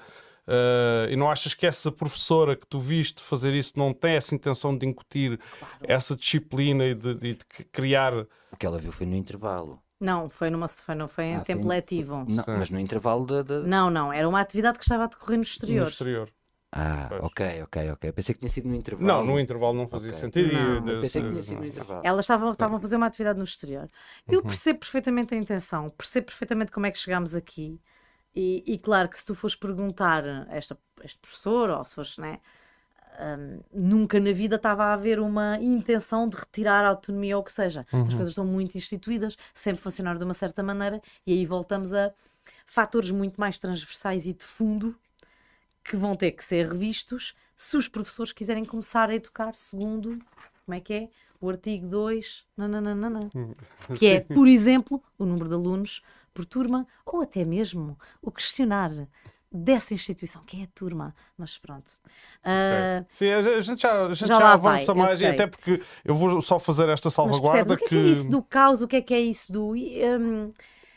Uh, e não achas que essa professora que tu viste fazer isso não tem essa intenção de incutir essa disciplina e de, de- de criar. O que ela viu foi no intervalo. Não, foi, numa, foi, não foi em Ah, tempo foi- letivo. Não, Sim. mas no intervalo da. da- Não, não, era uma atividade que estava a decorrer no exterior. No exterior. Ah, Pois. ok, ok, ok. Eu pensei que tinha sido no intervalo. Não, no intervalo não fazia Ok. sentido. Não. e Eu desse- pensei que tinha sido no intervalo. Elas estavam, estavam a fazer uma atividade no exterior. Eu Uhum. percebo perfeitamente a intenção, percebo perfeitamente como é que chegámos aqui. E, e claro que se tu fores perguntar a esta, este professor, ou se fores, né, hum, nunca na vida estava a haver uma intenção de retirar a autonomia ou o que seja. Uhum. As coisas estão muito instituídas, sempre funcionaram de uma certa maneira, e aí voltamos a fatores muito mais transversais e de fundo que vão ter que ser revistos se os professores quiserem começar a educar segundo, como é que é? O artigo dois, nananana, que é, por exemplo, o número de alunos por turma, ou até mesmo o questionar dessa instituição, que é a turma. Mas pronto. Ah, Ok. Sim, a gente já, a gente já já lá vai, avança eu mais, e sei. até porque eu vou só fazer esta mas salvaguarda percebes, o que é que é isso do caos? O que é que é isso do... e, hum,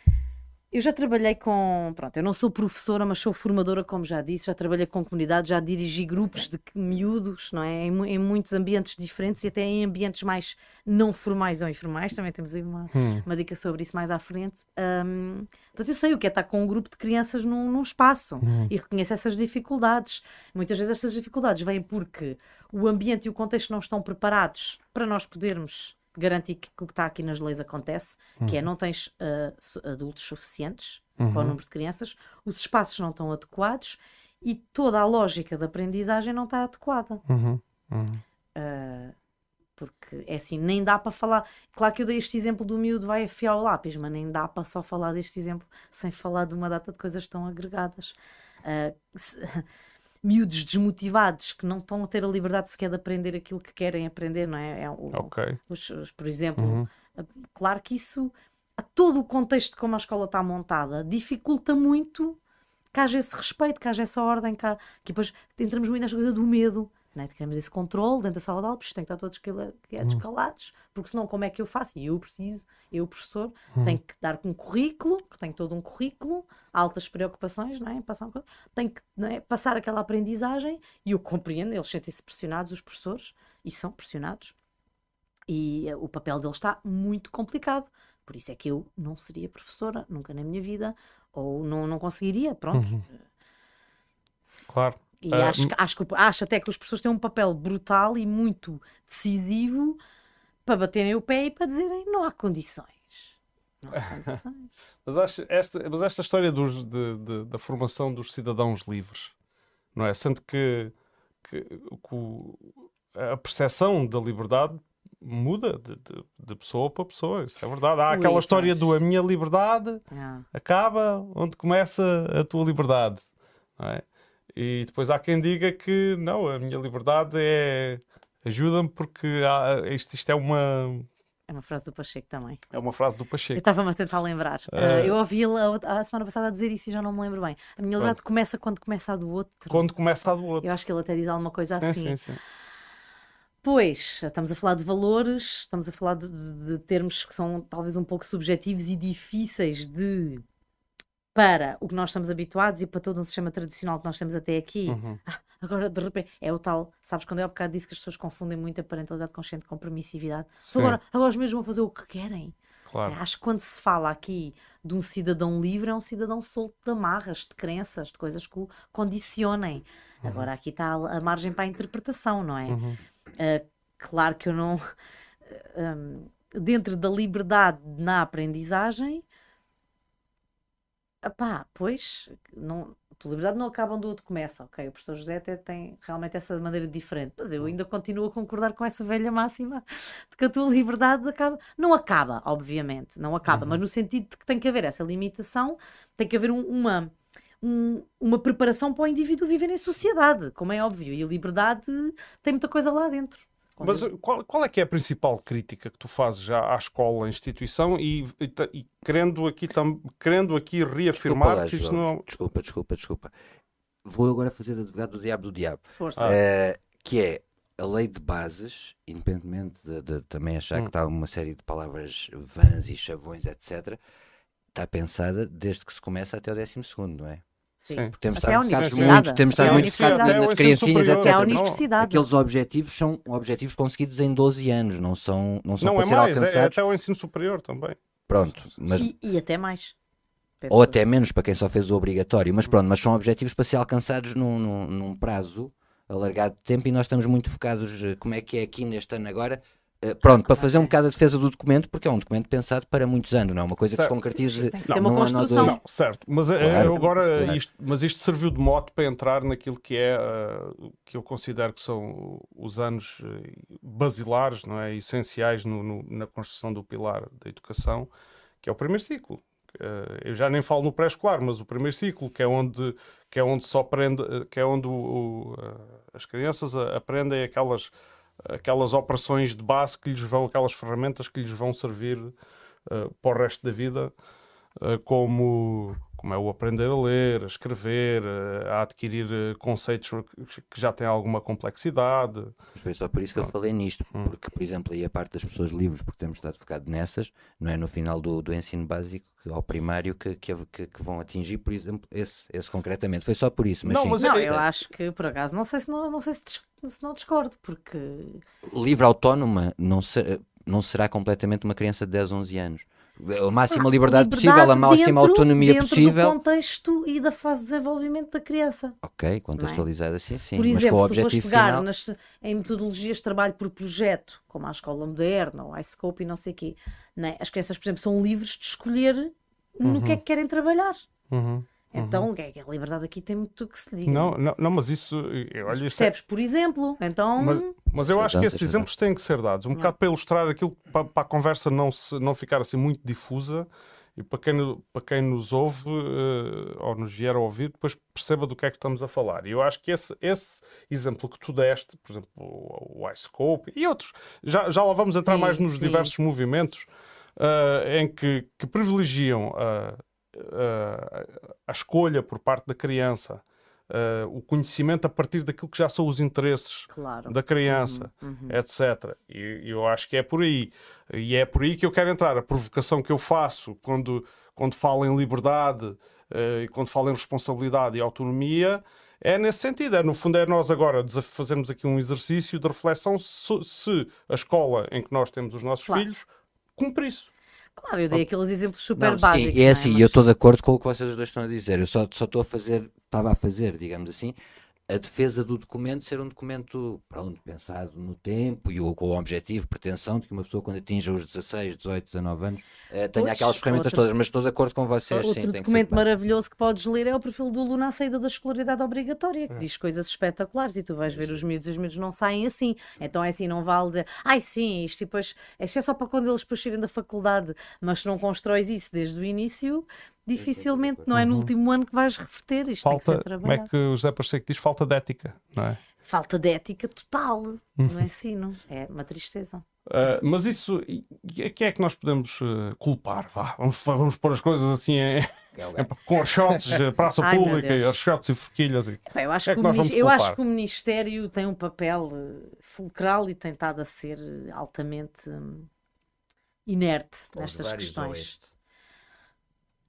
eu já trabalhei com... Pronto, eu não sou professora, mas sou formadora, como já disse. Já trabalhei com comunidades, já dirigi grupos de miúdos, não é? Em, mu- em muitos ambientes diferentes e até em ambientes mais não formais ou informais. Também temos aí uma, Hum. uma dica sobre isso mais à frente. Hum, portanto, eu sei o que é estar com um grupo de crianças num, num espaço Hum. e reconheço essas dificuldades. Muitas vezes essas dificuldades vêm porque o ambiente e o contexto não estão preparados para nós podermos garantir que o que está aqui nas leis acontece, que é não tens ah, su- adultos suficientes para o Uhum. número de crianças, os espaços não estão adequados e toda a lógica da aprendizagem não está adequada. Uhum. Uhum. Ah, porque é assim, nem dá para falar. Claro que eu dei este exemplo do miúdo vai afiar o lápis, mas nem dá para só falar deste exemplo sem falar de uma data de coisas tão agregadas. Ah, se- miúdos desmotivados que não estão a ter a liberdade sequer de aprender aquilo que querem aprender, não é? É o- Ok. os- os- por exemplo, Uhum. claro que isso, a todo o contexto de como a escola está montada, dificulta muito que haja esse respeito, que haja essa ordem, que, há- que depois entramos muito nesta coisa do medo, né? Queremos esse controle dentro da sala de aula, porque isto tem que estar todos cala- quietos, calados, porque senão como é que eu faço? E eu preciso, eu, professor, tenho que dar um currículo, que tenho todo um currículo, altas preocupações, não é? Passar, um co- tenho que, não é? Passar aquela aprendizagem, e eu compreendo, eles sentem-se pressionados, os professores, e são pressionados, e eh, o papel deles está muito complicado. Por isso é que eu não seria professora, nunca na minha vida, ou não, não conseguiria, pronto. Uhum. Claro. E Ah, acho, que- acho, que, acho até que os professores têm um papel brutal e muito decisivo para baterem o pé e para dizerem não há condições. Não há condições. Mas, acho esta, mas esta história dos- de- de- da formação dos cidadãos livres, não é? Sendo que, que, que o- a percepção da liberdade muda de, de- de pessoa para pessoa, isso é verdade. Há Ui, aquela história pois. do a minha liberdade Ah, acaba onde começa a tua liberdade, não é? E depois há quem diga que não, a minha liberdade é ajuda-me porque há- isto, isto é uma, é uma frase do Pacheco também. é uma frase do Eu Pacheco. estava-me a tentar lembrar. Ah, Eh, eu ouvi-la a, outra- a semana passada a dizer isso e já não me lembro bem. A minha liberdade começa quando começa a do outro. Quando começa a do outro. Eu acho que ele até diz alguma coisa Sim, assim. sim, sim. Pois, estamos a falar de valores, estamos a falar de, de- de termos que são talvez um pouco subjetivos e difíceis de para o que nós estamos habituados e para todo um sistema tradicional que nós temos até aqui. Uhum. Ah, agora, de repente, é o tal, sabes, quando eu há bocado disse que as pessoas confundem muito a parentalidade consciente com permissividade. Sim. Agora, agora os mesmos vão fazer o que querem. Claro. É, acho que quando se fala aqui de um cidadão livre, é um cidadão solto de amarras, de crenças, de coisas que o condicionem. Uhum. Agora, aqui está a margem para a interpretação, não é? Uhum. Uh, claro que eu não... Um, dentro da liberdade na aprendizagem, epá, pois, não, a liberdade não acaba onde o outro começa, ok? O professor José até tem realmente essa maneira diferente, mas eu ainda continuo a concordar com essa velha máxima de que a tua liberdade acaba, não acaba, obviamente, não acaba, Uhum. mas no sentido de que tem que haver essa limitação, tem que haver um, uma, um, uma preparação para o indivíduo viver em sociedade, como é óbvio, e a liberdade tem muita coisa lá dentro. Quando Mas eu- qual, qual é que é a principal crítica que tu fazes já à escola, à instituição e, e, ta- e querendo, aqui tam, querendo aqui reafirmar Desculpa lá, que isto João. não... Desculpa, desculpa, desculpa. Vou agora fazer de advogado do diabo do diabo. Força. Ah. Eh, que é a lei de bases, independentemente de, de também achar Hum. que está uma série de palavras vãs e chavões, etcétera, está pensada desde que se começa até o décimo segundo, não é? Sim. Sim. Porque temos Até à estado focados universidade. muito, temos Até à estado muito universidade. focados Até nas ao ensino criancinhas, superior. Até à etcétera. Não, universidade. Aqueles objetivos são objetivos conseguidos em doze anos, não são, não são Não, para é ser mais, é, é alcançados. até ao ensino superior também. Pronto, mas E, e até mais. Penso ou eu. até menos para quem só fez o obrigatório, mas pronto, mas são objetivos para ser alcançados num, num, num prazo alargado de tempo e nós estamos muito focados, eh, como é que é aqui neste ano agora, eh, pronto, para fazer um Ok. bocado a defesa do documento, porque é um documento pensado para muitos anos, não é uma coisa que se Certo. concretize Tem que ser uma num ano ou construção. dois. Não, certo, mas eh, Claro, agora claro. isto, mas isto serviu de mote para entrar naquilo que é uh, que eu considero que são os anos eh, basilares, não é, essenciais no- no- na construção do pilar da educação, que é o primeiro ciclo. Eh, eu já nem falo no pré-escolar, mas o primeiro ciclo, que é onde que é onde só aprende, eh, que é onde o- o, eh, as crianças a- aprendem aquelas aquelas operações de base que lhes vão, aquelas ferramentas que lhes vão servir eh, para o resto da vida, eh, como, como é o aprender a ler, a escrever, eh, a adquirir eh, conceitos que já têm alguma complexidade. Mas foi só por isso que eu falei nisto, Hum. porque, por exemplo, aí a parte das pessoas livres, porque temos estado focado nessas, não é no final do, do ensino básico ao primário que, que, que- que vão atingir, por exemplo, esse, esse concretamente. Foi só por isso, mas Não, sim, mas Não, é- eu acho que, por acaso, não sei se não, não, sei se, dis- se não discordo, porque livre autónoma não, se- não será completamente uma criança de dez, onze anos. A máxima liberdade, possível, a máxima dentro- autonomia dentro possível. do contexto e da fase de desenvolvimento da criança. Ok, contextualizada assim, sim. Por mas exemplo, com o se tu fores objetivo pegar final. nas, em metodologias de trabalho por projeto, como a Escola Moderna, ou a iScope e não sei o quê, né? As crianças, por exemplo, são livres de escolher no que é que querem trabalhar. Uhum. Então, é que a liberdade aqui tem muito que se liga. Não, não, não, mas isso, eu- olha, isso é- Percebes, por exemplo? Então, Mas, mas eu Tens acho que razão, esses tens exemplos têm que ser dados, um Não. bocado para ilustrar aquilo, para, para a conversa não, se, não ficar assim muito difusa e para quem, no- para quem nos ouve eh, ou nos vier a ouvir, depois perceba do que é que estamos a falar. E eu acho que esse, esse exemplo que tu deste, por exemplo, o, o iScope e outros, já, já lá vamos entrar Sim, mais nos sim. diversos movimentos eh, em que, que privilegiam a, a, a escolha por parte da criança, eh, o conhecimento a partir daquilo que já são os interesses claro. da criança, Uhum, uhum. etcétera. E eu acho que é por aí. E é por aí que eu quero entrar. A provocação que eu faço quando, quando falo em liberdade eh, e quando falo em responsabilidade e autonomia é nesse sentido. É, no fundo, é nós agora desaf- fazermos aqui um exercício de reflexão se, se a escola em que nós temos os nossos Claro. filhos cumpre isso. Claro, eu dei aqueles exemplos super Não, básicos. sim, é não assim, Mas- eu estou de acordo com o que vocês dois estão a dizer. Eu só só estou a fazer, estava a fazer, digamos assim, a defesa do documento ser um documento, pronto, pensado no tempo e o, com o objetivo, pretensão de que uma pessoa quando atinja os dezasseis, dezoito, dezanove anos eh, tenha Pois, aquelas ferramentas outro- todas, mas estou de acordo com vocês, Outro sim, tem que ser documento básico. maravilhoso que podes ler é o perfil do aluno à saída da escolaridade obrigatória, É. que diz coisas espetaculares e tu vais ver os miúdos e os miúdos não saem assim. Então é assim, não vale dizer, ai sim, isto e depois, isto é só para quando eles depois saírem da faculdade, mas se não constróis isso desde o início, dificilmente, não é no último ano que vais reverter, isto tem que Falta, ser como é trabalhado. que o José Pacheco diz? Falta de ética, não é? Falta de ética total no ensino, é uma tristeza. Uh, mas isso, e- e quem é que nós podemos uh, culpar? Vá, vamos, vamos pôr as coisas assim em, em- com os shots, eh, praça Ai, meu pública, e Deus. os shots e forquilhas. E... Bem, eu acho, Quem é que, que o nós minis- vamos eu acho culpar? que o Ministério tem um papel eh, fulcral e tem estado a ser eh, altamente hum, inerte Pelos nestas vários questões. oeste.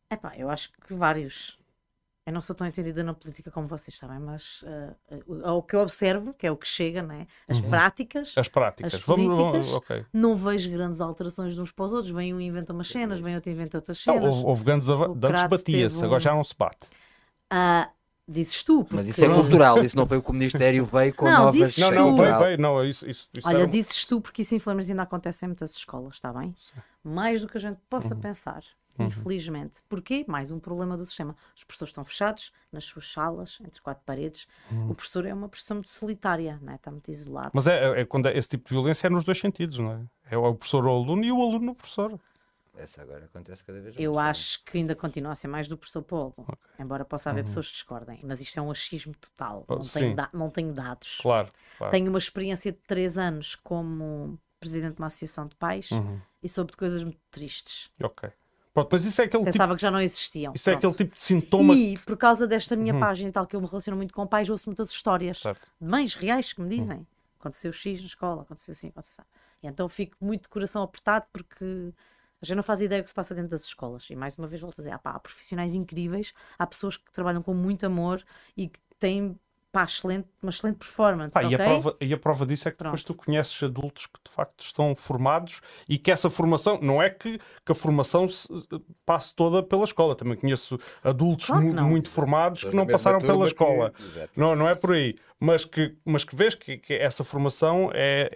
Epá, eu acho que vários. Eu não sou tão entendida na política como vocês sabem, mas uh, o que eu observo, que é o que chega, né? As Uhum. práticas, As práticas. as Vamos, políticas, vamos, ok. não vejo grandes alterações de uns para os outros. Vem um inventa umas cenas, vem outro inventa outras Não, cenas. houve, houve grandes ava- O de antes Crato batia-se, teve agora um- já não se bate. Ah, dizes tu, porque... Mas isso é cultural, isso não foi o que o Ministério veio com Não, novas... dizes Não, tu. não, bem, cultural. bem, não, isso, isso, isso Olha, era- dizes tu, porque isso infelizmente ainda acontece em muitas escolas, está bem? Mais do que a gente possa pensar, infelizmente. Porquê? Mais um problema do sistema. Os professores estão fechados nas suas salas, entre quatro paredes. O professor é uma profissão muito solitária, não é? Está muito isolado. Mas é, é quando é- esse tipo de violência é nos dois sentidos, não é? É o professor ao aluno e o aluno ao professor. Essa agora acontece cada vez mais. Eu também. acho que ainda continua a ser mais do professor para o aluno, embora possa haver pessoas que discordem. Mas isto é um achismo total. Oh, Não sim. tenho, da- não tenho dados. Claro, claro. Tenho uma experiência de três anos como presidente de uma associação de pais Uhum. e soube de coisas muito tristes. Ok. Pronto, mas isso é aquele tipo, Pensava que já não existiam. isso é Pronto. aquele tipo de sintoma. E por causa desta minha Uhum. página e tal, que eu me relaciono muito com pais, ouço muitas histórias Certo. de mães reais que me dizem: aconteceu X na escola, aconteceu assim, aconteceu assim. E então fico muito de coração apertado porque a gente não faz ideia do que se passa dentro das escolas. E mais uma vez volto a dizer: ah, pá, há profissionais incríveis, há pessoas que trabalham com muito amor e que têm pá, excelente, uma excelente performance. Pá, e, a ok? prova, e a prova disso é que depois tu Pronto. conheces adultos que de facto estão formados e que essa formação, não é que, que a formação se, passe toda pela escola. Também conheço adultos Claro que mu- não. muito formados Todos que da não mesma passaram turma pela que- escola. Exato. Não, não é por aí. Mas que, mas que vês que, que essa formação é,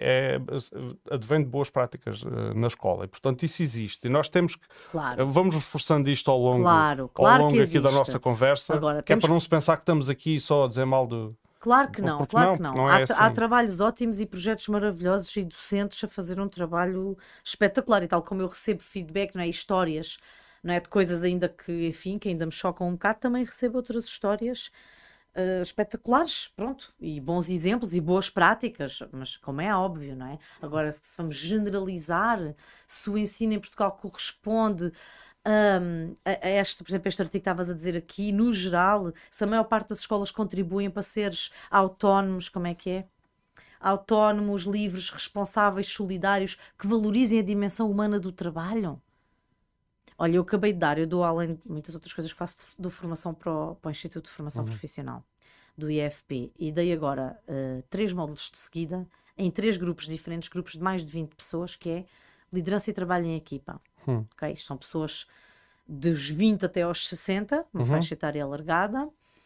é, advém de boas práticas eh, na escola. E, portanto, isso existe. E nós temos que. Claro. Vamos reforçando isto ao longo, Claro, ao claro longo que aqui da existe. nossa conversa. Agora, que é temos para não se pensar que estamos aqui só a dizer mal do. Claro que não, Porque claro não, que não. porque não há, é tra- há assim. trabalhos ótimos e projetos maravilhosos e docentes a fazer um trabalho espetacular. E tal como eu recebo feedback, não é? Histórias, não é? De coisas ainda que, enfim, que ainda me chocam um bocado, também recebo outras histórias eh, espetaculares, pronto, e bons exemplos e boas práticas, mas como é óbvio, não é? Agora, se vamos generalizar, se o ensino em Portugal corresponde hum, a, a esta, por exemplo, este artigo que estavas a dizer aqui, no geral, se a maior parte das escolas contribuem para seres autónomos, como é que é? Autónomos, livres, responsáveis, solidários, que valorizem a dimensão humana do trabalho. Olha, eu acabei de dar, eu dou além de muitas outras coisas que faço de, de formação para o, para o Instituto de Formação Profissional do I F P e dei agora uh, três módulos de seguida em três grupos diferentes, grupos de mais de vinte pessoas, que é liderança e trabalho em equipa. Hum. Okay? São pessoas dos vinte até aos sessenta, uma Uhum. faixa etária alargada.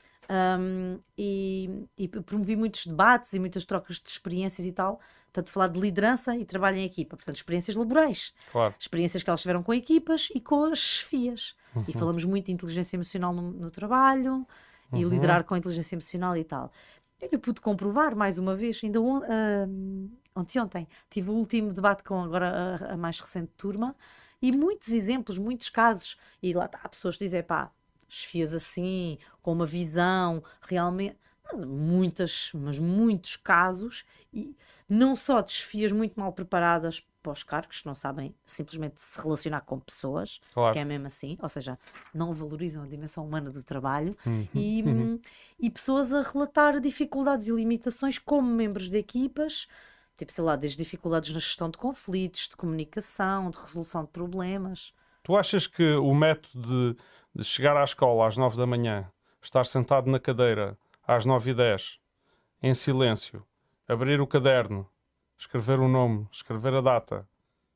Um, e, e promovi muitos debates e muitas trocas de experiências e tal, portanto falar de liderança e trabalho em equipa, portanto experiências laborais, Claro. experiências que elas tiveram com equipas e com as chefias, e falamos muito de inteligência emocional no, no trabalho e Uhum. liderar com a inteligência emocional e tal. Eu pude comprovar mais uma vez, ainda on, uh, ontem, ontem tive o último debate com agora a, a mais recente turma e muitos exemplos, muitos casos, e lá está, pessoas que dizem, pá, chefias assim, com uma visão, realmente, mas muitas, mas muitos casos, e não só de chefias muito mal preparadas para os cargos, que não sabem simplesmente se relacionar com pessoas, Claro. que é mesmo assim, ou seja, não valorizam a dimensão humana do trabalho, Uhum. e, hum, e pessoas a relatar dificuldades e limitações como membros de equipas, tipo, sei lá, desde dificuldades na gestão de conflitos, de comunicação, de resolução de problemas. Tu achas que o método de, de chegar à escola às nove da manhã, estar sentado na cadeira às nove e dez, em silêncio, abrir o caderno, escrever o nome, escrever a data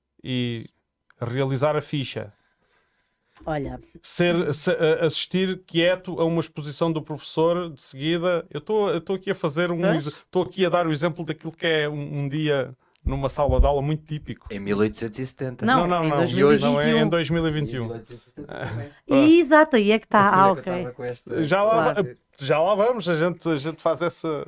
e realizar a ficha, Olha, ser, se- a- assistir quieto a uma exposição do professor de seguida, eu estou aqui a fazer um, Pois. estou aqui a dar o exemplo daquilo que é um, um dia numa sala de aula muito típico. Em mil oitocentos e setenta. Não, não, em não, dois mil e vinte e um. não é em dois mil e vinte e um. Em mil oitocentos e setenta também. exato, aí é que está. Ah, Por isso é que eu ok. estava com esta- Já lá, Claro. já lá vamos, a gente, a gente faz essa.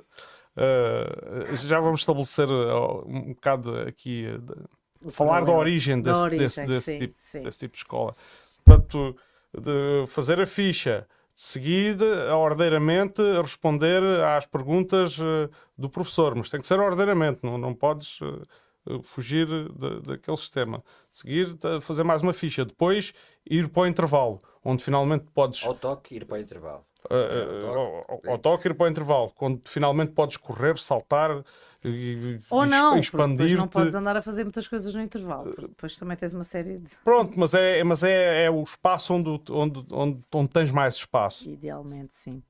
uh, já vamos estabelecer uh, um bocado aqui, uh, de- falar da problema. origem Da desse, origem, desse, desse, sim, tipo, sim. desse tipo de escola. Portanto, de fazer a ficha, de seguida, ordeiramente, responder às perguntas uh, do professor, mas tem que ser ordeiramente, não, não podes. Uh, fugir de, daquele sistema. Seguir, tá, fazer mais uma ficha. Depois, ir para o intervalo, onde finalmente podes... Ao toque, ir para o intervalo. Uh, uh, ao, ao toque, ir para o intervalo, quando finalmente podes correr, saltar e, Ou e não, porque depois expandir-te. não podes andar a fazer muitas coisas no intervalo, porque depois também tens uma série de... Pronto, mas é, mas é, é o espaço onde, onde, onde, onde tens mais espaço. Idealmente, sim.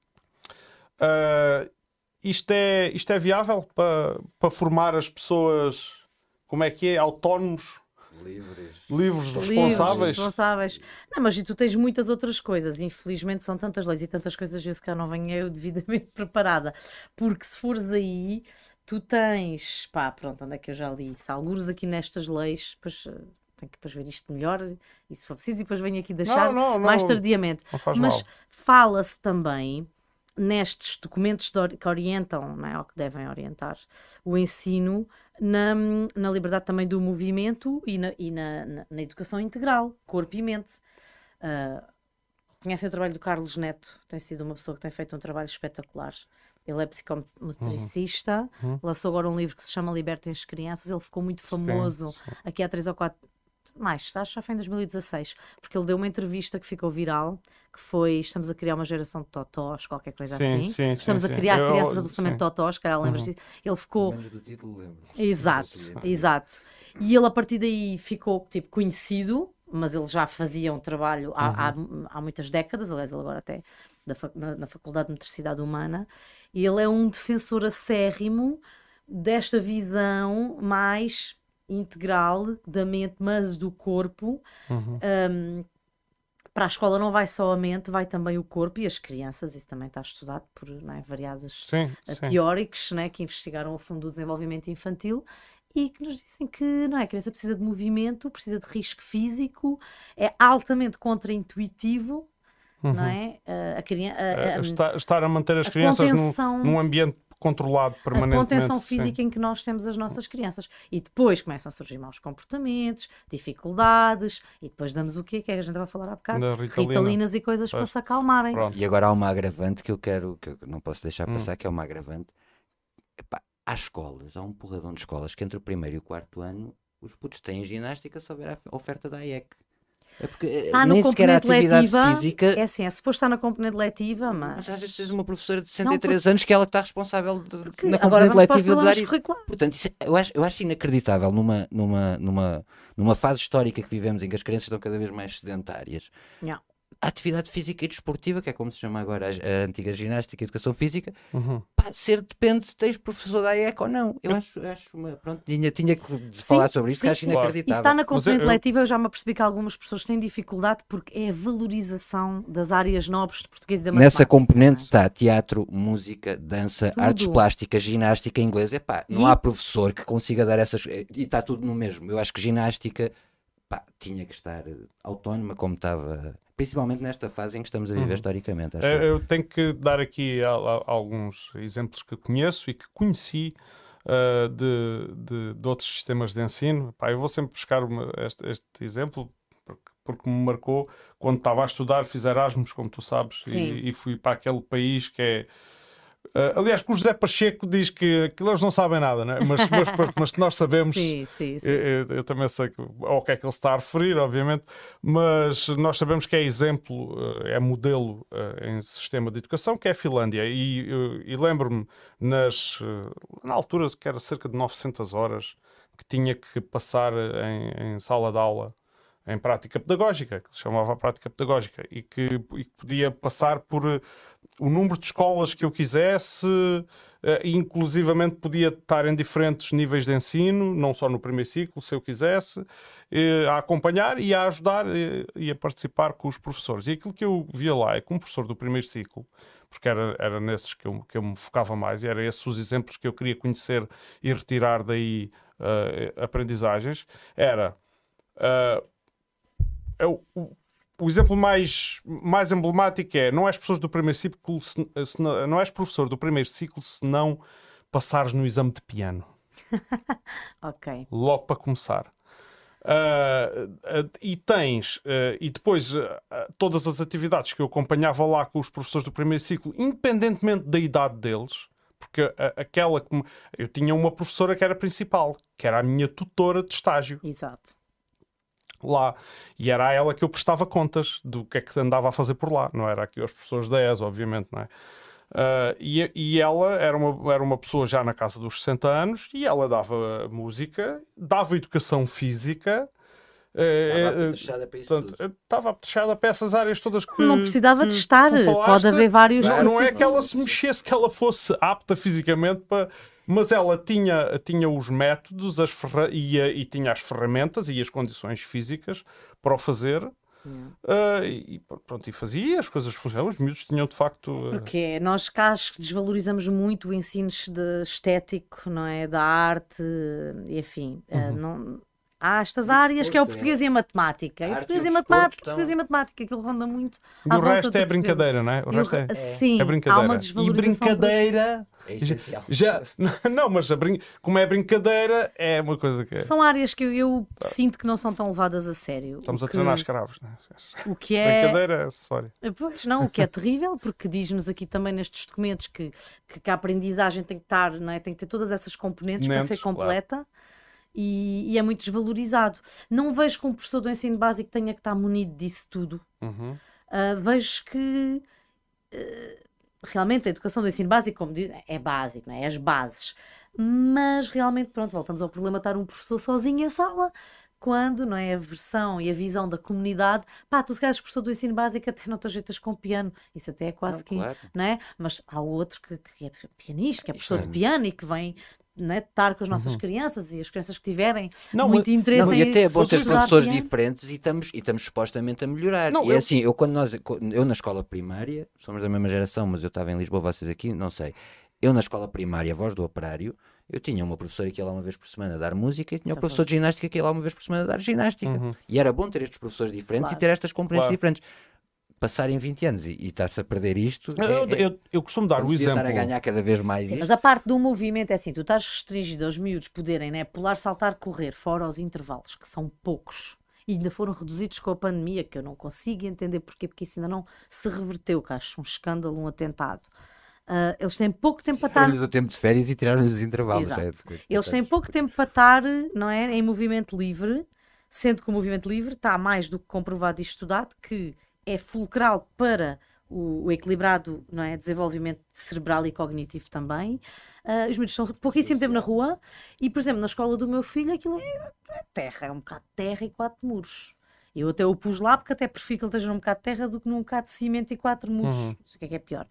Uh, isto, é, isto é viável para, para formar as pessoas, como é que é, autónomos, Livres. livres, Livres, responsáveis? responsáveis. Não, mas e tu tens muitas outras coisas. Infelizmente são tantas leis e tantas coisas, eu se calhar não venho eu devidamente preparada. Porque se fores aí, tu tens, pá, pronto, onde é que eu já li isso? Algures aqui nestas leis, depois eh, tenho que depois ver isto melhor e se for preciso, e depois venho aqui deixar Não, não, não, mais tardiamente. não faz Mas mal. fala-se também nestes documentos de or- que orientam, não é, ou que devem orientar o ensino, na, na liberdade também do movimento e na, e na, na- na educação integral, corpo e mente. Ah, conhecem o trabalho do Carlos Neto? Tem sido uma pessoa que tem feito um trabalho espetacular. Ele é psicometricista, Uhum. lançou agora um livro que se chama Libertem as Crianças. Ele ficou muito famoso Sim, sim. aqui há três ou quatro, mais, acho que já foi em dois mil e dezasseis, porque ele deu uma entrevista que ficou viral, que foi: estamos a criar uma geração de totós, qualquer coisa Sim, assim. sim, Estamos sim, a sim. criar Eu- crianças absolutamente sim. totós, que ela lembra-se disso. Ele Pelo ficou... menos do título lembro. Exato, exato. E ele a partir daí ficou tipo conhecido, mas ele já fazia um trabalho há, há, há muitas décadas, aliás, ele agora até da fac- na, na Faculdade de Metricidade Humana, e ele é um defensor acérrimo desta visão mais integral da mente, mas do corpo. Uhum. Um, para a escola não vai só a mente, vai também o corpo e as crianças, isso também está estudado por, não é, variados Sim, uh, sim. teóricos, né, que investigaram a fundo o desenvolvimento infantil e que nos dizem que, não é, a criança precisa de movimento, precisa de risco físico, é altamente contraintuitivo, não é? Uh, a criança, Eh, estar, estar a manter as a crianças num, contenção- num ambiente controlado a permanentemente. contenção sim. física em que nós temos as nossas crianças. E depois começam a surgir maus comportamentos, dificuldades, e depois damos o quê? Que é que a gente vai falar há bocado? Da Ritalina. Ritalinas e coisas Pois. para se acalmarem. Pronto. E agora há uma agravante que eu quero, que eu não posso deixar Hum. passar, que é uma agravante. Epá, há escolas, há um porradão de escolas que entre o primeiro e o quarto ano os putos têm ginástica se houver a oferta da I E C. É porque eh, Está no nem sequer a componente atividade letiva, física. é assim, é suposto estar na componente letiva, mas... Mas às vezes tens uma professora de sessenta e Não, três anos que é ela que está responsável de, Porque na agora componente vamos para os letiva de dar problemas isso. curriculares. Portanto, isso é- eu, acho, eu acho inacreditável numa, numa, numa, numa fase histórica que vivemos em que as crianças estão cada vez mais sedentárias. Não. A atividade física e desportiva, que é como se chama agora a, a antiga ginástica e educação física, Uhum. pá, ser depende se tens professor da I E C ou não. Eu acho, eu acho uma. Pronto, tinha, tinha que falar sobre isso, sim, que acho sim. inacreditável. Isso está na Mas componente eu- eu- letiva, eu já me apercebi que algumas pessoas têm dificuldade porque é a valorização das áreas nobres de português e da matemática. Nessa componente não é? está teatro, música, dança, Tudo. artes plásticas, ginástica, inglês. Epá, não E- há professor que consiga dar essas. E está tudo no mesmo. Eu acho que ginástica, pá, tinha que estar eh, autónoma como estava. Principalmente nesta fase em que estamos a viver Uhum. historicamente. Acho Eh, eu. Eu tenho que dar aqui a- a- alguns exemplos que conheço e que conheci uh, de, de, de outros sistemas de ensino. Pá, eu vou sempre buscar uma- este, este exemplo porque, porque me marcou quando estava a estudar, fiz Erasmus, como tu sabes, Sim. e, e fui para aquele país que é. Uh, aliás, que o José Pacheco diz que, que eles não sabem nada, né? mas, mas, mas nós sabemos. Sim, sim, sim. Eu, eu- eu também sei que, ao que é que ele está a referir, obviamente, mas nós sabemos que é exemplo, eh, é modelo eh, em sistema de educação, que é a Finlândia. E, eu- e lembro-me, nas, eh, na altura, que era cerca de novecentas horas, que tinha que passar em, em sala de aula em prática pedagógica, que se chamava prática pedagógica, e que, e que podia passar por eh, o número de escolas que eu quisesse, eh, e inclusivamente podia estar em diferentes níveis de ensino, não só no primeiro ciclo, se eu quisesse, eh, a acompanhar e a ajudar eh, e a participar com os professores. E aquilo que eu via lá é que um professor do primeiro ciclo, porque era, era nesses que eu, que eu me focava mais, e era esses os exemplos que eu queria conhecer e retirar daí eh, aprendizagens, era... eh, é o, o- o exemplo mais, mais emblemático é: não és professor do primeiro ciclo, se, se não, não és professor do primeiro ciclo se não passares no exame de piano, Ok. logo para começar. Ah, ah, e tens, ah, e depois ah, ah, todas as atividades que eu acompanhava lá com os professores do primeiro ciclo, independentemente da idade deles, porque a- aquela que me- eu tinha uma professora que era principal, que era a minha tutora de estágio Exato. lá, e era a ela que eu prestava contas do que é que andava a fazer por lá, não era aqui aos professores da E S, obviamente, não é? Uh, e, e ela era uma, era uma pessoa já na casa dos sessenta anos e ela dava música, dava educação física. Estava uh, apetrechada para isso portanto, tudo. estava apetrechada para essas áreas todas que Não precisava que, de estar, que tu falaste. pode haver vários. Não, não é Claro. que ela se mexesse, que ela fosse apta fisicamente para. Mas ela tinha, tinha os métodos as ferra... e, a- e tinha as ferramentas e as condições físicas para o fazer. Uh, e pronto, e fazia, as coisas funcionavam, os miúdos tinham de facto. uh, Porque nós cá acho que desvalorizamos muito o ensino de estético, não é? Da arte e afim. Uhum. Uh, não... Há estas E o áreas que é o desporto, português e a matemática. A E o arte português e e o a matemática, desporto português e a matemática, aquilo ronda muito. E à o volta resto do é português. brincadeira, não é? O E o resto é, re- Sim, é há brincadeira. uma E desvalorização. brincadeira. É essencial. Já, não, mas a brin... como é brincadeira, é uma coisa que é. São áreas que eu, eu sinto que não são tão levadas a sério. Estamos o a que, treinar escravos, não é? o que é. Brincadeira é acessório. Pois não, o que é terrível, porque diz-nos aqui também nestes documentos que, que, que a aprendizagem tem que estar, não é? Tem que ter todas essas componentes para Componentes, ser completa. E, e é muito desvalorizado. Não vejo que um professor do ensino básico tenha que estar munido disso tudo. Uhum. Uh, vejo que uh, realmente a educação do ensino básico, como diz, é básico, não é? É as bases. Mas realmente, pronto, voltamos ao problema de estar um professor sozinho em sala, quando, não é, a versão e a visão da comunidade, pá, tu se calhar és professor do ensino básico até não te ajeitas com piano, isso até é quase Não, que, claro. não é? Mas há outro que, que é pianista, que é professor Isto de é- piano e que vem, não é, estar com as nossas crianças e as crianças que tiverem Não, muito mas- interesse Não, em e até é bom ter estudar professores piano. diferentes e estamos, e estamos supostamente a melhorar. Não, e é eu- assim, eu quando nós, eu na escola primária, somos da mesma geração, mas eu estava em Lisboa, vocês aqui, não sei. Eu na escola primária, Voz do Operário, eu tinha uma professora que ia lá uma vez por semana a dar música e tinha o Só professor de ginástica que ia lá uma vez por semana a dar ginástica. Uhum. E era bom ter estes professores diferentes Claro. e ter estas componentes Claro. diferentes. Passarem vinte anos e, e estar-se a perder isto, Eu, é, é, eu, eu costumo dar o vamos exemplo. estar a ganhar cada vez mais Sim, isto. mas a parte do movimento é assim, tu estás restringido aos miúdos poderem, né, pular, saltar, correr, fora os intervalos, que são poucos, e ainda foram reduzidos com a pandemia, que eu não consigo entender porquê, porque isso ainda não se reverteu, que acho um escândalo, um atentado. Ah, eles têm pouco tempo para estar... Tiraram-lhes o tempo de férias e tiraram-lhes os intervalos. Exato. é, Eles têm pouco tempo para estar, não é, em movimento livre, sendo que o movimento livre está mais do que comprovado e estudado, que é fulcral para o, o equilibrado, não é, desenvolvimento cerebral e cognitivo também. Ah, os miúdos estão pouquíssimo tempo na rua e, por exemplo, na escola do meu filho aquilo é, é terra, é um bocado de terra e quatro muros. Eu até o pus lá porque até prefiro que ele esteja num bocado de terra do que num bocado de cimento e quatro muros. Uhum. Não sei o que é que é pior.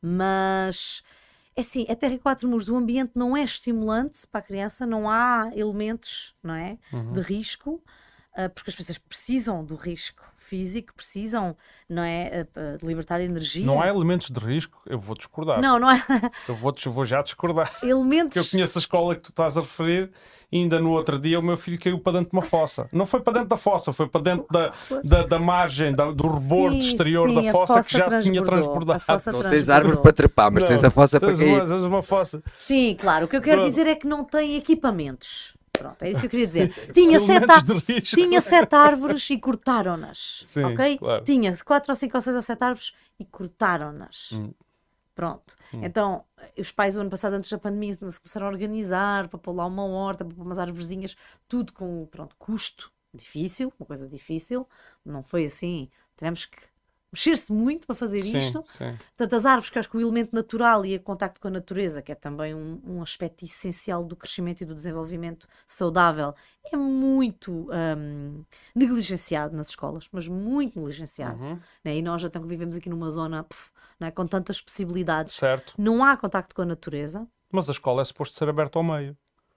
Mas, é assim, a terra e quatro muros, o ambiente não é estimulante para a criança, não há elementos, não é, de risco, ah, porque as pessoas precisam do risco físico, precisam, não é, ah, de libertar energia. Não há elementos de risco, eu vou discordar. Não, não há Eu vou, eu vou já discordar. elementos... Porque eu conheço a escola que tu estás a referir e ainda no outro dia o meu filho caiu para dentro de uma fossa. Não foi para dentro da fossa, foi para dentro da, da, da margem, da- do rebordo Sim, exterior sim, da a fossa que fossa já tinha transbordou, transbordado. a fossa Não tens transbordou. árvore para trepar, mas tens Não, a fossa para tens uma, cair. tens uma fossa. Sim, claro, o que eu quero Pronto. dizer é que não tem equipamentos. Pronto, é isso que eu queria dizer. Tinha sete, Elementos á- de risco. tinha sete árvores e cortaram-nas. Sim, Ok? claro. Tinha quatro ou cinco ou seis ou sete árvores e cortaram-nas. Hum. Pronto. Então, os pais, o ano passado, antes da pandemia, se começaram a organizar para pôr lá uma horta, para pôr umas árvorezinhas, tudo com, pronto, custo difícil, uma coisa difícil. Não foi assim. Tivemos que mexer-se muito para fazer Sim, isto. sim. Portanto, as árvores, que acho que o elemento natural e o contacto com a natureza, que é também um, um aspecto essencial do crescimento e do desenvolvimento saudável, é muito hum, negligenciado nas escolas, mas muito negligenciado. Uhum. Né? E nós então que vivemos aqui numa zona puf, não é, com tantas possibilidades, Certo. não há contacto com a natureza. Mas a escola é suposto ser aberta ao meio.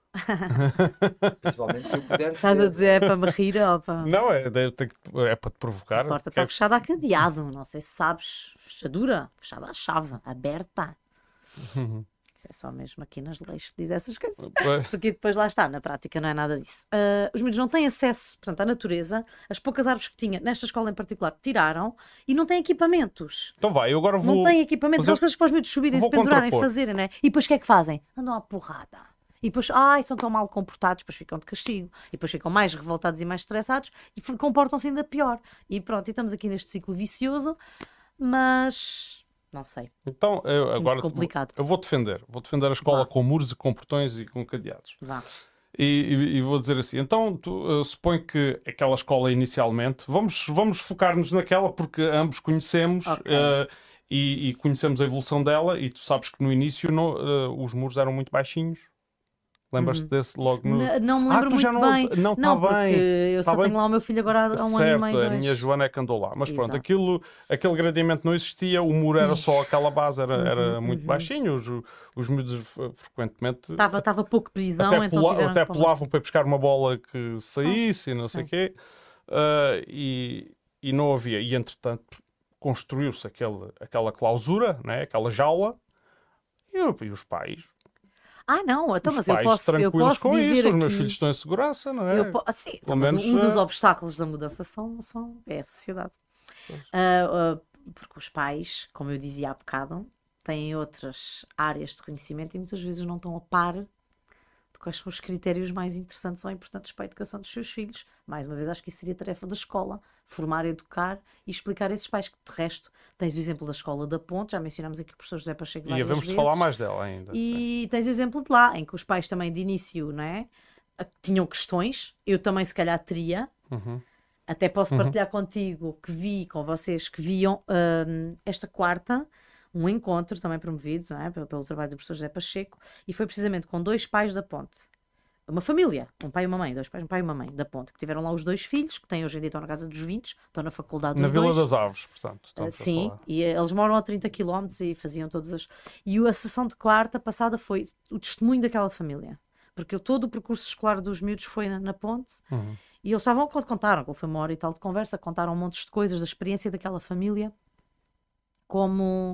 Principalmente se eu puder Estás a ser. dizer é para me rir ou para... Não, é, é, tem que- é para te provocar. A porta Que é- está fechada a cadeado, não sei se sabes. Fechadura, fechada à chave, aberta. Isso é só mesmo aqui nas leis que diz essas coisas. Pois. Porque depois lá está, na prática não é nada disso. Ah, os miúdos não têm acesso, portanto, à natureza. As poucas árvores que tinha, nesta escola em particular, tiraram e não têm equipamentos. Então vai, eu agora vou. Não têm equipamentos, mas eu aquelas coisas para os miúdos subirem, se vou pendurarem, contrapor. fazerem, né? E depois o que é que fazem? Andam à porrada. E depois, ai, são tão mal comportados, depois ficam de castigo. E depois ficam mais revoltados e mais estressados e f- comportam-se ainda pior. E pronto, e estamos aqui neste ciclo vicioso, mas não sei, Então, eu muito agora complicado. eu vou defender. Vou defender a escola Vá. com muros e com portões e com cadeados. Vá. E, e- e vou dizer assim, então tu, uh, supõe que aquela escola inicialmente, vamos, vamos focar-nos naquela porque ambos conhecemos Ok. uh, e, e conhecemos a evolução dela, e tu sabes que no início no, uh, os muros eram muito baixinhos. Lembras-te Uhum. desse logo no... N- Não me Ah, lembro tu muito já não- bem. não, tá não, bem, porque eu tá só bem. tenho lá o meu filho agora há um ano e Certo, meio, a dois. minha Joana é que andou lá. Mas pronto, Exato. aquilo, aquele gradiamento não existia, o muro era Sim. só aquela base, era, Uhum, era muito uhum. baixinho, os, os miúdos f- frequentemente Estava estava pouco prisão, até, então pula- tiveram até que pôr- pulavam para ir buscar uma bola que saísse e não sei o sim. quê. Ah, e, e não havia. E entretanto construiu-se aquele, aquela clausura, né? Aquela jaula, e, eu- e os pais, Ah, não, então, os mas eu pais posso, eu tranquilos posso com dizer isso, os aqui... meus filhos estão em segurança, não é? Eu po- ah, sim, então, Pelo mas menos, um dos eh, obstáculos da mudança são, são, é a sociedade. Pois. Ah, ah, porque os pais, como eu dizia há bocado, têm outras áreas de conhecimento e muitas vezes não estão a par de quais são os critérios mais interessantes ou importantes para a educação dos seus filhos. Mais uma vez, acho que isso seria tarefa da escola, formar, educar e explicar a esses pais que, de resto, tens o exemplo da Escola da Ponte, já mencionámos aqui o professor José Pacheco E várias havemos de vezes. falar mais dela ainda. sim. E tens o exemplo de lá, em que os pais também de início, não é? a- Tinham questões, eu também se calhar teria, Uhum. até posso Uhum. partilhar contigo que vi com vocês que viam hum, esta quarta, um encontro também promovido, não é? pelo, pelo trabalho do professor José Pacheco, e foi precisamente com dois pais da Ponte. Uma família, um pai e uma mãe, dois pais, um pai e uma mãe da Ponte, que tiveram lá os dois filhos, que têm hoje em dia estão na casa dos vinte, estão na faculdade Na dos Vila dois. das Aves, portanto. Uh, estamos a sim, falar. e uh, eles moram a trinta quilómetros e faziam todas as. E o- a sessão de quarta passada foi o testemunho daquela família. Porque todo o percurso escolar dos miúdos foi na, na Ponte Uhum. e eles estavam, quando contaram, que foi uma hora e tal de conversa, contaram montes de coisas da experiência daquela família, como